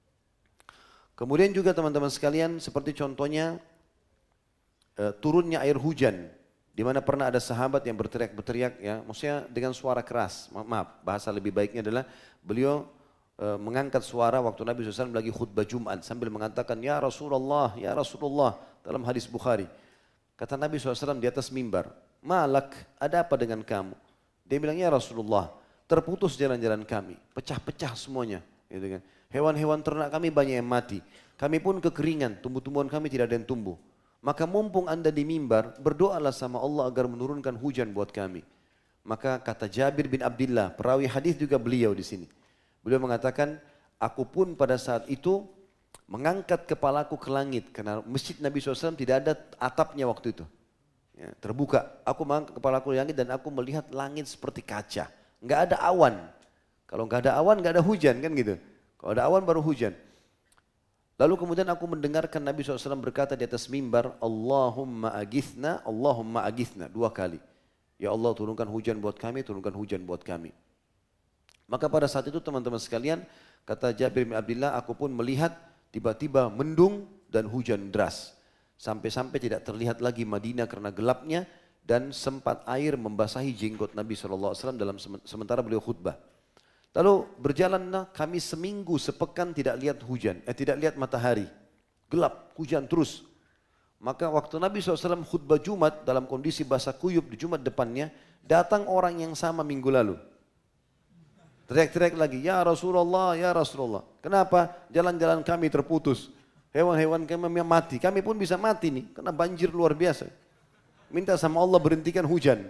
Kemudian juga teman-teman sekalian, seperti contohnya uh, turunnya air hujan, di mana pernah ada sahabat yang berteriak-berteriak, ya, maksudnya dengan suara keras. Ma maaf, bahasa lebih baiknya adalah beliau mengangkat suara waktu Nabi shallallahu alaihi wasallam lagi khutbah Jumat sambil mengatakan, ya Rasulullah, ya Rasulullah, dalam hadis Bukhari. Kata Nabi shallallahu alaihi wasallam di atas mimbar, malak, ada apa dengan kamu? Dia bilang, ya Rasulullah, terputus jalan-jalan kami, pecah-pecah semuanya. Gitu kan. Hewan-hewan ternak kami banyak yang mati, kami pun kekeringan, tumbuh-tumbuhan kami tidak ada yang tumbuh. Maka mumpung anda di mimbar, berdoalah sama Allah agar menurunkan hujan buat kami. Maka kata Jabir bin Abdullah, perawi hadis juga beliau di sini. Beliau mengatakan, aku pun pada saat itu mengangkat kepalaku ke langit. Karena masjid Nabi shallallahu alaihi wasallam tidak ada atapnya waktu itu. Ya, terbuka. Aku mengangkat kepalaku ke langit dan aku melihat langit seperti kaca. Enggak ada awan. Kalau enggak ada awan, enggak ada hujan kan gitu. Kalau ada awan baru hujan. Lalu kemudian aku mendengarkan Nabi shallallahu alaihi wasallam berkata di atas mimbar, Allahumma agithna, Allahumma agithna. Dua kali. Ya Allah, turunkan hujan buat kami, turunkan hujan buat kami. Maka pada saat itu teman-teman sekalian, kata Jabir bin Abdullah, aku pun melihat tiba-tiba mendung dan hujan deras. Sampai-sampai tidak terlihat lagi Madinah karena gelapnya, dan sempat air membasahi jenggot Nabi shallallahu alaihi wasallam dalam sementara beliau khutbah. Lalu berjalanlah kami seminggu sepekan tidak lihat hujan, eh tidak lihat matahari. Gelap, hujan terus. Maka waktu Nabi shallallahu alaihi wasallam khutbah Jumat dalam kondisi basah kuyup di Jumat depannya, datang orang yang sama minggu lalu. Teriak-teriak lagi, ya Rasulullah, ya Rasulullah. Kenapa? Jalan-jalan kami terputus. Hewan-hewan kami mati. Kami pun bisa mati nih, karena banjir luar biasa. Minta sama Allah berhentikan hujan.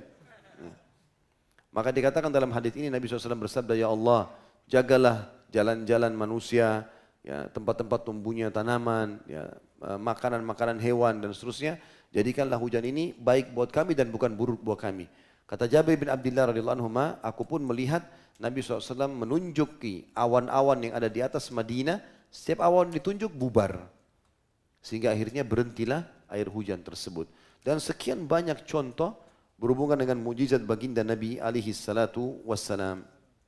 Maka dikatakan dalam hadis ini Nabi shallallahu alaihi wasallam bersabda, ya Allah, jagalah jalan-jalan manusia, ya, tempat-tempat tumbuhnya tanaman, ya, makanan-makanan hewan dan seterusnya. Jadikanlah hujan ini baik buat kami dan bukan buruk buat kami. Kata Jabir bin Abdullah radhiyallahu anhu, aku pun melihat Nabi shallallahu alaihi wasallam menunjuki awan-awan yang ada di atas Madinah, setiap awan ditunjuk bubar. Sehingga akhirnya berhentilah air hujan tersebut. Dan sekian banyak contoh berhubungan dengan mujizat baginda Nabi alaihi salatu wassalam.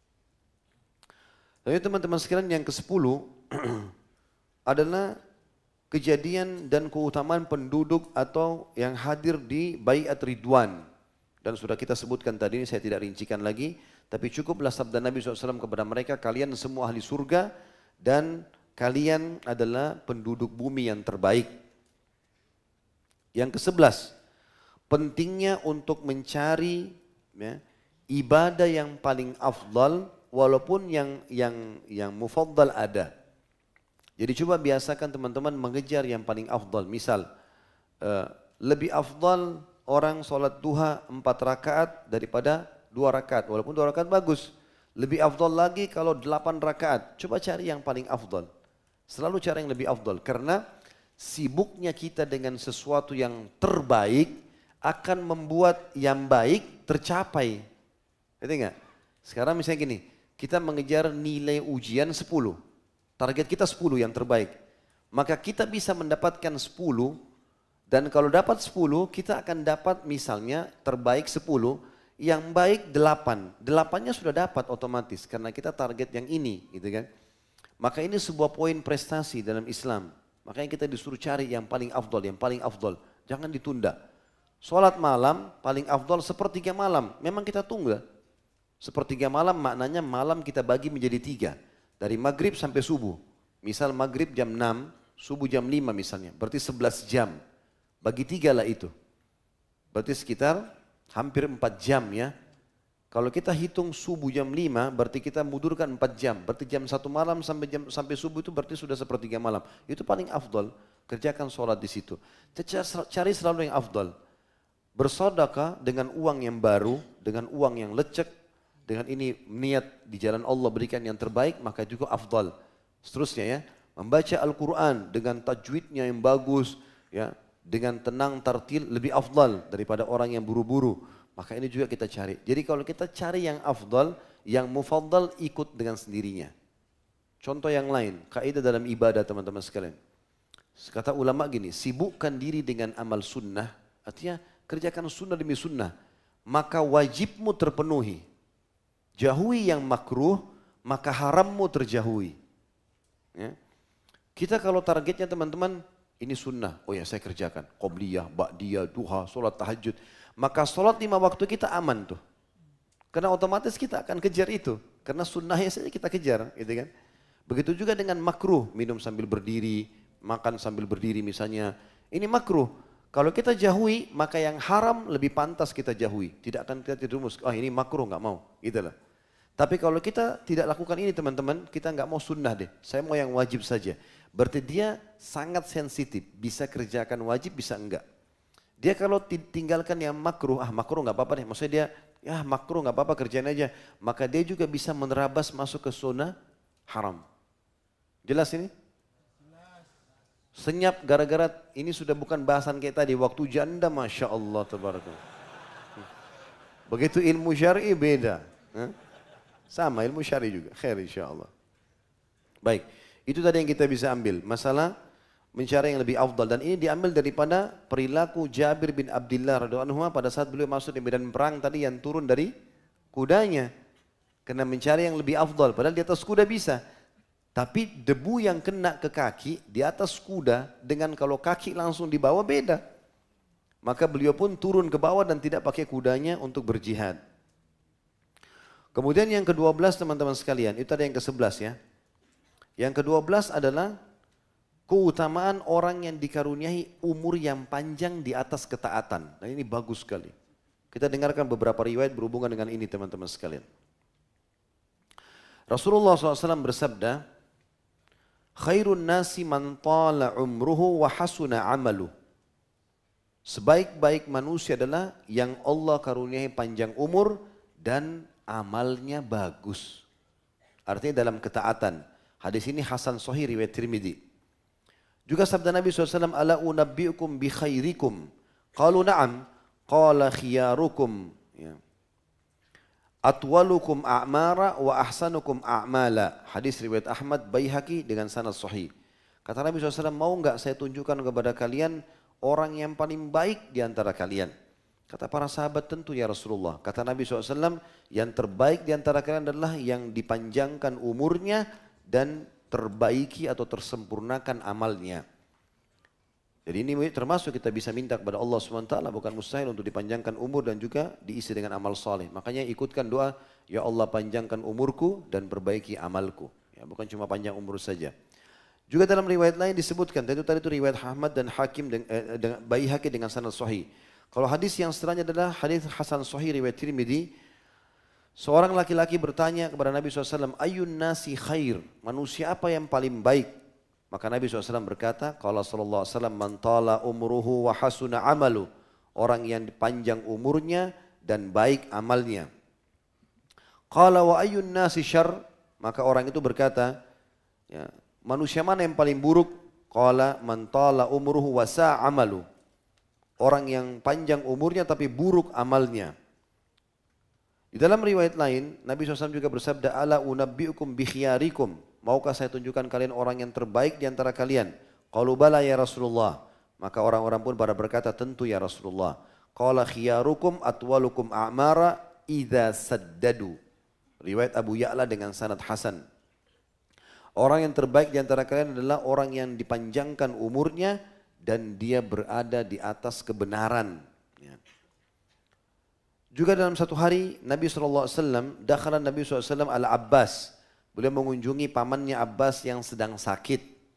Lalu teman-teman sekalian, yang kesepuluh adalah kejadian dan keutamaan penduduk atau yang hadir di Baiat Ridwan. Dan sudah kita sebutkan tadi, ini saya tidak rincikan lagi. Tapi cukuplah sabda Nabi shallallahu alaihi wasallam kepada mereka, kalian semua ahli surga dan kalian adalah penduduk bumi yang terbaik. Yang kesebelas, pentingnya untuk mencari ya, ibadah yang paling afdal walaupun yang yang yang mufaddal ada. Jadi coba biasakan teman-teman mengejar yang paling afdal. Misal uh, lebih afdal orang sholat duha empat rakaat daripada dua rakaat. Walaupun dua rakaat bagus. Lebih afdal lagi kalau delapan rakaat. Coba cari yang paling afdal. Selalu cari yang lebih afdal. Karena sibuknya kita dengan sesuatu yang terbaik akan membuat yang baik tercapai. Ngerti nggak? Sekarang misalnya gini, kita mengejar nilai ujian sepuluh. Target kita sepuluh yang terbaik. Maka kita bisa mendapatkan sepuluh dan kalau dapat sepuluh kita akan dapat misalnya terbaik sepuluh, yang baik delapan. delapannya sudah dapat otomatis karena kita target yang ini, gitu kan. Maka ini sebuah poin prestasi dalam Islam. Makanya kita disuruh cari yang paling afdol, yang paling afdol. Jangan ditunda. Sholat malam paling afdol sepertiga malam. Memang kita tunggu. Sepertiga malam maknanya malam kita bagi menjadi tiga. Dari maghrib sampai subuh. Misal maghrib jam enam, subuh jam lima misalnya. Berarti sebelas jam. Bagi tiga lah itu. Berarti sekitar hampir empat jam ya. Kalau kita hitung subuh jam lima, berarti kita mundurkan empat jam. Berarti jam satu malam sampai jam sampai subuh itu berarti sudah sepertiga malam. Itu paling afdol. Kerjakan sholat di situ. Cari selalu yang afdol. Bersedekah dengan uang yang baru, dengan uang yang lecek, dengan ini niat di jalan Allah berikan yang terbaik, maka juga afdal. Seterusnya ya, membaca Al-Quran dengan tajwidnya yang bagus, ya, dengan tenang tartil lebih afdal daripada orang yang buru-buru. Maka ini juga kita cari. Jadi kalau kita cari yang afdal, yang mufaddal ikut dengan sendirinya. Contoh yang lain, kaidah dalam ibadah teman-teman sekalian. Kata ulama gini, sibukkan diri dengan amal sunnah, artinya kerjakan sunnah demi sunnah, maka wajibmu terpenuhi. Jauhi yang makruh, maka harammu terjauhi. Ya. Kita kalau targetnya teman-teman, ini sunnah, oh ya saya kerjakan. Qobliyah, ba'diyah, duha, sholat tahajud. Maka sholat lima waktu kita aman tuh. Karena otomatis kita akan kejar itu. Karena sunnahnya saja kita kejar. Gitu kan? Begitu juga dengan makruh, minum sambil berdiri, makan sambil berdiri misalnya. Ini makruh. Kalau kita jauhi, maka yang haram lebih pantas kita jauhi. Tidak akan kita terjumus, ah oh, ini makruh nggak mau. Itulah. Tapi kalau kita tidak lakukan ini teman-teman, kita nggak mau sunnah deh. Saya mau yang wajib saja. Berarti dia sangat sensitif. Bisa kerjakan wajib, bisa enggak. Dia kalau tinggalkan yang makruh, ah makruh nggak apa-apa deh. Maksudnya dia, ya makruh nggak apa-apa kerjain aja. Maka dia juga bisa menerabas masuk ke zona haram. Jelas ini? Senyap gara-gara ini sudah bukan bahasan kayak tadi. Waktu janda Masya Allah tabarakallah. Begitu ilmu syar'i beda. Sama ilmu syar'i juga. Khair insya Allah. Baik. Itu tadi yang kita bisa ambil. Masalah mencari yang lebih afdal. Dan ini diambil daripada perilaku Jabir bin Abdullah radhiyallahu anhu pada saat beliau masuk di medan perang tadi yang turun dari kudanya. Karena mencari yang lebih afdal. Padahal di atas kuda bisa. Tapi debu yang kena ke kaki di atas kuda dengan kalau kaki langsung di bawah beda. Maka beliau pun turun ke bawah dan tidak pakai kudanya untuk berjihad. Kemudian yang kedua belas teman-teman sekalian, itu ada yang ke sebelas ya. Yang kedua belas adalah keutamaan orang yang dikaruniai umur yang panjang di atas ketaatan. Dan ini bagus sekali. Kita dengarkan beberapa riwayat berhubungan dengan ini teman-teman sekalian. Rasulullah shallallahu alaihi wasallam bersabda, khairun nasi man tala umruhu wa hasuna amalu. Sebaik-baik manusia adalah yang Allah karuniai panjang umur dan amalnya bagus. Artinya dalam ketaatan. Hadis ini Hasan Sahih riwayat Tirmidzi. Juga sabda Nabi shallallahu alaihi wasallam, ala unabbiukum bi khairikum. Qalu na'am. Qala khiyarukum. Ya. Atwalukum a'mara wa ahsanukum a'mala. Hadis riwayat Ahmad Baihaqi dengan sanad sahih. Kata Nabi shallallahu alaihi wasallam, mau enggak saya tunjukkan kepada kalian orang yang paling baik di antara kalian? Kata para sahabat, tentu ya Rasulullah. Kata Nabi shallallahu alaihi wasallam, yang terbaik di antara kalian adalah yang dipanjangkan umurnya dan terbaiki atau tersempurnakan amalnya. Jadi ini termasuk kita bisa minta kepada Allah subhanahu wa taala, bukan mustahil untuk dipanjangkan umur dan juga diisi dengan amal saleh. Makanya ikutkan doa, ya Allah panjangkan umurku dan perbaiki amalku. Ya, bukan cuma panjang umur saja. Juga dalam riwayat lain disebutkan, tentu tadi itu riwayat Ahmad dan Hakim dengan, eh, dengan Baihaqi dengan sanad sahih. Kalau hadis yang setelahnya adalah hadis Hasan Sahih riwayat Tirmidzi. Seorang laki-laki bertanya kepada Nabi shallallahu alaihi wasallam, Ayun nasi khair, manusia apa yang paling baik? Maka Nabi shallallahu alaihi wasallam berkata, Qala sallallahu alaihi wasallam, man tala umruhu wa hasuna amalu. Orang yang panjang umurnya dan baik amalnya. Qala wa ayun nasi syarr, maka orang itu berkata, ya, manusia mana yang paling buruk? Qala man tala umruhu wa sa'a amalu. Orang yang panjang umurnya tapi buruk amalnya. Di dalam riwayat lain, Nabi shallallahu alaihi wasallam juga bersabda, Ala unabbi'ukum bikhiyarikum. Maukah saya tunjukkan kalian orang yang terbaik di antara kalian? Qalu bala ya Rasulullah. Maka orang-orang pun pada berkata, tentu ya Rasulullah. Qala khiyarukum atwalukum a'mara idza saddadu. Riwayat Abu Ya'la dengan sanad hasan. Orang yang terbaik di antara kalian adalah orang yang dipanjangkan umurnya dan dia berada di atas kebenaran. Ya. Juga dalam satu hari Nabi shallallahu alaihi wasallam, dakhala Nabi shallallahu alaihi wasallam al-Abbas. Beliau mengunjungi pamannya Abbas yang sedang sakit.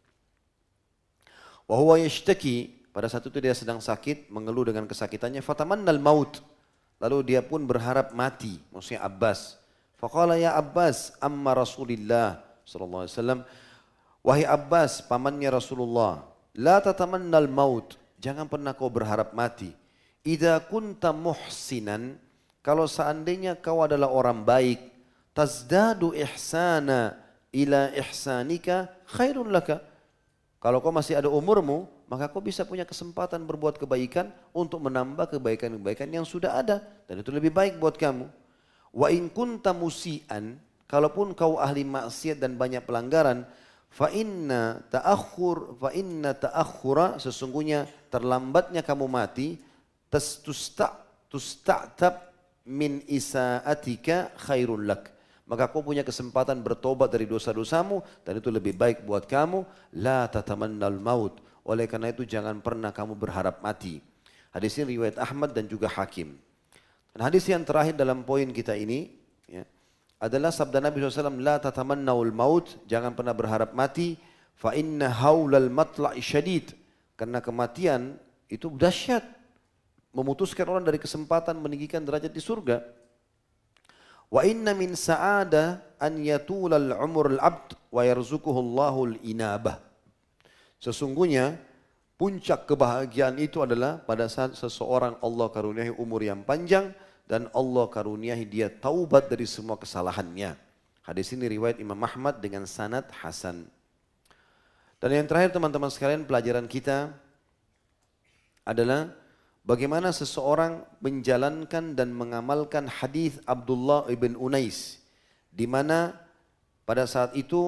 Wa huwa yashtaki, pada saat itu dia sedang sakit, mengeluh dengan kesakitannya. Fatamannal maut, lalu dia pun berharap mati, maksudnya Abbas. Faqala ya Abbas, amma Rasulillah sallallahu alaihi wasallam, wahai Abbas, pamannya Rasulullah, la tatamannal maut, jangan pernah kau berharap mati. Idza kunta muhsinan, kalau seandainya kau adalah orang baik, tazdadu ihsana ila ihsanika khairun laka. Kalau kau masih ada umurmu, maka kau bisa punya kesempatan berbuat kebaikan untuk menambah kebaikan-kebaikan yang sudah ada. Dan itu lebih baik buat kamu. Wa in kunta musian, kalaupun kau ahli maksiat dan banyak pelanggaran, fa inna ta'akhur, fa inna ta'akhura, sesungguhnya terlambatnya kamu mati, tusta tusta'tab min isa'atika khairul lak. Maka kau punya kesempatan bertobat dari dosa-dosamu dan itu lebih baik buat kamu. La tatamannal maut. Oleh karena itu jangan pernah kamu berharap mati. Hadis ini riwayat Ahmad dan juga Hakim. Dan hadis yang terakhir dalam poin kita ini ya, adalah sabda Nabi shallallahu alaihi wasallam, La tatamannaul maut, jangan pernah berharap mati. Fa inna haulal matla'i syadid. Karena kematian itu dahsyat, memutuskan orang dari kesempatan meninggikan derajat di surga. Wa inna min sa'ada an yatulal umur al-abd wa yarzuquhu Allahul inabah. Sesungguhnya puncak kebahagiaan itu adalah pada saat seseorang Allah karuniai umur yang panjang dan Allah karuniai dia taubat dari semua kesalahannya. Hadis ini riwayat Imam Ahmad dengan sanad hasan. Dan yang terakhir teman-teman sekalian, pelajaran kita adalah bagaimana seseorang menjalankan dan mengamalkan hadis Abdullah ibn Unais, di mana pada saat itu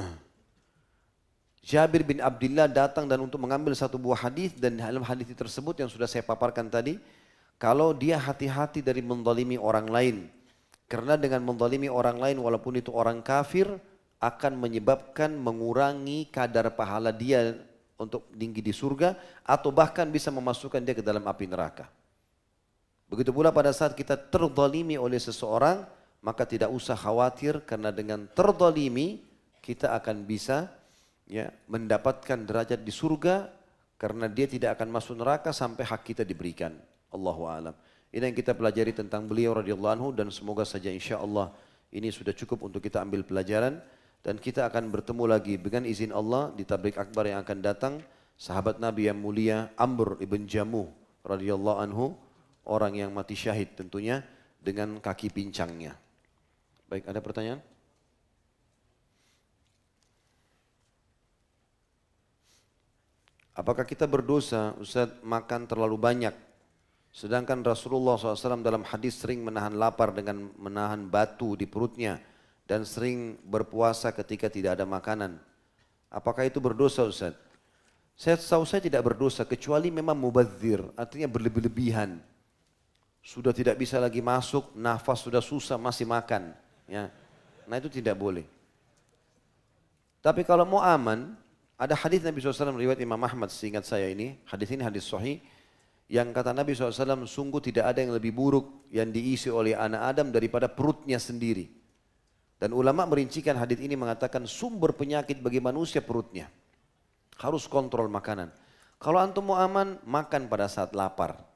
Jabir bin Abdullah datang dan untuk mengambil satu buah hadis, dan dalam hadis tersebut yang sudah saya paparkan tadi, kalau dia hati-hati dari menzalimi orang lain, karena dengan menzalimi orang lain walaupun itu orang kafir akan menyebabkan mengurangi kadar pahala dia untuk tinggi di surga atau bahkan bisa memasukkan dia ke dalam api neraka. Begitu pula pada saat kita terzalimi oleh seseorang, maka tidak usah khawatir karena dengan terzalimi kita akan bisa ya mendapatkan derajat di surga karena dia tidak akan masuk neraka sampai hak kita diberikan. Allahu a'lam. Ini yang kita pelajari tentang beliau radhiyallahu anhu dan semoga saja insyaallah ini sudah cukup untuk kita ambil pelajaran. Dan kita akan bertemu lagi dengan izin Allah di tablik akbar yang akan datang. Sahabat Nabi yang mulia Amr ibn Jamuh radhiyallahu anhu, orang yang mati syahid tentunya dengan kaki pincangnya. Baik, ada pertanyaan? Apakah kita berdosa Ustaz makan terlalu banyak? Sedangkan Rasulullah shallallahu alaihi wasallam dalam hadis sering menahan lapar dengan menahan batu di perutnya. Dan sering berpuasa ketika tidak ada makanan. Apakah itu berdosa Ustaz? Saya tahu saya tidak berdosa kecuali memang mubadzir, artinya berlebih-lebihan. Sudah tidak bisa lagi masuk, nafas sudah susah masih makan. Ya. Nah itu tidak boleh. Tapi kalau mau aman, ada hadis Nabi shallallahu alaihi wasallam riwayat Imam Ahmad seingat saya ini, hadis ini hadis sahih, yang kata Nabi shallallahu alaihi wasallam, sungguh tidak ada yang lebih buruk yang diisi oleh anak Adam daripada perutnya sendiri. Dan ulama merincikan hadis ini mengatakan sumber penyakit bagi manusia perutnya. Harus kontrol makanan. Kalau antum mau aman, makan pada saat lapar.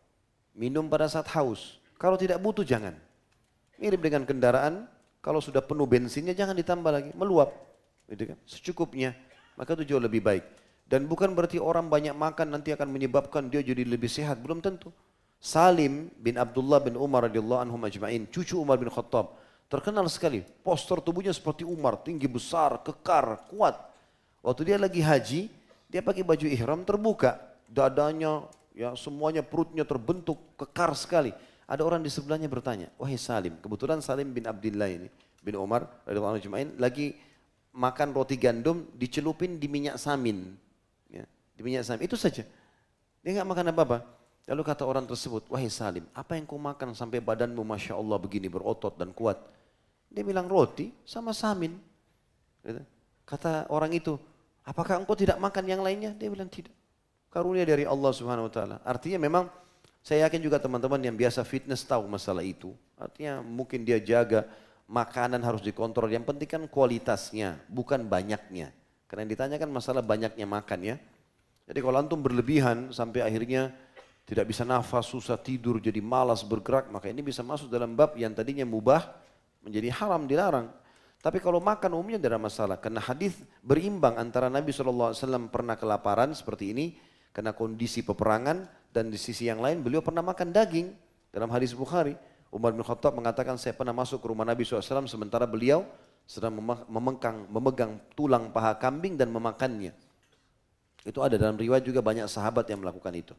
minum pada saat haus. Kalau tidak butuh jangan. Mirip dengan kendaraan, kalau sudah penuh bensinnya jangan ditambah lagi, meluap. Gitu kan? Secukupnya, maka itu jauh lebih baik. Dan bukan berarti orang banyak makan nanti akan menyebabkan dia jadi lebih sehat, belum tentu. Salim bin Abdullah bin Umar radhiyallahu anhum ajma'in, cucu Umar bin Khattab, terkenal sekali. Postur tubuhnya seperti Umar, tinggi besar, kekar, kuat. Waktu dia lagi haji, dia pakai baju ihram terbuka, dadanya, ya semuanya perutnya terbentuk, kekar sekali. Ada orang di sebelahnya bertanya, wahai Salim, kebetulan Salim bin Abdullah ini, bin Umar radhiyallahu anhu ajma'in, lagi makan roti gandum dicelupin di minyak samin, ya, di minyak samin, itu saja. Dia nggak makan apa-apa. Lalu kata orang tersebut, wahai Salim, apa yang kau makan sampai badanmu Masya Allah begini berotot dan kuat? Dia bilang roti sama samin. Kata orang itu, apakah engkau tidak makan yang lainnya? Dia bilang tidak. Karunia dari Allah Subhanahu Wa Taala. Artinya memang saya yakin juga teman-teman yang biasa fitness tahu masalah itu. Artinya mungkin dia jaga makanan harus dikontrol. Yang penting kan kualitasnya, bukan banyaknya. Karena yang ditanyakan masalah banyaknya makan ya. Jadi kalau antum berlebihan sampai akhirnya tidak bisa nafas, susah tidur, jadi malas bergerak, maka ini bisa masuk dalam bab yang tadinya mubah menjadi haram, dilarang. Tapi kalau makan umumnya tidak ada masalah. Karena hadis berimbang antara Nabi shallallahu alaihi wasallam pernah kelaparan seperti ini, karena kondisi peperangan, dan di sisi yang lain beliau pernah makan daging. Dalam hadis Bukhari, Umar bin Khattab mengatakan saya pernah masuk ke rumah Nabi shallallahu alaihi wasallam sementara beliau sedang memengkang, memegang tulang paha kambing dan memakannya. Itu ada dalam riwayat juga banyak sahabat yang melakukan itu.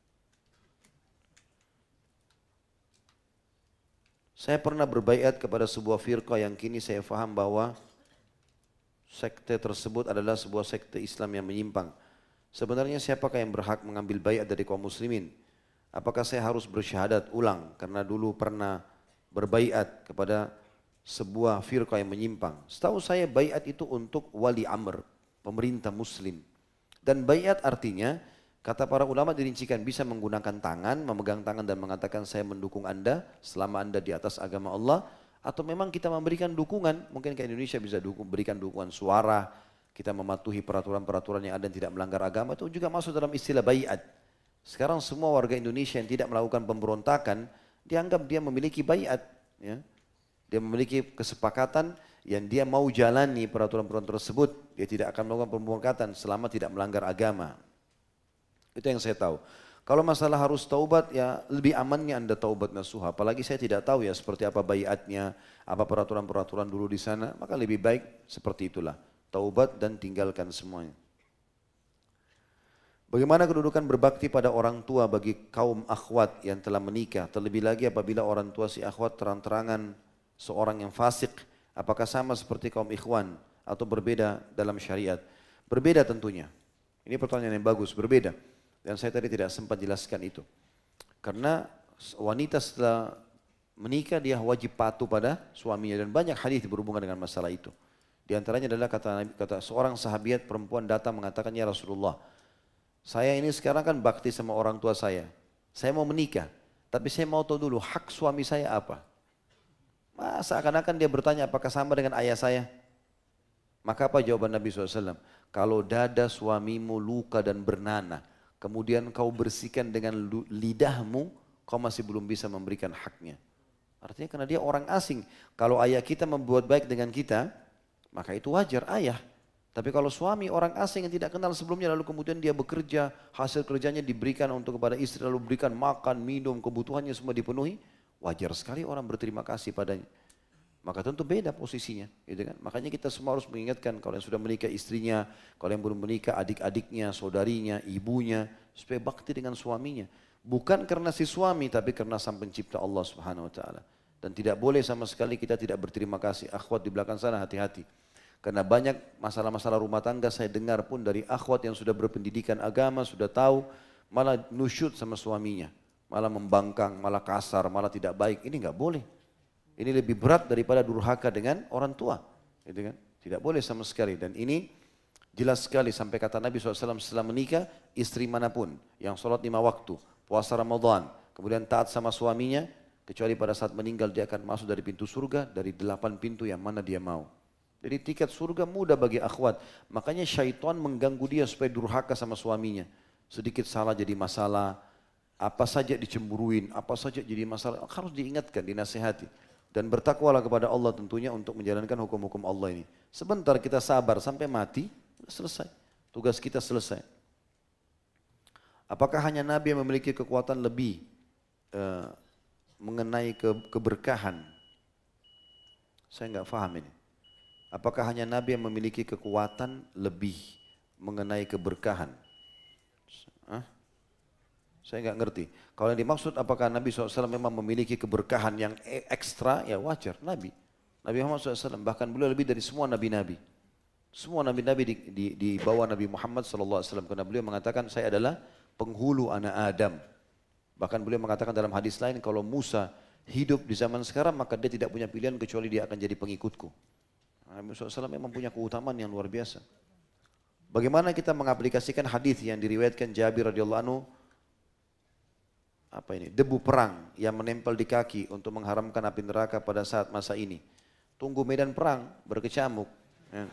Saya pernah berbaiat kepada sebuah firqah yang kini saya faham bahwa sekte tersebut adalah sebuah sekte Islam yang menyimpang. Sebenarnya siapakah yang berhak mengambil baiat dari kaum muslimin? Apakah saya harus bersyahadat ulang karena dulu pernah berbaiat kepada sebuah firqah yang menyimpang? Setahu saya baiat itu untuk wali amr, pemerintah muslim. Dan baiat artinya, kata para ulama dirincikan bisa menggunakan tangan, memegang tangan dan mengatakan saya mendukung anda selama anda di atas agama Allah. Atau memang kita memberikan dukungan, mungkin ke Indonesia bisa dukung, berikan dukungan suara, kita mematuhi peraturan-peraturan yang ada yang tidak melanggar agama, itu juga masuk dalam istilah baiat. Sekarang semua warga Indonesia yang tidak melakukan pemberontakan, dianggap dia memiliki baiat. Ya. Dia memiliki kesepakatan yang dia mau jalani peraturan-peraturan tersebut, dia tidak akan melakukan pemberontakan selama tidak melanggar agama. Itu yang saya tahu. Kalau masalah harus taubat, ya lebih amannya anda taubat nasuha. Apalagi saya tidak tahu ya seperti apa baiatnya, apa peraturan-peraturan dulu di sana, maka lebih baik seperti itulah. Taubat dan tinggalkan semuanya. Bagaimana kedudukan berbakti pada orang tua bagi kaum akhwat yang telah menikah? Terlebih lagi apabila orang tua si akhwat terang-terangan seorang yang fasik. Apakah sama seperti kaum ikhwan atau berbeda dalam syariat? Berbeda tentunya. Ini pertanyaan yang bagus, berbeda. Dan saya tadi tidak sempat jelaskan itu. Karena wanita setelah menikah dia wajib patuh pada suaminya. Dan banyak hadis berhubungan dengan masalah itu. Di antaranya adalah kata, kata seorang sahabiat perempuan datang mengatakan, ya Rasulullah, saya ini sekarang kan bakti sama orang tua saya. Saya mau menikah, tapi saya mau tahu dulu hak suami saya apa. Masa seakan-akan dia bertanya apakah sama dengan ayah saya. Maka apa jawaban Nabi shallallahu alaihi wasallam? Kalau dada suamimu luka dan bernanah, kemudian kau bersihkan dengan lidahmu, kau masih belum bisa memberikan haknya. Artinya karena dia orang asing. Kalau ayah kita membuat baik dengan kita, maka itu wajar ayah. Tapi kalau suami orang asing yang tidak kenal sebelumnya lalu kemudian dia bekerja, hasil kerjanya diberikan untuk kepada istri, lalu berikan makan, minum, kebutuhannya semua dipenuhi, wajar sekali orang berterima kasih padanya. Maka tentu beda posisinya, gitu kan? Makanya kita semua harus mengingatkan kalau yang sudah menikah istrinya, kalau yang belum menikah adik-adiknya, saudarinya, ibunya, supaya bakti dengan suaminya. Bukan karena si suami, tapi karena sang pencipta Allah Subhanahu Wa Taala. Dan tidak boleh sama sekali kita tidak berterima kasih. Akhwat di belakang sana hati-hati. Karena banyak masalah-masalah rumah tangga saya dengar pun dari akhwat yang sudah berpendidikan agama, sudah tahu, malah nusyud sama suaminya. Malah membangkang, malah kasar, malah tidak baik. Ini nggak boleh. Ini lebih berat daripada durhaka dengan orang tua. Gitu kan? Tidak boleh sama sekali. Dan ini jelas sekali sampai kata Nabi shallallahu alaihi wasallam setelah menikah, istri manapun yang sholat lima waktu, puasa Ramadan, kemudian taat sama suaminya, kecuali pada saat meninggal dia akan masuk dari pintu surga, dari delapan pintu yang mana dia mau. Jadi tiket surga mudah bagi akhwat. Makanya syaitan mengganggu dia supaya durhaka sama suaminya. Sedikit salah jadi masalah. apa saja dicemburuin, apa saja jadi masalah, harus diingatkan, dinasihati. Dan bertakwalah kepada Allah tentunya untuk menjalankan hukum-hukum Allah ini. Sebentar kita sabar sampai mati, selesai. Tugas kita selesai. Apakah hanya Nabi yang memiliki kekuatan lebih uh, mengenai ke, keberkahan? Saya nggak paham ini. Apakah hanya Nabi yang memiliki kekuatan lebih mengenai keberkahan? Hah? Saya nggak ngerti. Kalau yang dimaksud apakah Nabi shallallahu alaihi wasallam memang memiliki keberkahan yang ekstra, ya wajar. Nabi. Nabi Muhammad shallallahu alaihi wasallam bahkan beliau lebih dari semua nabi-nabi. Semua nabi-nabi di, di, di bawah Nabi Muhammad shallallahu alaihi wasallam. Karena beliau mengatakan saya adalah penghulu anak Adam. Bahkan beliau mengatakan dalam hadis lain kalau Musa hidup di zaman sekarang maka dia tidak punya pilihan kecuali dia akan jadi pengikutku. Nabi shallallahu alaihi wasallam memang punya keutamaan yang luar biasa. Bagaimana kita mengaplikasikan hadis yang diriwayatkan Jabir radhiyallahu anhu, apa ini, debu perang yang menempel di kaki untuk mengharamkan api neraka pada saat masa ini. Tunggu medan perang berkecamuk. Ya.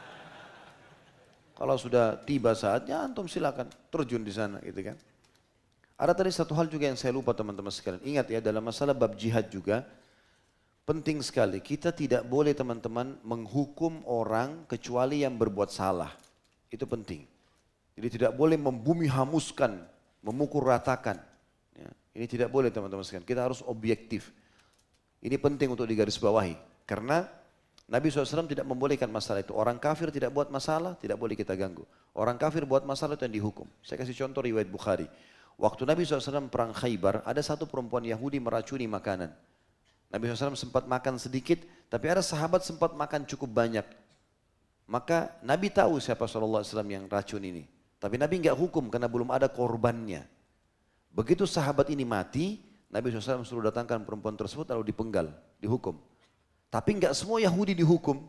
Kalau sudah tiba saatnya, antum silakan terjun di sana, gitu kan. Ada tadi satu hal juga yang saya lupa teman-teman sekalian. Ingat ya, dalam masalah bab jihad juga penting sekali. Kita tidak boleh teman-teman menghukum orang kecuali yang berbuat salah. Itu penting. Jadi tidak boleh membumi hamuskan, memukul ratakan. Ya, ini tidak boleh teman-teman sekalian. Kita harus objektif. Ini penting untuk digarisbawahi. Karena Nabi shallallahu alaihi wasallam tidak membolehkan masalah itu. Orang kafir tidak buat masalah, tidak boleh kita ganggu. Orang kafir buat masalah itu yang dihukum. Saya kasih contoh riwayat Bukhari. Waktu Nabi shallallahu alaihi wasallam perang Khaybar, ada satu perempuan Yahudi meracuni makanan. Nabi shallallahu alaihi wasallam sempat makan sedikit, tapi ada sahabat sempat makan cukup banyak. Maka Nabi tahu siapa shallallahu alaihi wasallam yang racun ini. Tapi Nabi enggak hukum karena belum ada korbannya. Begitu sahabat ini mati, Nabi shallallahu alaihi wasallam suruh datangkan perempuan tersebut lalu dipenggal, dihukum. Tapi enggak semua Yahudi dihukum.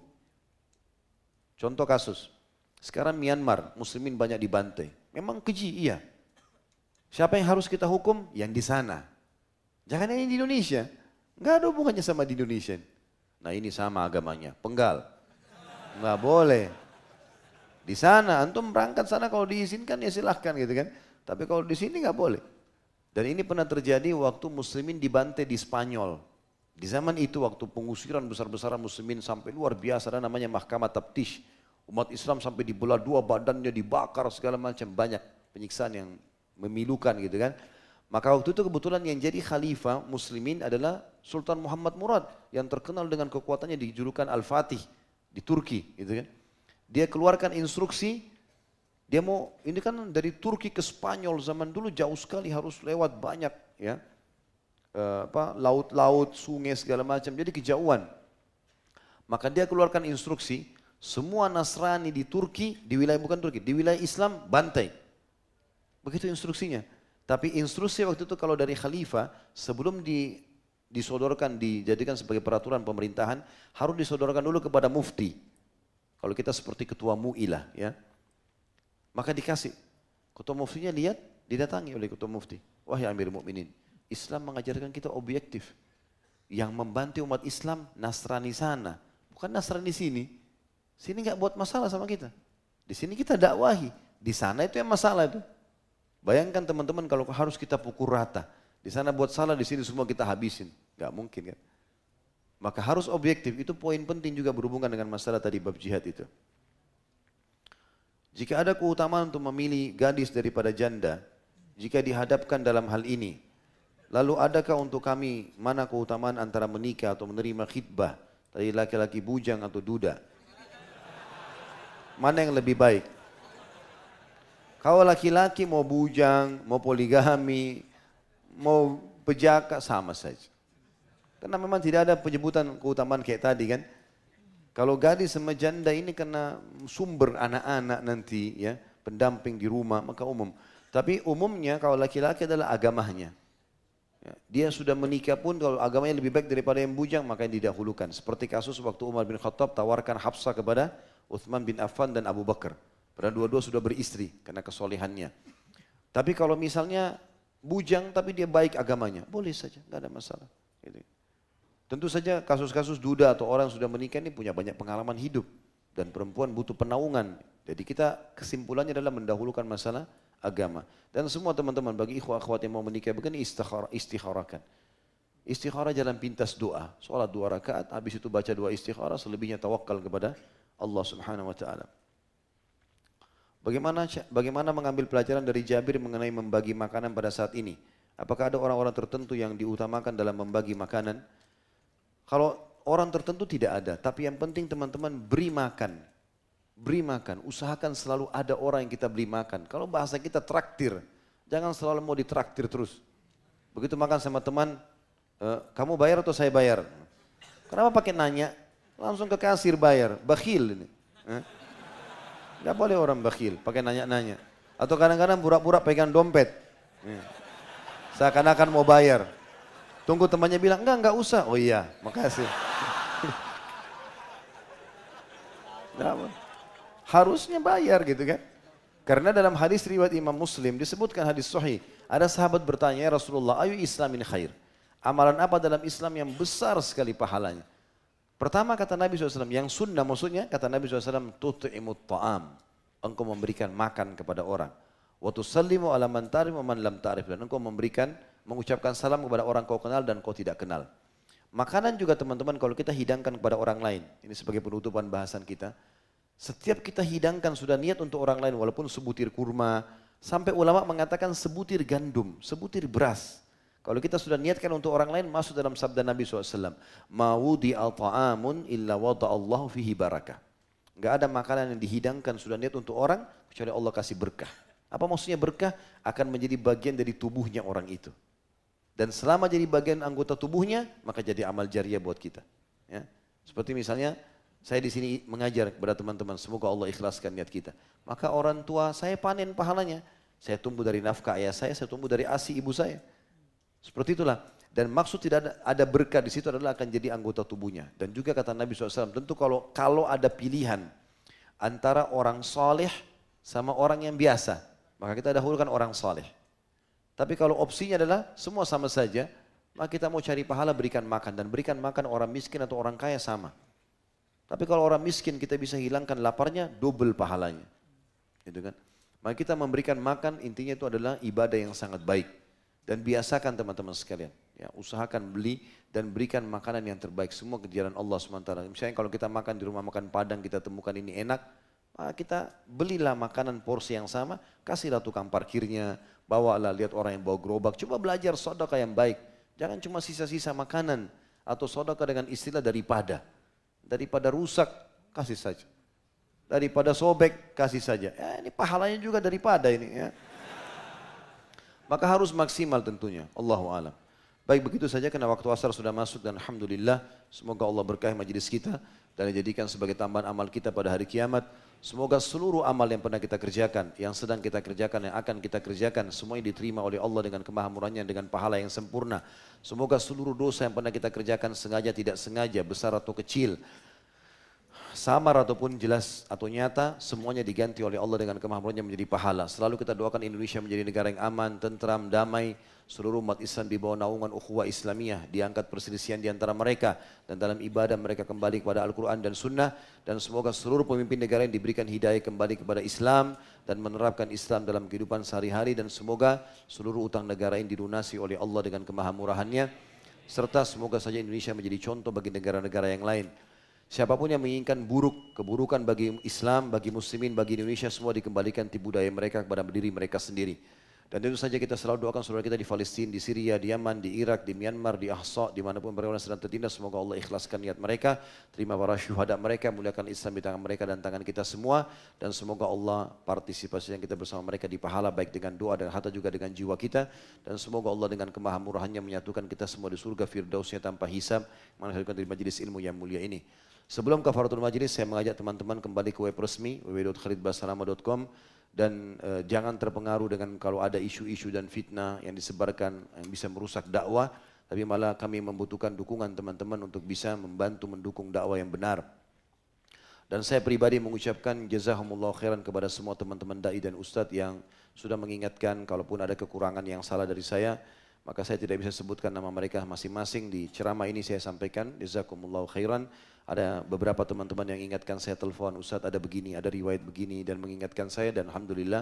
Contoh kasus, sekarang Myanmar, muslimin banyak dibantai. Memang keji, iya. Siapa yang harus kita hukum? Yang di sana. Jangan yang di Indonesia. Enggak ada hubungannya sama di Indonesia. Nah ini sama agamanya, penggal. Enggak boleh. Di sana, antum berangkat sana kalau diizinkan ya silahkan gitu kan. Tapi kalau di sini enggak boleh. Dan ini pernah terjadi waktu muslimin dibantai di Spanyol. Di zaman itu waktu pengusiran besar-besaran muslimin sampai luar biasa, ada namanya Mahkamah Taftish. Umat Islam sampai dibelah dua, badannya dibakar segala macam, banyak penyiksaan yang memilukan gitu kan. Maka waktu itu kebetulan yang jadi khalifah muslimin adalah Sultan Muhammad Murad yang terkenal dengan kekuatannya dijulukan Al-Fatih di Turki gitu kan. Dia keluarkan instruksi, dia mau, ini kan dari Turki ke Spanyol zaman dulu jauh sekali harus lewat banyak ya. Uh, apa laut-laut, sungai segala macam, jadi kejauhan. Maka dia keluarkan instruksi, semua Nasrani di Turki, di wilayah bukan Turki, di wilayah Islam bantai. Begitu instruksinya. Tapi instruksi waktu itu kalau dari khalifah sebelum di, disodorkan, dijadikan sebagai peraturan pemerintahan, harus disodorkan dulu kepada mufti. Kalau kita seperti ketua M U I lah, ya, maka dikasih. Ketua muftinya lihat, didatangi oleh ketua mufti. Wahai Amir Mukminin, Islam mengajarkan kita objektif. Yang membantu umat Islam Nasrani sana, bukan Nasrani sini. Sini nggak buat masalah sama kita. Di sini kita dakwahi. Di sana itu yang masalah itu. Bayangkan teman-teman kalau harus kita pukul rata. Di sana buat salah, di sini semua kita habisin. Nggak mungkin kan. Maka harus objektif. Itu poin penting juga berhubungan dengan masalah tadi bab jihad itu. Jika ada keutamaan untuk memilih gadis daripada janda, jika dihadapkan dalam hal ini, lalu adakah untuk kami mana keutamaan antara menikah atau menerima khitbah dari laki-laki bujang atau duda? Mana yang lebih baik? Kalau laki-laki mau bujang, mau poligami, mau pejaka sama saja. Karena memang tidak ada penyebutan keutamaan kayak tadi kan. Kalau gadis sama janda ini kena sumber anak-anak nanti ya, pendamping di rumah maka umum. Tapi umumnya kalau laki-laki adalah agamanya. Ya, dia sudah menikah pun kalau agamanya lebih baik daripada yang bujang maka yang didahulukan. Seperti kasus waktu Umar bin Khattab tawarkan Hafsah kepada Uthman bin Affan dan Abu Bakar. Padahal dua-dua sudah beristri karena kesolehannya. Tapi kalau misalnya bujang tapi dia baik agamanya, boleh saja, nggak ada masalah. Gitu. Tentu saja kasus-kasus duda atau orang sudah menikah ini punya banyak pengalaman hidup dan perempuan butuh penaungan. Jadi kita kesimpulannya adalah mendahulukan masalah agama. Dan semua teman-teman bagi ikhwah akhwat yang mau menikah begini istikhara, istikharakan. Istikhara jalan pintas doa. Sholat dua rakaat, habis itu baca dua istikhara, selebihnya tawakal kepada Allah Subhanahu wa taala. Bagaimana bagaimana mengambil pelajaran dari Jabir mengenai membagi makanan pada saat ini? Apakah ada orang-orang tertentu yang diutamakan dalam membagi makanan? Kalau orang tertentu tidak ada, tapi yang penting teman-teman beri makan. Beri makan, usahakan selalu ada orang yang kita beri makan. Kalau bahasa kita traktir, jangan selalu mau ditraktir terus. Begitu makan sama teman, e, kamu bayar atau saya bayar? Kenapa pakai nanya? Langsung ke kasir bayar, bakhil ini. Eh? Gak boleh orang bakhil, pakai nanya-nanya. Atau kadang-kadang pura-pura pegang dompet. Eh. Seakan-akan mau bayar. Tunggu temannya bilang, enggak, enggak usah. Oh iya, makasih. Harusnya bayar gitu kan. Karena dalam hadis riwayat Imam Muslim disebutkan hadis sahih. Ada sahabat bertanya, ya Rasulullah, ayu islamin khair. Amalan apa dalam Islam yang besar sekali pahalanya? Pertama kata Nabi shallallahu alaihi wasallam, yang sunnah maksudnya, kata Nabi shallallahu alaihi wasallam, tut'imut ta'am. Engkau memberikan makan kepada orang. Wa tusallimu ala man ta'rif wa man lam ta'rif. Dan engkau memberikan, mengucapkan salam kepada orang kau kenal dan kau tidak kenal. Makanan juga teman-teman kalau kita hidangkan kepada orang lain. Ini sebagai penutupan bahasan kita. Setiap kita hidangkan sudah niat untuk orang lain walaupun sebutir kurma. Sampai ulama mengatakan sebutir gandum, sebutir beras. Kalau kita sudah niatkan untuk orang lain masuk dalam sabda Nabi shallallahu alaihi wasallam. Ma wudi'a ta'amun illa wada'allahu fihi barakah. Enggak ada makanan yang dihidangkan sudah niat untuk orang kecuali Allah kasih berkah. Apa maksudnya berkah? Akan menjadi bagian dari tubuhnya orang itu. Dan selama jadi bagian anggota tubuhnya, maka jadi amal jariah buat kita. Ya. Seperti misalnya, saya di sini mengajar kepada teman-teman, semoga Allah ikhlaskan niat kita. Maka orang tua saya panen pahalanya. Saya tumbuh dari nafkah ayah saya, saya tumbuh dari asi ibu saya. Seperti itulah. Dan maksud tidak ada, ada berkah di situ adalah akan jadi anggota tubuhnya. Dan juga kata Nabi shallallahu alaihi wasallam, tentu kalau kalau ada pilihan antara orang soleh sama orang yang biasa, maka kita dahulukan orang soleh. Tapi kalau opsinya adalah semua sama saja, maka kita mau cari pahala berikan makan. Dan berikan makan orang miskin atau orang kaya sama. Tapi kalau orang miskin kita bisa hilangkan laparnya, double pahalanya. Gitu kan? Maka kita memberikan makan intinya itu adalah ibadah yang sangat baik. Dan biasakan teman-teman sekalian. Ya, usahakan beli dan berikan makanan yang terbaik. Semua kejaran Allah subhanahu wa taala. Misalnya kalau kita makan di rumah makan Padang kita temukan ini enak. Maka kita belilah makanan porsi yang sama. Kasihlah tukang parkirnya. Bawalah lihat orang yang bawa gerobak. Coba belajar sedekah yang baik. Jangan cuma sisa-sisa makanan. Atau sedekah dengan istilah daripada. Daripada rusak, kasih saja. Daripada sobek, kasih saja. Ya, ini pahalanya juga daripada ini. Ya. Maka harus maksimal tentunya. Allahu a'lam. Baik begitu saja karena waktu asar sudah masuk dan alhamdulillah. Semoga Allah berkahi majelis kita. Dan dijadikan sebagai tambahan amal kita pada hari kiamat. Semoga seluruh amal yang pernah kita kerjakan, yang sedang kita kerjakan, yang akan kita kerjakan, semuanya diterima oleh Allah dengan kemahamurannya, dengan pahala yang sempurna. Semoga seluruh dosa yang pernah kita kerjakan sengaja tidak sengaja, besar atau kecil, samar ataupun jelas atau nyata, semuanya diganti oleh Allah dengan kemahamurannya menjadi pahala. Selalu kita doakan Indonesia menjadi negara yang aman, tentram, damai. Seluruh umat Islam di bawah naungan ukhuwah Islamiyah, diangkat perselisihan di antara mereka dan dalam ibadah mereka kembali kepada Al-Quran dan Sunnah, dan semoga seluruh pemimpin negara yang diberikan hidayah kembali kepada Islam dan menerapkan Islam dalam kehidupan sehari-hari, dan semoga seluruh utang negara ini dilunasi oleh Allah dengan kemahamurahannya, serta semoga saja Indonesia menjadi contoh bagi negara-negara yang lain. Siapapun yang menginginkan buruk, keburukan bagi Islam, bagi muslimin, bagi Indonesia, semua dikembalikan di budaya mereka kepada diri mereka sendiri. Dan tentu saja kita selalu doakan saudara kita di Palestina, di Syria, di Yaman, di Irak, di Myanmar, di Ahsa, dimanapun mereka sedang tertindas. Semoga Allah ikhlaskan niat mereka, terima para syuhada mereka, muliakan Islam di tangan mereka dan tangan kita semua. Dan semoga Allah partisipasi yang kita bersama mereka di pahala, baik dengan doa dan harta juga dengan jiwa kita. Dan semoga Allah dengan kemahamurahannya menyatukan kita semua di surga firdausnya tanpa hisab, menghasilkan dari majelis ilmu yang mulia ini. Sebelum kafaratul majlis, saya mengajak teman-teman kembali ke web resmi w w w titik khalid basalamah titik com. Dan e, jangan terpengaruh dengan kalau ada isu-isu dan fitnah yang disebarkan yang bisa merusak dakwah, tapi malah kami membutuhkan dukungan teman-teman untuk bisa membantu mendukung dakwah yang benar. Dan saya pribadi mengucapkan jazakumullah khairan kepada semua teman-teman dai dan ustadz yang sudah mengingatkan kalaupun ada kekurangan yang salah dari saya, maka saya tidak bisa sebutkan nama mereka masing-masing di ceramah ini. Saya sampaikan jazakumullah khairan. Ada beberapa teman-teman yang ingatkan saya telepon, Ustadz ada begini, ada riwayat begini, dan mengingatkan saya, dan alhamdulillah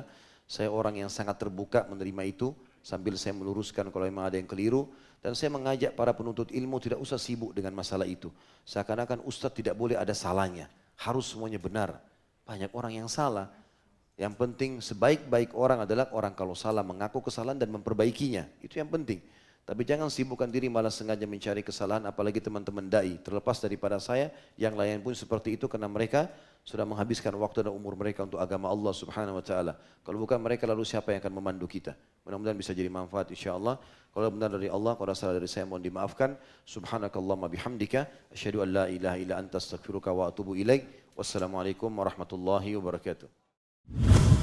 Saya orang yang sangat terbuka menerima itu, sambil saya meluruskan kalau memang ada yang keliru. Dan saya mengajak para penuntut ilmu tidak usah sibuk dengan masalah itu. Seakan-akan ustadz tidak boleh ada salahnya, harus semuanya benar. Banyak orang yang salah. Yang penting sebaik-baik orang adalah orang kalau salah mengaku kesalahan dan memperbaikinya. Itu yang penting. Tapi jangan sibukkan diri malah sengaja mencari kesalahan, apalagi teman-teman dai. Terlepas daripada saya, yang lain pun seperti itu karena mereka sudah menghabiskan waktu dan umur mereka untuk agama Allah Subhanahu wa taala. Kalau bukan mereka, lalu siapa yang akan memandu kita? Mudah-mudahan bisa jadi manfaat insyaallah. Kalau benar dari Allah, kalau salah dari saya mohon dimaafkan. Subhanakallahumma bihamdika asyhadu an la ilaha illa anta astaghfiruka wa atubu ilaik. Wassalamualaikum warahmatullahi wabarakatuh.